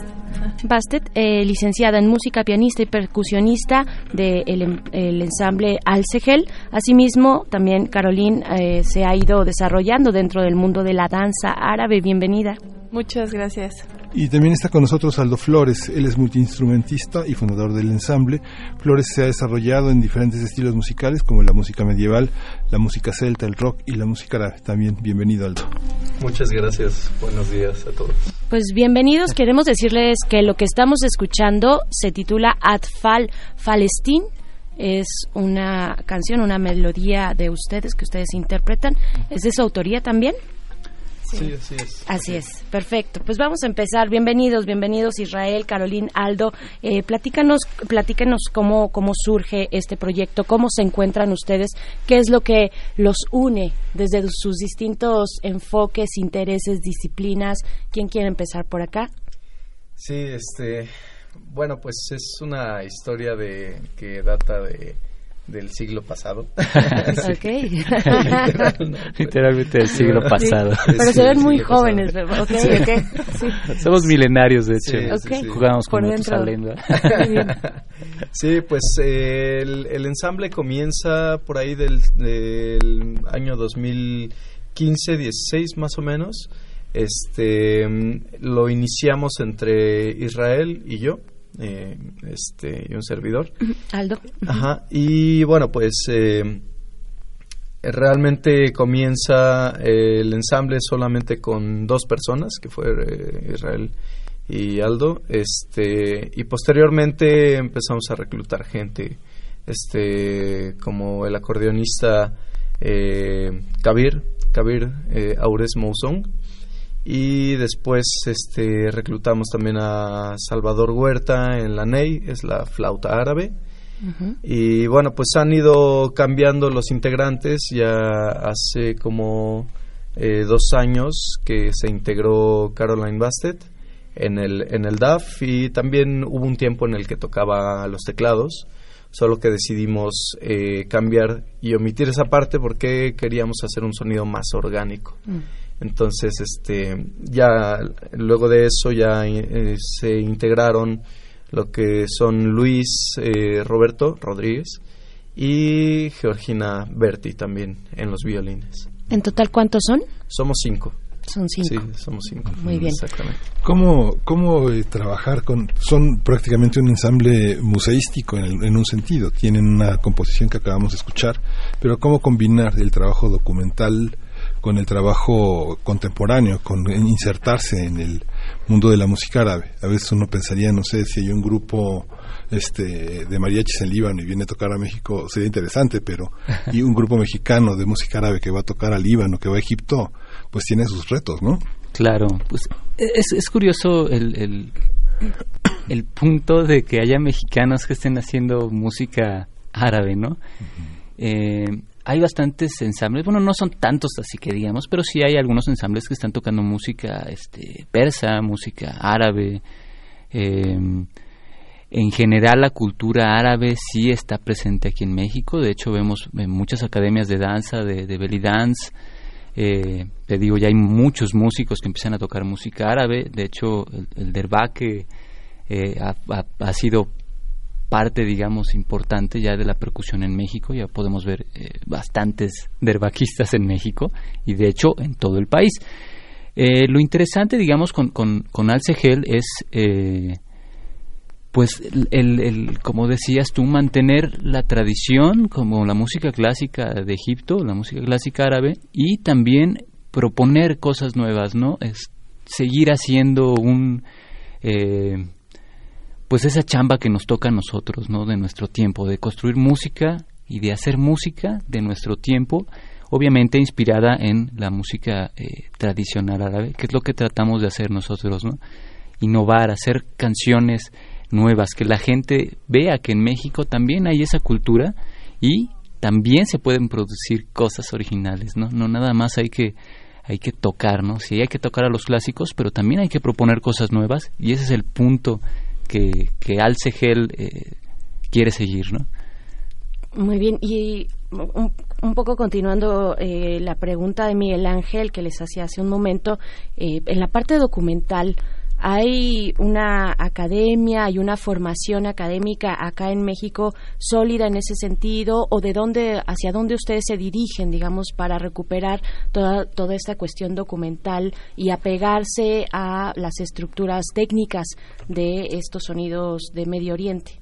Bastet, eh, licenciada en música, pianista y percusionista del de el ensamble Al-Sehel. Asimismo, también Caroline eh, se ha ido desarrollando dentro del mundo de la danza árabe. Bienvenida. Muchas gracias. Y también está con nosotros Aldo Flores. Él es multiinstrumentista y fundador del ensamble. Flores se ha desarrollado en diferentes estilos musicales como la música medieval, la música celta, el rock y la música árabe. También bienvenido, Aldo. Muchas gracias. Buenos días a todos. Pues bienvenidos. Queremos decirles que lo que estamos escuchando se titula Atfal Falestín. Es una canción, una melodía de ustedes que ustedes interpretan. ¿Es de su autoría también? Sí, así es. Así es, perfecto. Pues vamos a empezar. Bienvenidos, bienvenidos Israel, Caroline, Aldo. Eh, platícanos, platícanos cómo, cómo surge este proyecto, cómo se encuentran ustedes, qué es lo que los une desde sus distintos enfoques, intereses, disciplinas. ¿Quién quiere empezar por acá? Sí, este, bueno, pues es una historia de que data de del siglo pasado. Okay. Literal, literalmente del siglo pasado. Sí, pero se ven muy jóvenes. Okay, sí. Okay, sí. Somos milenarios, de hecho. Sí, okay. Sí, jugamos con Matusalén. Sí, pues eh, el, el ensamble comienza por ahí del, del año dos mil quince, dieciséis más o menos. Este, lo iniciamos entre Israel y yo. Eh, este y un servidor, Aldo. Ajá. Y bueno, pues eh, realmente comienza eh, el ensamble solamente con dos personas, que fue eh, Israel y Aldo. Este y posteriormente empezamos a reclutar gente, este como el acordeonista eh, Kabir Kabir eh, Aures Mousson. Y después este reclutamos también a Salvador Huerta en la ney, es la flauta árabe. Uh-huh. Y bueno, pues han ido cambiando los integrantes. Ya hace como eh, dos años que se integró Caroline Bastet en el, en el D A F, y también hubo un tiempo en el que tocaba los teclados, solo que decidimos eh, cambiar y omitir esa parte porque queríamos hacer un sonido más orgánico. Uh-huh. Entonces, este, ya luego de eso ya eh, se integraron lo que son Luis eh, Roberto Rodríguez y Georgina Berti también en los violines. ¿En total cuántos son? Somos cinco. Son cinco. Sí, somos cinco. Muy bien. Exactamente. ¿Cómo, cómo eh, trabajar con...? Son prácticamente un ensamble museístico en, el, en un sentido. Tienen una composición que acabamos de escuchar, pero ¿cómo combinar el trabajo documental con el trabajo contemporáneo, con insertarse en el mundo de la música árabe? A veces uno pensaría, no sé, si hay un grupo este de mariachis en Líbano y viene a tocar a México, sería interesante, pero y un grupo mexicano de música árabe que va a tocar a Líbano, que va a Egipto, pues tiene sus retos, ¿no? Claro, pues es, es curioso el, el, el punto de que haya mexicanos que estén haciendo música árabe, ¿no? Uh-huh. Eh, hay bastantes ensambles, bueno, no son tantos así que digamos, pero sí hay algunos ensambles que están tocando música este, persa, música árabe. Eh, en general la cultura árabe sí está presente aquí en México. De hecho vemos en muchas academias de danza, de, de belly dance. Eh, te digo, ya hay muchos músicos que empiezan a tocar música árabe. De hecho el, el derbaque eh, ha, ha, ha sido parte, digamos, importante ya de la percusión en México. Ya podemos ver eh, bastantes derbaquistas en México y de hecho en todo el país. Eh, lo interesante, digamos, con, con, con Al-Segel es eh, pues el, el, como decías tú, mantener la tradición como la música clásica de Egipto, la música clásica árabe, y también proponer cosas nuevas, ¿no? Es seguir haciendo un eh, pues esa chamba que nos toca a nosotros, ¿no? De nuestro tiempo, de construir música y de hacer música de nuestro tiempo, obviamente inspirada en la música eh, tradicional árabe, que es lo que tratamos de hacer nosotros, ¿no? Innovar, hacer canciones nuevas, que la gente vea que en México también hay esa cultura y también se pueden producir cosas originales, ¿no? No nada más hay que hay que tocar, ¿no? Sí, hay que tocar a los clásicos, pero también hay que proponer cosas nuevas, y ese es el punto que, que Al-Segel eh, quiere seguir, ¿no? Muy bien, y un, un poco continuando eh, la pregunta de Miguel Ángel que les hacía hace un momento, eh, en la parte documental, ¿hay una academia, hay una formación académica acá en México sólida en ese sentido, o de dónde, hacia dónde ustedes se dirigen, digamos, para recuperar toda toda esta cuestión documental y apegarse a las estructuras técnicas de estos sonidos de Medio Oriente?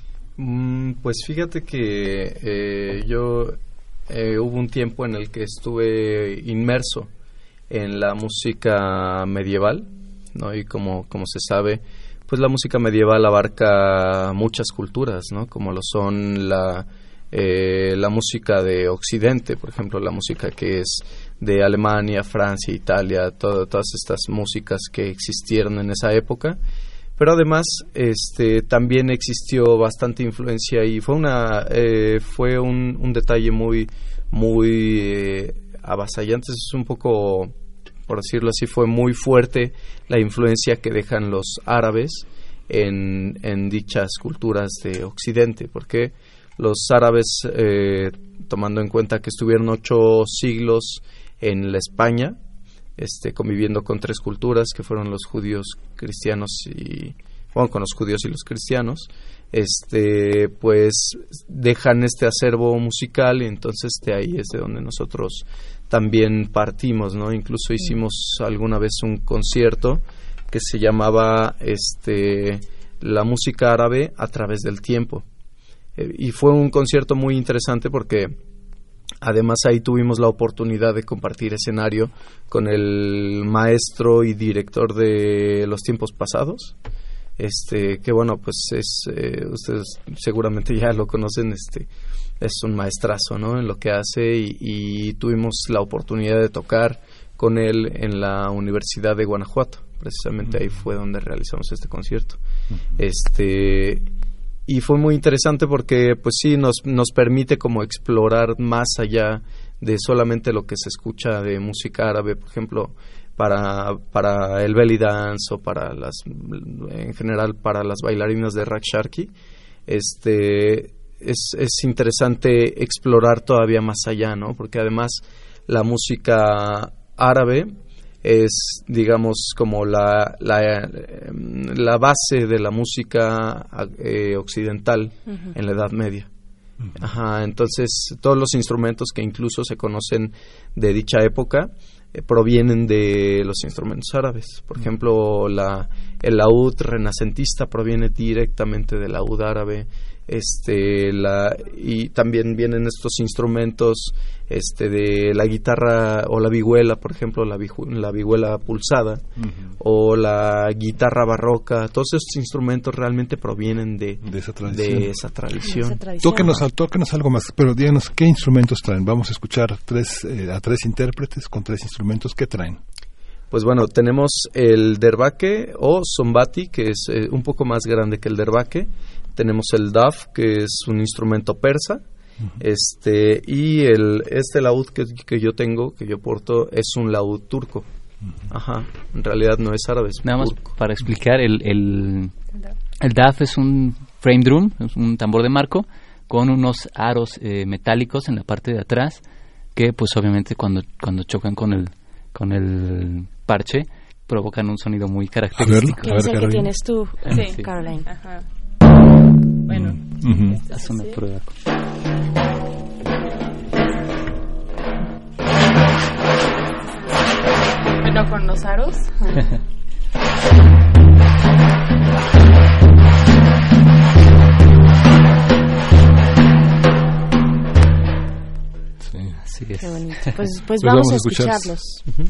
Mm, pues fíjate que eh, yo eh, hubo un tiempo en el que estuve inmerso en la música medieval, ¿no? Y como, como se sabe, pues la música medieval abarca muchas culturas, ¿no? Como lo son la, eh, la música de Occidente, por ejemplo, la música que es de Alemania, Francia, Italia, todo, todas estas músicas que existieron en esa época. Pero además, este, también existió bastante influencia y fue una, eh, fue un, un detalle muy, muy eh, avasallante. Es un poco, por decirlo así, fue muy fuerte la influencia que dejan los árabes en, en dichas culturas de Occidente, porque los árabes, eh, tomando en cuenta que estuvieron ocho siglos en la España, este, conviviendo con tres culturas, que fueron los judíos, cristianos y, bueno, con los judíos y los cristianos, este, pues dejan este acervo musical, y entonces de ahí es de donde nosotros también partimos, ¿no? Incluso hicimos alguna vez un concierto que se llamaba este, La música árabe a través del tiempo, eh, y fue un concierto muy interesante porque además ahí tuvimos la oportunidad de compartir escenario con el maestro y director de Los Tiempos Pasados, este, que bueno, pues es, eh, ustedes seguramente ya lo conocen, este, es un maestrazo, ¿no?, en lo que hace, y, y tuvimos la oportunidad de tocar con él en la Universidad de Guanajuato. Precisamente uh-huh. ahí fue donde realizamos este concierto. Uh-huh. Este, y fue muy interesante porque, pues sí, nos, nos permite como explorar más allá de solamente lo que se escucha de música árabe, por ejemplo, para, para el belly dance o para las, en general para las bailarinas de Raq Sharqi. Este, es, es interesante explorar todavía más allá, ¿no? Porque además la música árabe es, digamos, como la, la, la base de la música eh, occidental uh-huh. en la Edad Media. Uh-huh. Ajá, entonces todos los instrumentos que incluso se conocen de dicha época eh, provienen de los instrumentos árabes. Por uh-huh. ejemplo, la, el laúd renacentista proviene directamente del laúd árabe. Este, la, y también vienen estos instrumentos este, de la guitarra o la vihuela, por ejemplo, la, viju, la vihuela pulsada uh-huh. o la guitarra barroca. Todos estos instrumentos realmente provienen de, de esa tradición. De esa tradición. Tóquenos, tóquenos algo más, pero díganos qué instrumentos traen. Vamos a escuchar tres, eh, a tres intérpretes con tres instrumentos. ¿Qué traen? Pues bueno, tenemos el derbaque o zombati, que es eh, un poco más grande que el derbaque. Tenemos el daf, que es un instrumento persa, uh-huh. este y el este laúd que, que yo tengo, que yo porto, es un laúd turco. Uh-huh. Ajá, en realidad no es árabe, es Nada turco. Más para explicar, el, el, el daf es un frame drum, es un tambor de marco con unos aros eh, metálicos en la parte de atrás que, pues obviamente cuando cuando chocan con el con el parche provocan un sonido muy característico. ¿Qué es el que tienes tú, sí. sí. Caroline? Ajá. Bueno, uh-huh. este haz una prueba. Bueno, con los aros. Sí, así es. Qué bonito. Pues, pues, pues vamos, vamos a escucharlos. Uh-huh.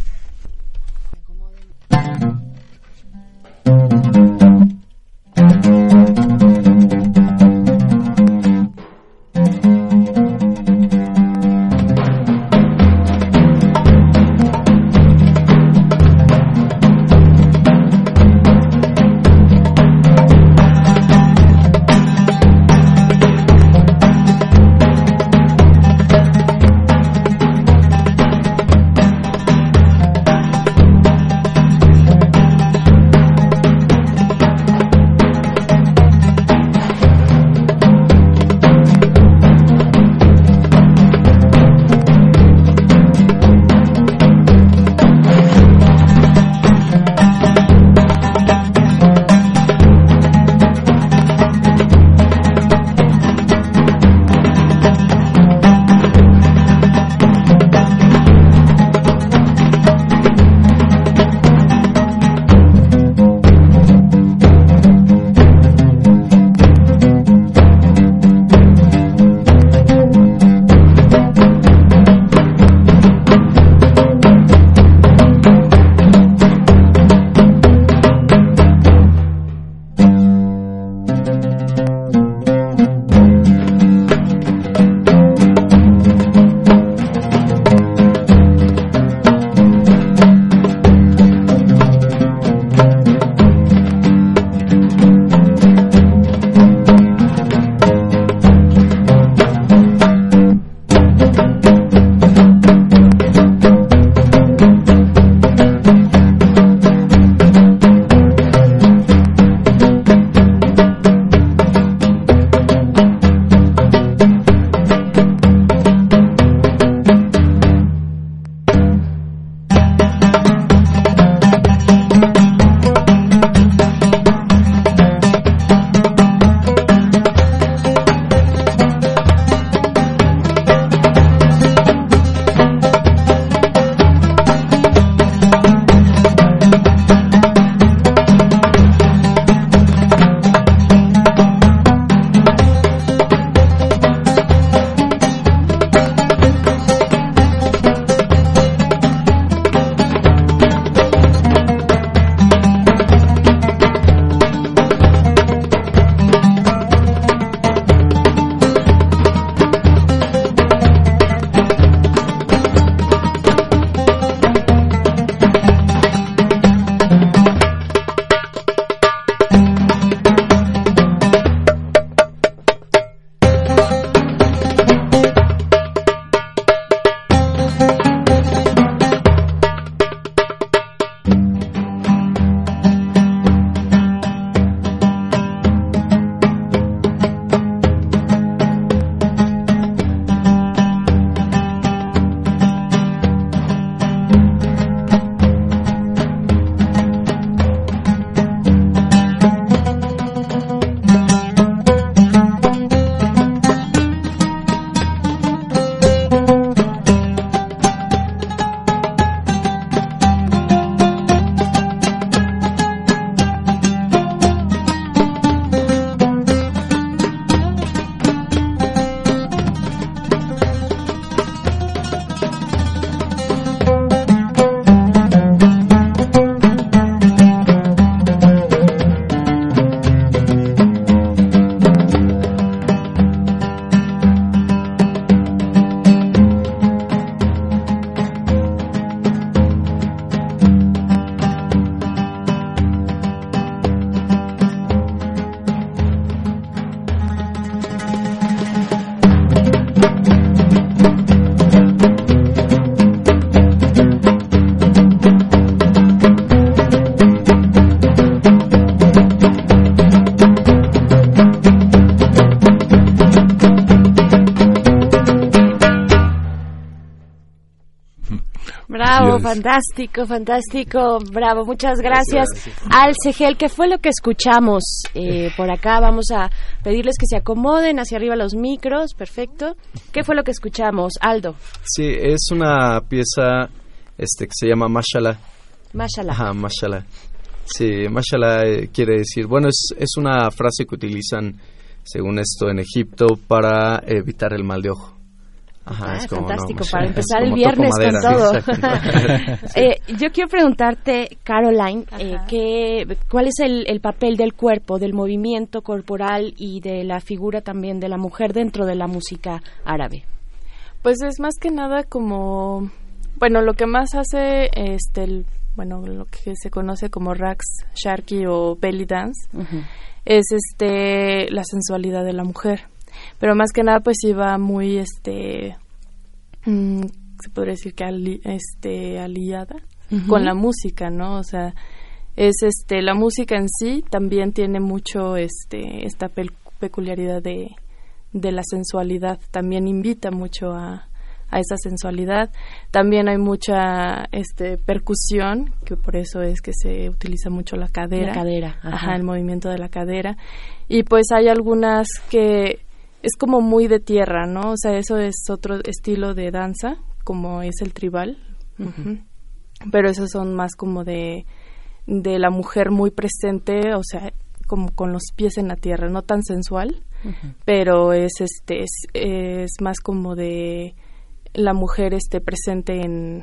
felicidades. fantástico, fantástico, bravo, muchas gracias, gracias. al Segel. ¿Qué fue lo que escuchamos? Eh, por acá vamos a pedirles que se acomoden hacia arriba los micros, perfecto. ¿Qué fue lo que escuchamos, Aldo? Sí, es una pieza este que se llama Mashallah. Mashallah. Ajá, Mashallah. Sí, Mashallah eh, quiere decir, bueno, es, es una frase que utilizan, según esto, en Egipto para evitar el mal de ojo. Ajá, ah, es como, fantástico, no, para es empezar como el viernes toco madera. con todo. Sí, eh, yo quiero preguntarte, Caroline, eh, ¿qué, ¿cuál es el, el papel del cuerpo, del movimiento corporal y de la figura también de la mujer dentro de la música árabe? Pues es más que nada como, bueno, lo que más hace este el, bueno, lo que se conoce como raqs, sharqi o belly dance, uh-huh. es este la sensualidad de la mujer. Pero más que nada pues iba muy este mmm, se podría decir que ali, este aliada uh-huh. con la música, ¿no? O sea, es este la música en sí también tiene mucho este esta pe- peculiaridad de de la sensualidad, también invita mucho a a esa sensualidad. También hay mucha este percusión, que por eso es que se utiliza mucho la cadera. La cadera, ajá. Ajá, el movimiento de la cadera. Y pues hay algunas que es como muy de tierra, ¿no? O sea, eso es otro estilo de danza, como es el tribal. Uh-huh. Uh-huh. Pero esos son más como de de la mujer muy presente, o sea, como con los pies en la tierra, no tan sensual, uh-huh. pero es este es, es más como de la mujer este presente en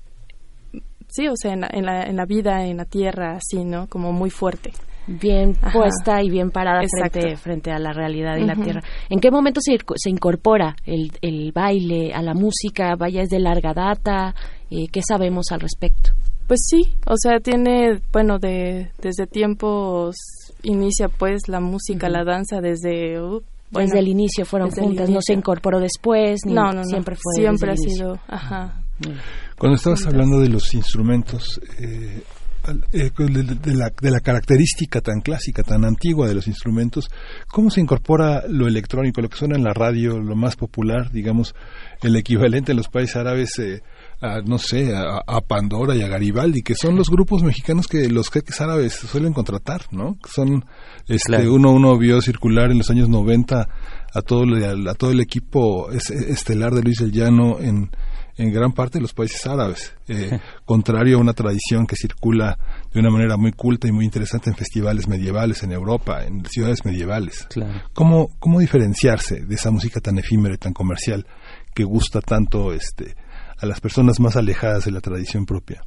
sí, o sea, en la, en la en la vida, en la tierra, así, ¿no? Como muy fuerte. Bien Ajá. puesta y bien parada frente, frente a la realidad y uh-huh. la tierra. ¿En qué momento se, se incorpora el, el baile a la música? Vaya, ¿es de larga data? Eh, ¿Qué sabemos al respecto? Pues sí, o sea, tiene, bueno, de desde tiempos inicia pues la música, uh-huh. la danza desde... Uh, bueno, desde el inicio fueron juntas, no se incorporó después, ni no, no, siempre no. fue siempre ha desde el sido, inicio. ajá. Cuando estabas hablando de los instrumentos, eh, eh, de, de, la, de la característica tan clásica, tan antigua de los instrumentos, ¿cómo se incorpora lo electrónico, lo que suena en la radio, lo más popular, digamos, el equivalente en los países árabes, eh, a, no sé, a, a Pandora y a Garibaldi, que son los grupos mexicanos que los jeques árabes suelen contratar, ¿no? Son, este, claro. uno, uno vio circular en los años noventa a todo, a, a todo el equipo estelar de Luis del Llano en en gran parte de los países árabes, eh, contrario a una tradición que circula de una manera muy culta y muy interesante en festivales medievales en Europa, en ciudades medievales. Claro. ¿Cómo, cómo diferenciarse de esa música tan efímera y tan comercial que gusta tanto este, a las personas más alejadas de la tradición propia?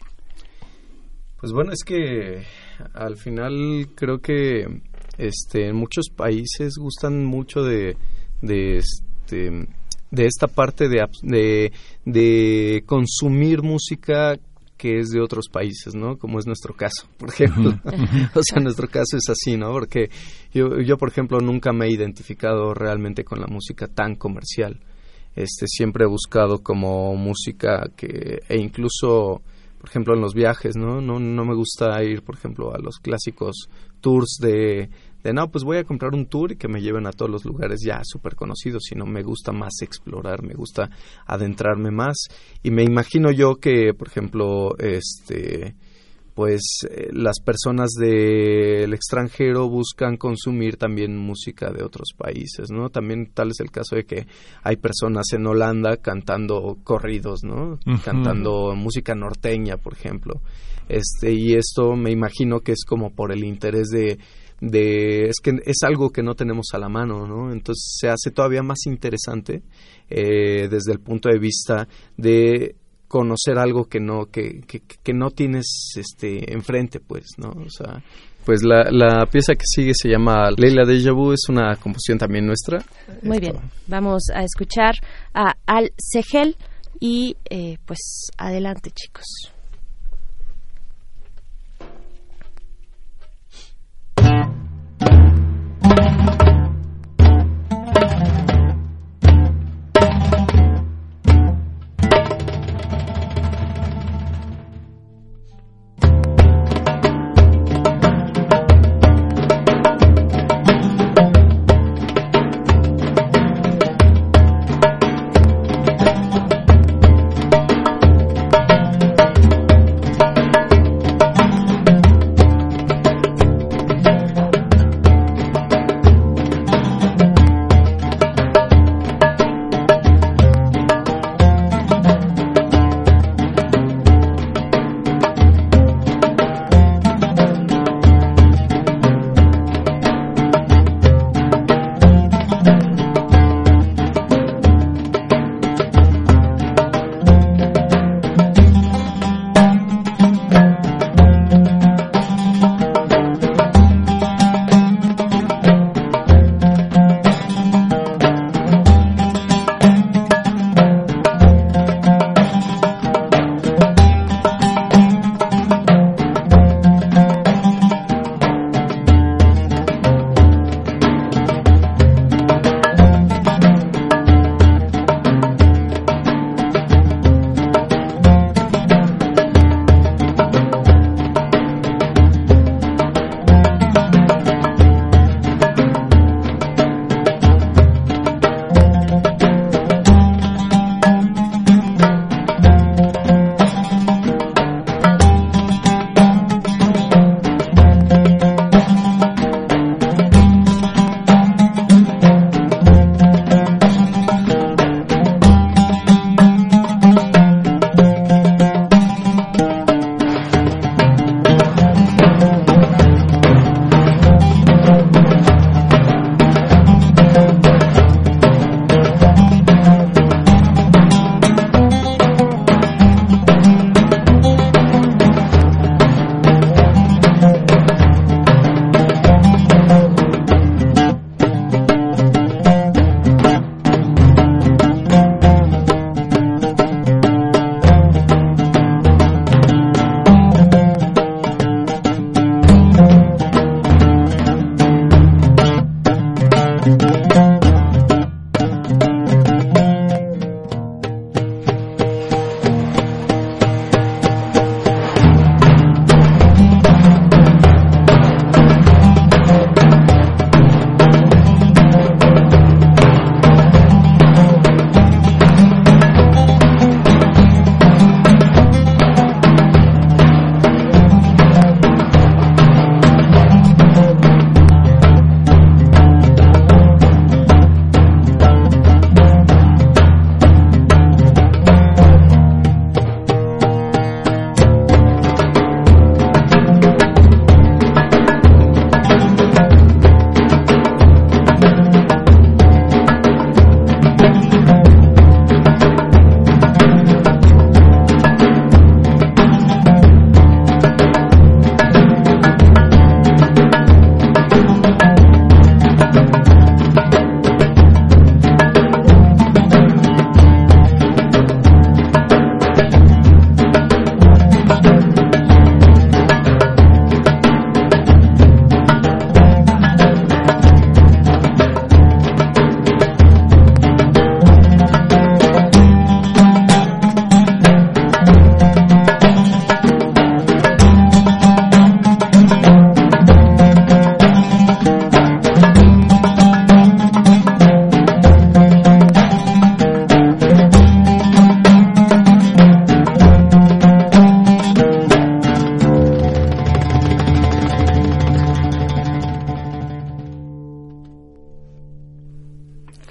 Pues bueno, es que al final creo que este, en muchos países gustan mucho de... de este, de esta parte de, de, de consumir música que es de otros países, ¿no? Como es nuestro caso, por ejemplo. Uh-huh. O sea, nuestro caso es así, ¿no? Porque yo, yo, por ejemplo, nunca me he identificado realmente con la música tan comercial. Este, siempre he buscado como música que, e incluso, por ejemplo, en los viajes, ¿no? No, no me gusta ir, por ejemplo, a los clásicos tours de... de no, pues voy a comprar un tour y que me lleven a todos los lugares ya súper conocidos, sino me gusta más explorar, me gusta adentrarme más, y me imagino yo que, por ejemplo, este, pues eh, las personas del extranjero buscan consumir también música de otros países, ¿no? También tal es el caso de que hay personas en Holanda cantando corridos, ¿no? Uh-huh. Cantando música norteña, por ejemplo, este, y esto me imagino que es como por el interés de de es que es algo que no tenemos a la mano, ¿no? Entonces se hace todavía más interesante eh, desde el punto de vista de conocer algo que no que, que, que no tienes este enfrente, pues, ¿no? O sea, pues la, la pieza que sigue se llama Leila Deja Vu, es una composición también nuestra. Muy Esto. bien, vamos a escuchar a Al Segel y eh, pues adelante, chicos.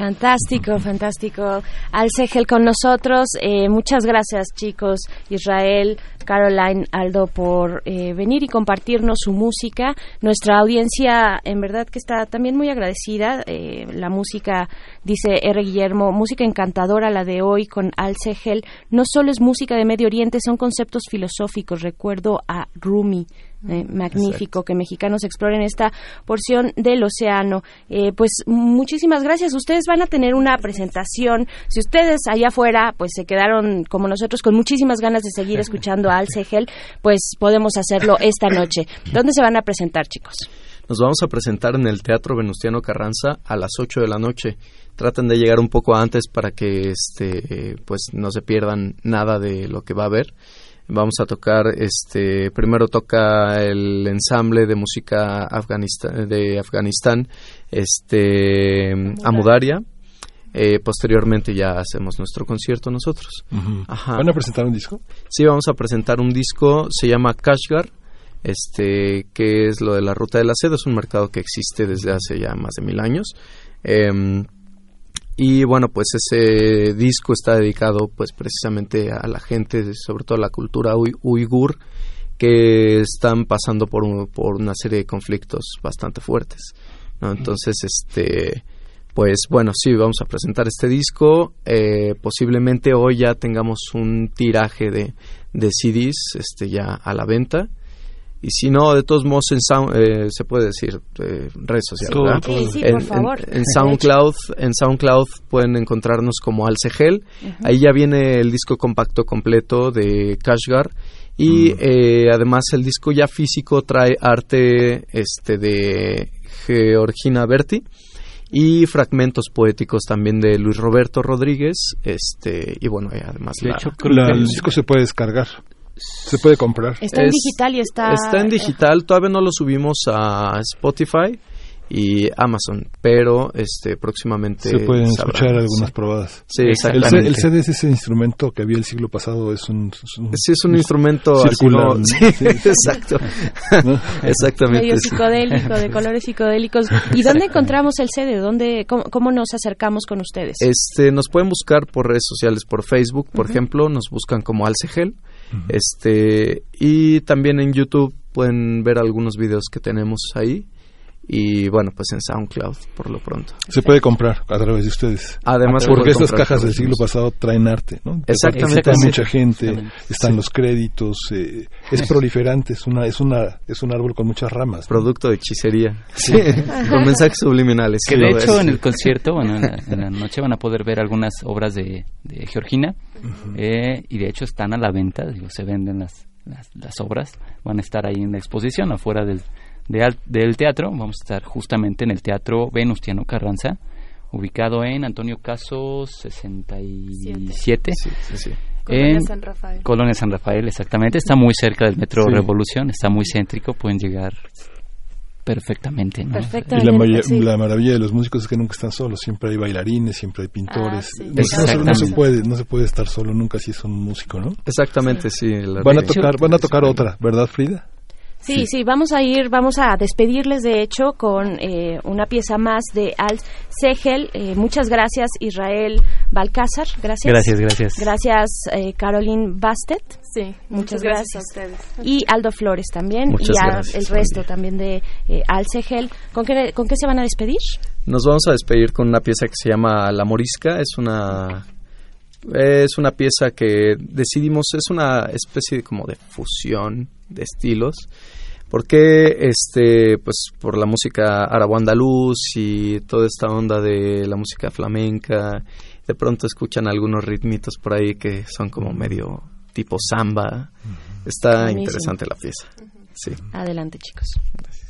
Fantástico, fantástico. Al Segel con nosotros. Eh, muchas gracias, chicos. Israel, Caroline, Aldo, por eh, venir y compartirnos su música. Nuestra audiencia, en verdad, que está también muy agradecida. Eh, la música, dice R. Guillermo, música encantadora la de hoy con Al Segel. No solo es música de Medio Oriente, son conceptos filosóficos. Recuerdo a Rumi. Eh, magnífico. Exacto. Que mexicanos exploren esta porción del océano. Eh, pues muchísimas gracias. Ustedes van a tener una presentación. Si ustedes allá afuera pues se quedaron como nosotros con muchísimas ganas de seguir escuchando a Al Segel, pues podemos hacerlo esta noche. ¿Dónde se van a presentar, chicos? Nos vamos a presentar en el Teatro Venustiano Carranza a las ocho de la noche. Traten de llegar un poco antes para que este pues no se pierdan nada de lo que va a haber. Vamos a tocar, este, primero toca el ensamble de música Afganistán, de Afganistán, este, Amudaria. Eh, posteriormente ya hacemos nuestro concierto nosotros. Uh-huh. Ajá. ¿Van a presentar un disco? Sí, vamos a presentar un disco, se llama Kashgar, este, que es lo de la Ruta de la Seda, es un mercado que existe desde hace ya más de mil años. Eh, Y bueno, pues ese disco está dedicado pues precisamente a la gente, sobre todo a la cultura uy, uigur, que están pasando por, un, por una serie de conflictos bastante fuertes, ¿no? Entonces, este, pues bueno, sí, vamos a presentar este disco. Eh, posiblemente hoy ya tengamos un tiraje de, de C Ds este, ya a la venta. Y si no, de todos modos, en sound, eh, se puede decir eh, redes sociales, sí, ¿verdad? Sí, sí, en, por favor. En, en SoundCloud, en SoundCloud pueden encontrarnos como Al Segel. Uh-huh. Ahí ya viene el disco compacto completo de Kashgar. Y uh-huh. eh, además el disco ya físico trae arte este de Georgina Berti y fragmentos poéticos también de Luis Roberto Rodríguez. Este y bueno, eh, además de la, hecho, la, el disco se puede descargar. Se puede comprar. Está en es, digital y está... Está en digital, todavía no lo subimos a Spotify y Amazon, pero este próximamente... Se pueden sabrán, escuchar algunas sí. probadas. Sí, exactamente. El, el C D es ese instrumento que había el siglo pasado, es un... Es un sí, es un instrumento circular. Así, ¿no? Sí, sí, sí, exacto. ¿No? Exactamente. Medio psicodélico, de colores psicodélicos. ¿Y dónde encontramos el C D? ¿Dónde, cómo, cómo nos acercamos con ustedes? Este, nos pueden buscar por redes sociales, por Facebook, por uh-huh. ejemplo, nos buscan como Al Segel. Uh-huh. Este, y también en YouTube pueden ver algunos videos que tenemos ahí. Y bueno, pues en SoundCloud por lo pronto. Se puede comprar a través de ustedes. Además, porque estas cajas del siglo pasado traen arte, ¿no? Exactamente. Está mucha gente, están sí. los créditos, eh, es proliferante, es una, es una, es un árbol con muchas ramas, ¿no? Producto de hechicería, sí. con mensajes subliminales. Que de hecho en el concierto, bueno, en la, en la noche van a poder ver algunas obras de, de Georgina uh-huh. eh, y de hecho están a la venta, digo, se venden las, las, las obras, van a estar ahí en la exposición afuera del De al, del teatro. Vamos a estar justamente en el Teatro Venustiano Carranza, ubicado en Antonio Caso sesenta y siete. Sí, sí, sí. Colonia en San Rafael. Colonia San Rafael, exactamente. Está muy cerca del Metro sí. Revolución, está muy céntrico, pueden llegar perfectamente, ¿no? Y la, maya, sí. la maravilla de los músicos es que nunca están solos, siempre hay bailarines, siempre hay pintores. Ah, sí. no, no, se puede, no se puede estar solo nunca si es un músico, ¿no? Exactamente, sí. sí van a tocar, van a tocar otra, ¿verdad, Frida? Sí, sí, sí, vamos a ir, vamos a despedirles de hecho con eh, una pieza más de Al Segel. Eh, muchas gracias, Israel Balcázar, gracias. Gracias, gracias. Gracias, eh, Caroline Bastet. Sí, muchas, muchas gracias. gracias a ustedes. Y Aldo Flores también, muchas y a gracias, el resto también de eh, Al Segel. ¿Con qué, ¿Con qué se van a despedir? Nos vamos a despedir con una pieza que se llama La Morisca, es una... Es una pieza que decidimos, es una especie de, como de fusión de estilos, porque este, pues por la música árabe-andaluz y toda esta onda de la música flamenca, de pronto escuchan algunos ritmitos por ahí que son como medio tipo samba. Está buenísimo. Interesante la pieza. Sí. Adelante, chicos. Gracias.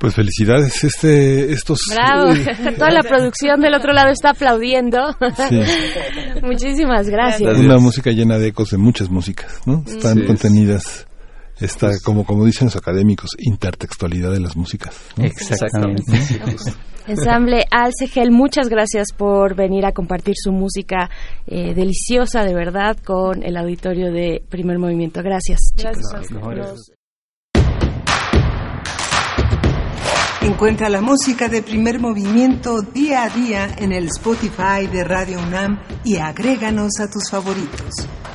Pues felicidades, este, estos... Bravo, eh, toda la producción del otro lado está aplaudiendo. Sí. Muchísimas gracias. Una música llena de ecos de muchas músicas, ¿no? Están sí, contenidas, está, como, como dicen los académicos, intertextualidad de las músicas, ¿no? Exactamente. Ensamble Alcegel, muchas gracias por venir a compartir su música eh, deliciosa, de verdad, con el auditorio de Primer Movimiento. Gracias, chicos. Gracias. No, gracias. Encuentra la música de Primer Movimiento día a día en el Spotify de Radio UNAM y agréganos a tus favoritos.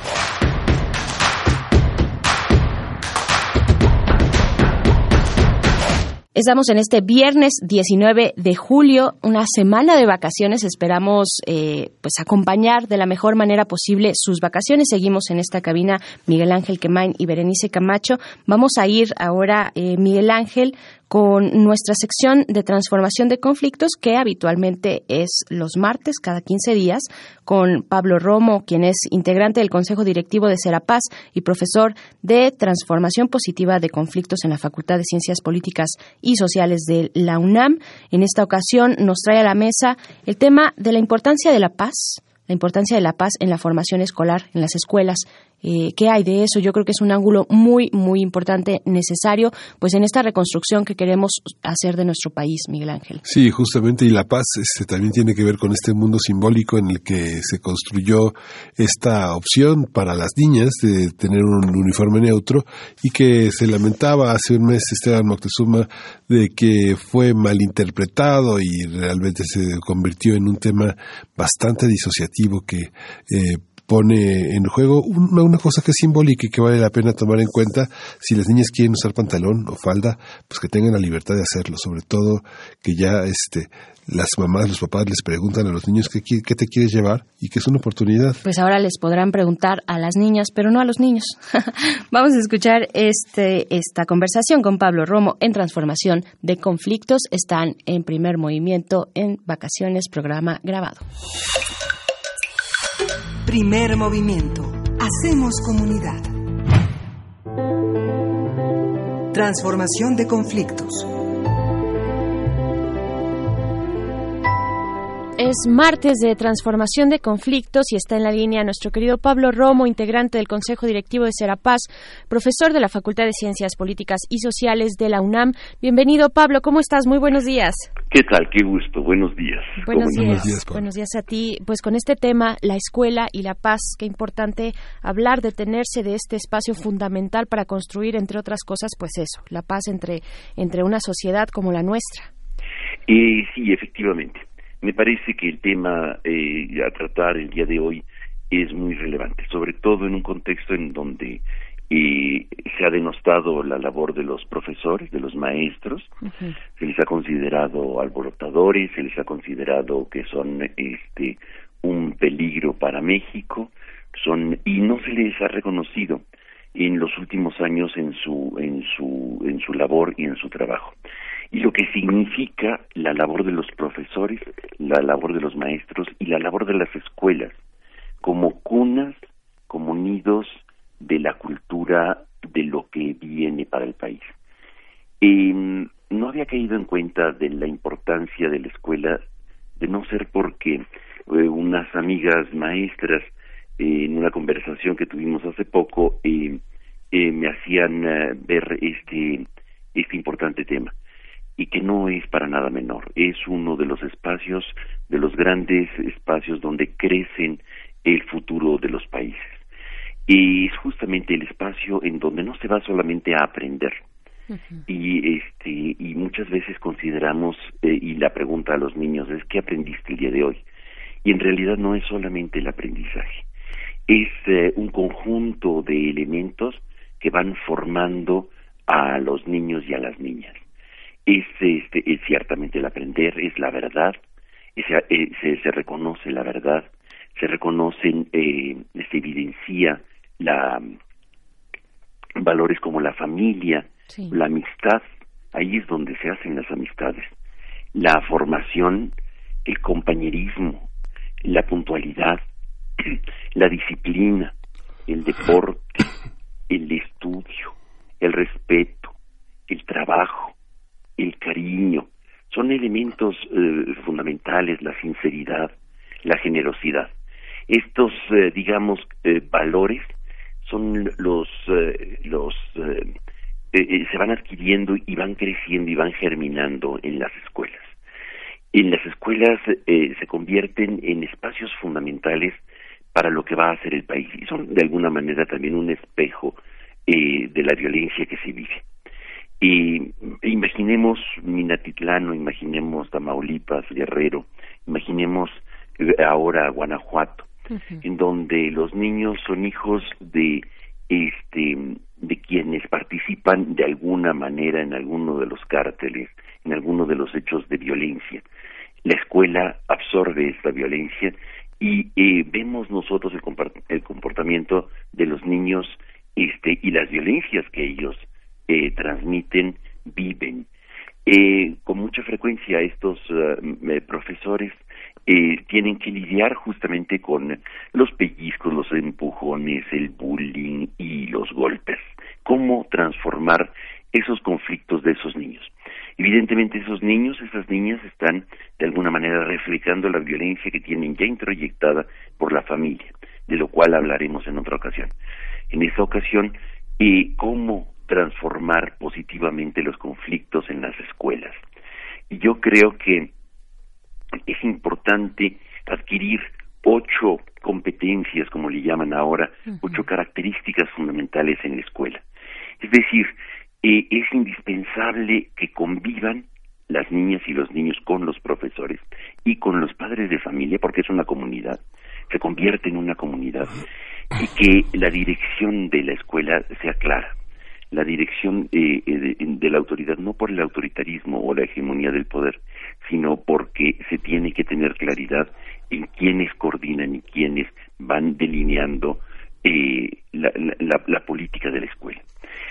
Estamos en este viernes diecinueve de julio, una semana de vacaciones. Esperamos eh, pues acompañar de la mejor manera posible sus vacaciones. Seguimos en esta cabina Miguel Ángel Quemain y Berenice Camacho. Vamos a ir ahora, eh, Miguel Ángel, con nuestra sección de transformación de conflictos, que habitualmente es los martes, cada quince días, con Pablo Romo, quien es integrante del Consejo Directivo de Serapaz y profesor de Transformación Positiva de Conflictos en la Facultad de Ciencias Políticas y Sociales de la UNAM. En esta ocasión nos trae a la mesa el tema de la importancia de la paz, la importancia de la paz en la formación escolar, en las escuelas. Eh, ¿Qué hay de eso? Yo creo que es un ángulo muy, muy importante, necesario, pues en esta reconstrucción que queremos hacer de nuestro país, Miguel Ángel. Sí, justamente, y la paz este, también tiene que ver con este mundo simbólico en el que se construyó esta opción para las niñas de tener un uniforme neutro y que se lamentaba hace un mes Esteban Moctezuma de que fue malinterpretado y realmente se convirtió en un tema bastante disociativo que eh, pone en juego una, una cosa que es simbólica y que vale la pena tomar en cuenta. Si las niñas quieren usar pantalón o falda, pues que tengan la libertad de hacerlo, sobre todo que ya este las mamás, los papás les preguntan a los niños qué, qué te quieres llevar y que es una oportunidad. Pues ahora les podrán preguntar a las niñas, pero no a los niños. Vamos a escuchar este esta conversación con Pablo Romo en Transformación de Conflictos. Están en Primer Movimiento en Vacaciones, programa grabado. Primer Movimiento. Hacemos comunidad. Transformación de conflictos. Es martes de Transformación de Conflictos y está en la línea nuestro querido Pablo Romo, integrante del Consejo Directivo de Serapaz, profesor de la Facultad de Ciencias Políticas y Sociales de la UNAM. Bienvenido, Pablo. ¿Cómo estás? Muy buenos días. ¿Qué tal? Qué gusto. Buenos días. Buenos días. Buenos días, Pablo. Buenos días a ti. Pues con este tema, la escuela y la paz, qué importante hablar, detenerse de este espacio fundamental para construir, entre otras cosas, pues eso, la paz entre, entre una sociedad como la nuestra. Eh, sí, efectivamente. Me parece que el tema eh, a tratar el día de hoy es muy relevante, sobre todo en un contexto en donde eh, se ha denostado la labor de los profesores, de los maestros. Uh-huh. Se les ha considerado alborotadores, se les ha considerado que son este un peligro para México, son y no se les ha reconocido en los últimos años en su en su en su labor y en su trabajo. Y lo que significa la labor de los profesores, la labor de los maestros y la labor de las escuelas como cunas, como nidos de la cultura de lo que viene para el país. Eh, no había caído en cuenta de la importancia de la escuela, de no ser porque eh, unas amigas maestras eh, en una conversación que tuvimos hace poco eh, eh, me hacían eh, ver este este importante tema. Y que no es para nada menor, es uno de los espacios, de los grandes espacios donde crecen el futuro de los países. Y es justamente el espacio en donde no se va solamente a aprender. Uh-huh. Y este y muchas veces consideramos, eh, y la pregunta a los niños es, ¿qué aprendiste el día de hoy? Y en realidad no es solamente el aprendizaje, es eh, un conjunto de elementos que van formando a los niños y a las niñas. Es, este, es ciertamente el aprender, es la verdad, es, eh, se, se reconoce la verdad, se reconocen, eh, se evidencia la valores como la familia, sí. La amistad, ahí es donde se hacen las amistades, la formación, el compañerismo, la puntualidad, la disciplina, el deporte, el estudio, el respeto, el trabajo, el cariño, son elementos eh, fundamentales, la sinceridad, la generosidad. Estos, eh, digamos, eh, valores son los, eh, los eh, eh, se van adquiriendo y van creciendo y van germinando en las escuelas. En las escuelas eh, se convierten en espacios fundamentales para lo que va a ser el país y son de alguna manera también un espejo eh, de la violencia que se vive. Y imaginemos Minatitlán, imaginemos Tamaulipas, Guerrero, imaginemos ahora Guanajuato, uh-huh. en donde los niños son hijos de este de quienes participan de alguna manera en alguno de los cárteles, en alguno de los hechos de violencia. La escuela absorbe esta violencia y eh, vemos nosotros el, compart- el comportamiento de los niños este y las violencias que ellos eh, transmiten, viven. Eh, con mucha frecuencia estos uh, profesores eh, tienen que lidiar justamente con los pellizcos, los empujones, el bullying y los golpes. ¿Cómo transformar esos conflictos de esos niños? Evidentemente esos niños, esas niñas están de alguna manera reflejando la violencia que tienen ya introyectada por la familia, de lo cual hablaremos en otra ocasión. En esa ocasión, eh, ¿cómo transformar positivamente los conflictos en las escuelas? Y yo creo que es importante adquirir ocho competencias, como le llaman ahora, uh-huh. ocho características fundamentales en la escuela. Es decir, eh, es indispensable que convivan las niñas y los niños con los profesores y con los padres de familia, porque es una comunidad, se convierte en una comunidad, y que la dirección de la escuela sea clara. La dirección eh, de, de la autoridad, no por el autoritarismo o la hegemonía del poder, sino porque se tiene que tener claridad en quiénes coordinan y quiénes van delineando eh, la, la, la política de la escuela.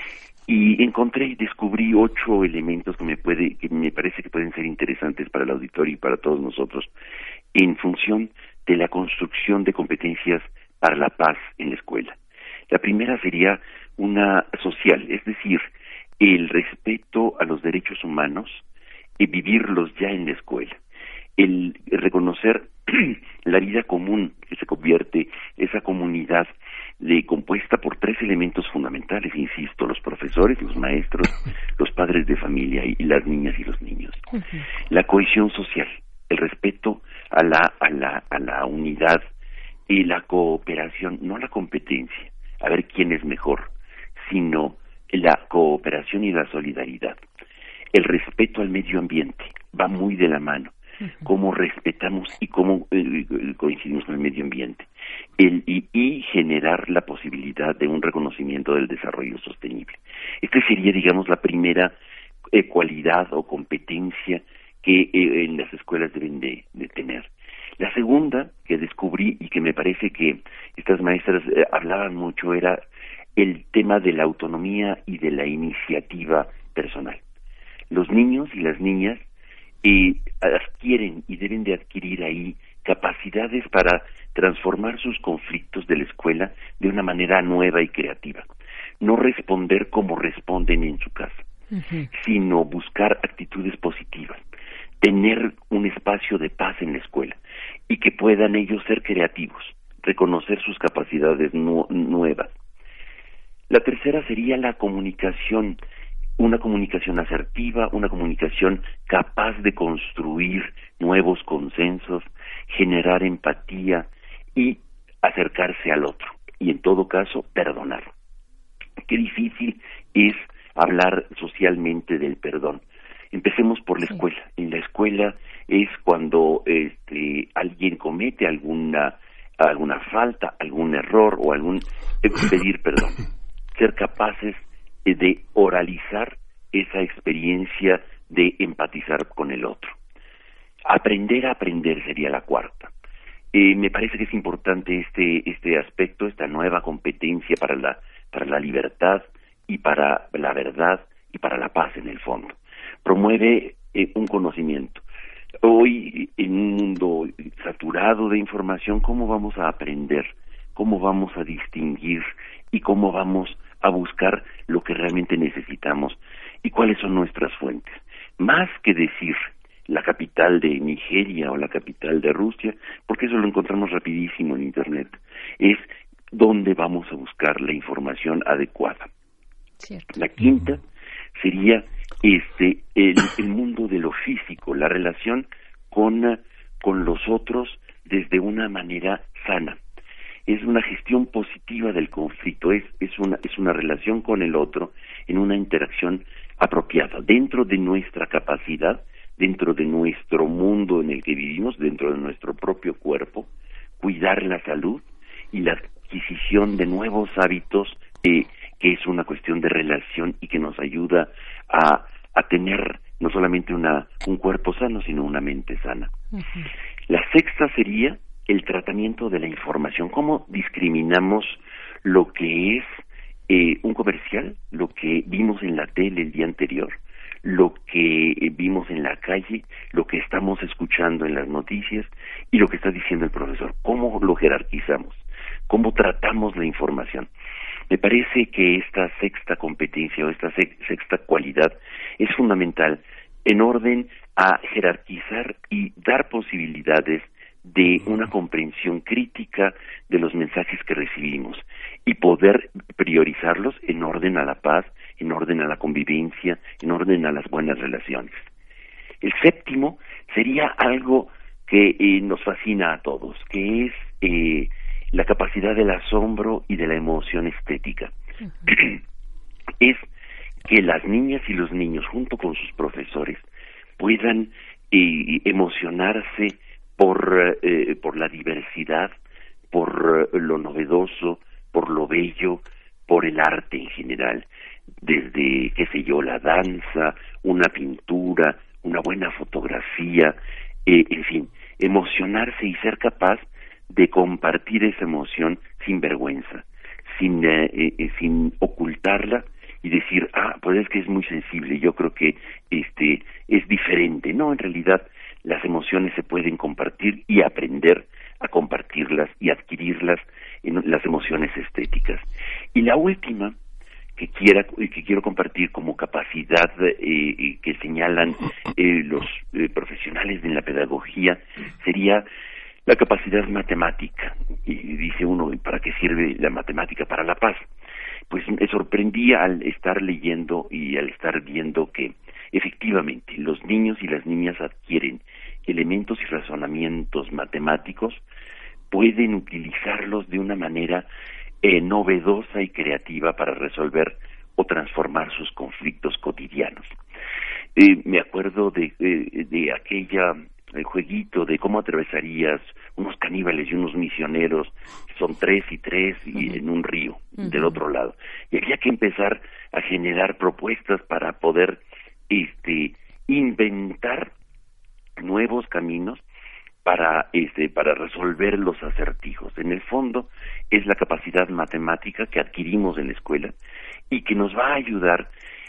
Y encontré y descubrí ocho elementos que me puede, que me parece que pueden ser interesantes para el auditorio y para todos nosotros, en función de la construcción de competencias para la paz en la escuela. La primera sería una social, es decir, el respeto a los derechos humanos y vivirlos ya en la escuela. El reconocer la vida común que se convierte, esa comunidad de, compuesta por tres elementos fundamentales, insisto, los profesores, los maestros, los padres de familia y, y las niñas y los niños. Uh-huh. La cohesión social, el respeto a la, a la, a la unidad y la cooperación, no la competencia, a ver quién es mejor, sino la cooperación y la solidaridad. El respeto al medio ambiente va muy de la mano. Cómo respetamos y cómo eh, coincidimos con el medio ambiente. El, y, y generar la posibilidad de un reconocimiento del desarrollo sostenible. Esta sería, digamos, la primera eh, cualidad o competencia que eh, en las escuelas deben de, de tener. La segunda que descubrí y que me parece que estas maestras eh, hablaban mucho era el tema de la autonomía y de la iniciativa personal. Los niños y las niñas eh, adquieren y deben de adquirir ahí capacidades para transformar sus conflictos de la escuela de una manera nueva y creativa. No responder como responden en su casa, uh-huh. sino buscar actitudes positivas, tener un espacio de paz en la escuela y que puedan ellos ser creativos, reconocer sus capacidades nu- nuevas. La tercera sería la comunicación, una comunicación asertiva, una comunicación capaz de construir nuevos consensos, generar empatía y acercarse al otro, y en todo caso, perdonar. Qué difícil es hablar socialmente del perdón. Empecemos por la sí. escuela. En la escuela es cuando este, alguien comete alguna alguna falta, algún error o algún pedir perdón. Ser capaces de oralizar esa experiencia de empatizar con el otro. Aprender a aprender sería la cuarta. Eh, me parece que es importante este este aspecto, esta nueva competencia para la para la libertad y para la verdad y para la paz en el fondo. Promueve eh, un conocimiento. Hoy, en un mundo saturado de información, ¿cómo vamos a aprender? ¿Cómo vamos a distinguir? ¿Y cómo vamos a buscar lo que realmente necesitamos? ¿Y cuáles son nuestras fuentes? Más que decir la capital de Nigeria o la capital de Rusia, porque eso lo encontramos rapidísimo en Internet. Es dónde vamos a buscar la información adecuada. Cierto. La quinta sería este el, el mundo de lo físico, la relación con, con los otros desde una manera sana. Es una gestión positiva del conflicto, es, es, una, es una relación con el otro en una interacción apropiada, dentro de nuestra capacidad, dentro de nuestro mundo en el que vivimos, dentro de nuestro propio cuerpo, cuidar la salud y la adquisición de nuevos hábitos, eh, que es una cuestión de relación y que nos ayuda a, a tener no solamente una, un cuerpo sano, sino una mente sana. Uh-huh. La sexta sería el tratamiento de la información. ¿Cómo discriminamos lo que es eh, un comercial, lo que vimos en la tele el día anterior, lo que eh, vimos en la calle, lo que estamos escuchando en las noticias y lo que está diciendo el profesor? ¿Cómo lo jerarquizamos? ¿Cómo tratamos la información? Me parece que esta sexta competencia o esta sexta cualidad es fundamental en orden a jerarquizar y dar posibilidades de una comprensión crítica de los mensajes que recibimos y poder priorizarlos en orden a la paz, en orden a la convivencia, en orden a las buenas relaciones. El séptimo sería algo que eh, nos fascina a todos, que es eh, la capacidad del asombro y de la emoción estética. Uh-huh. Es que las niñas y los niños, junto con sus profesores, puedan eh, emocionarse por eh, por la diversidad, por eh, lo novedoso, por lo bello, por el arte en general, desde, qué sé yo, la danza, una pintura, una buena fotografía, eh, en fin, emocionarse y ser capaz de compartir esa emoción sin vergüenza, sin eh, eh, sin ocultarla y decir, ah, pues es que es muy sensible, yo creo que este es diferente. No, en realidad las emociones se pueden compartir y aprender a compartirlas y adquirirlas en las emociones estéticas. Y la última que quiera que quiero compartir como capacidad eh, que señalan eh, los eh, profesionales de la pedagogía sería la capacidad matemática. Y dice uno, ¿para qué sirve la matemática? Para la paz. Pues me sorprendí al estar leyendo y al estar viendo que efectivamente los niños y las niñas adquieren elementos y razonamientos matemáticos, pueden utilizarlos de una manera eh, novedosa y creativa para resolver o transformar sus conflictos cotidianos. Eh, me acuerdo de, eh, de aquella el jueguito de cómo atravesarías unos caníbales y unos misioneros, son tres y tres y uh-huh. en un río uh-huh. del otro lado, y había que empezar a generar propuestas para poder este inventar nuevos caminos para este para resolver los acertijos. En el fondo es la capacidad matemática que adquirimos en la escuela y que nos va a ayudar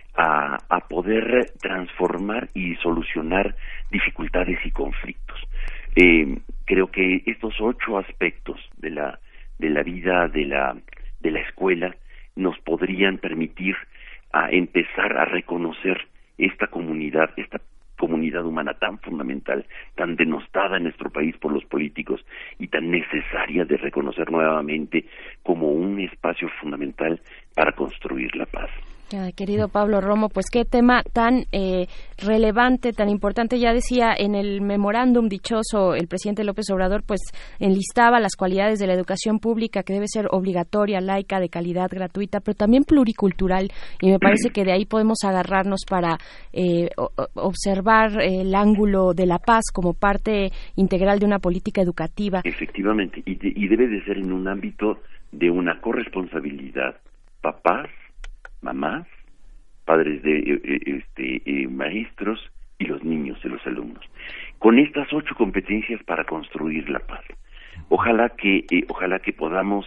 A, a poder transformar y solucionar dificultades y conflictos. Eh, creo que estos ocho aspectos de la de la vida de la de la escuela nos podrían permitir a empezar a reconocer esta comunidad, esta comunidad humana tan fundamental, tan denostada en nuestro país por los políticos y tan necesaria de reconocer nuevamente como un espacio fundamental para construir la paz. Ay, querido Pablo Romo, pues qué tema tan eh, relevante, tan importante. Ya decía en el memorándum dichoso el presidente López Obrador, pues enlistaba las cualidades de la educación pública que debe ser obligatoria, laica, de calidad, gratuita, pero también pluricultural, y me parece que de ahí podemos agarrarnos para eh, observar el ángulo de la paz como parte integral de una política educativa. Efectivamente, y, de, y debe de ser en un ámbito de una corresponsabilidad, papás, mamás, padres de este eh, maestros y los niños de los alumnos, con estas ocho competencias para construir la paz. Ojalá que eh, ojalá que podamos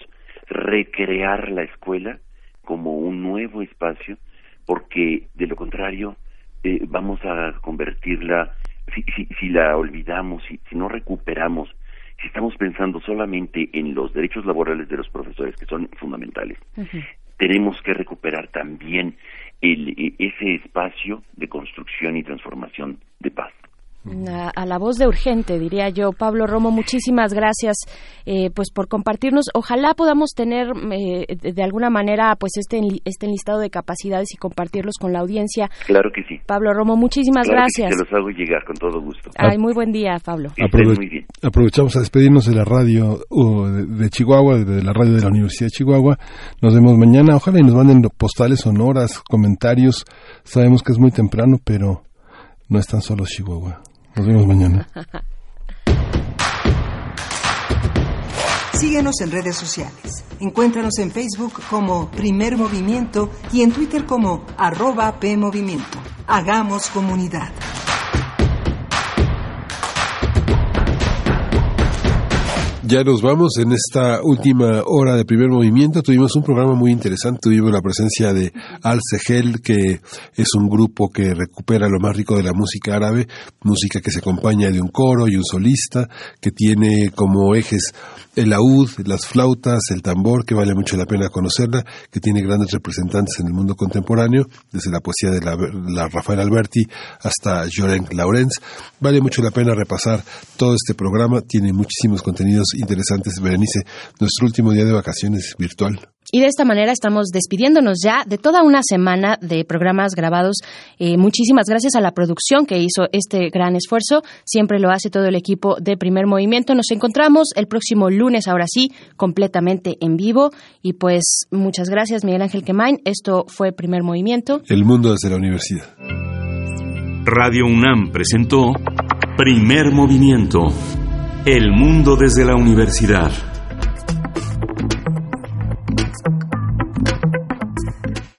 recrear la escuela como un nuevo espacio, porque de lo contrario eh, vamos a convertirla, si, si, si la olvidamos, si, si no recuperamos, si estamos pensando solamente en los derechos laborales de los profesores, que son fundamentales. Uh-huh. Tenemos que recuperar también el, ese espacio de construcción y transformación de paz. A, a la voz de urgente, diría yo. Pablo Romo, muchísimas gracias eh, pues por compartirnos. Ojalá podamos tener eh, de, de alguna manera pues este este listado de capacidades y compartirlos con la audiencia. Claro que sí. Pablo Romo, muchísimas claro gracias. Que sí, se los hago llegar con todo gusto. Ay, muy buen día, Pablo. Aprove- muy bien. Aprovechamos a despedirnos de la radio uh, de, de Chihuahua, de, de la radio de la Universidad de Chihuahua. Nos vemos mañana. Ojalá y nos manden postales sonoras, comentarios. Sabemos que es muy temprano, pero no están solos Chihuahua. Nos vemos mañana. Síguenos en redes sociales. Encuéntranos en Facebook como Primer Movimiento y en Twitter como arroba PMovimiento. Hagamos comunidad. Ya nos vamos en esta última hora de Primer Movimiento. Tuvimos un programa muy interesante. Tuvimos la presencia de Al Sehel, que es un grupo que recupera lo más rico de la música árabe, música que se acompaña de un coro y un solista, que tiene como ejes el laúd, las flautas, el tambor, que vale mucho la pena conocerla, que tiene grandes representantes en el mundo contemporáneo, desde la poesía de la, la Rafael Alberti hasta Llorenc Laurens. Vale mucho la pena repasar todo este programa. Tiene muchísimos contenidos interesantes. Berenice, nuestro último día de vacaciones virtual. Y de esta manera estamos despidiéndonos ya de toda una semana de programas grabados. Eh, muchísimas gracias a la producción que hizo este gran esfuerzo. Siempre lo hace todo el equipo de Primer Movimiento. Nos encontramos el próximo lunes, ahora sí, completamente en vivo. Y pues muchas gracias, Miguel Ángel Quemain. Esto fue Primer Movimiento. El mundo desde la universidad. Radio UNAM presentó Primer Movimiento. El mundo desde la universidad.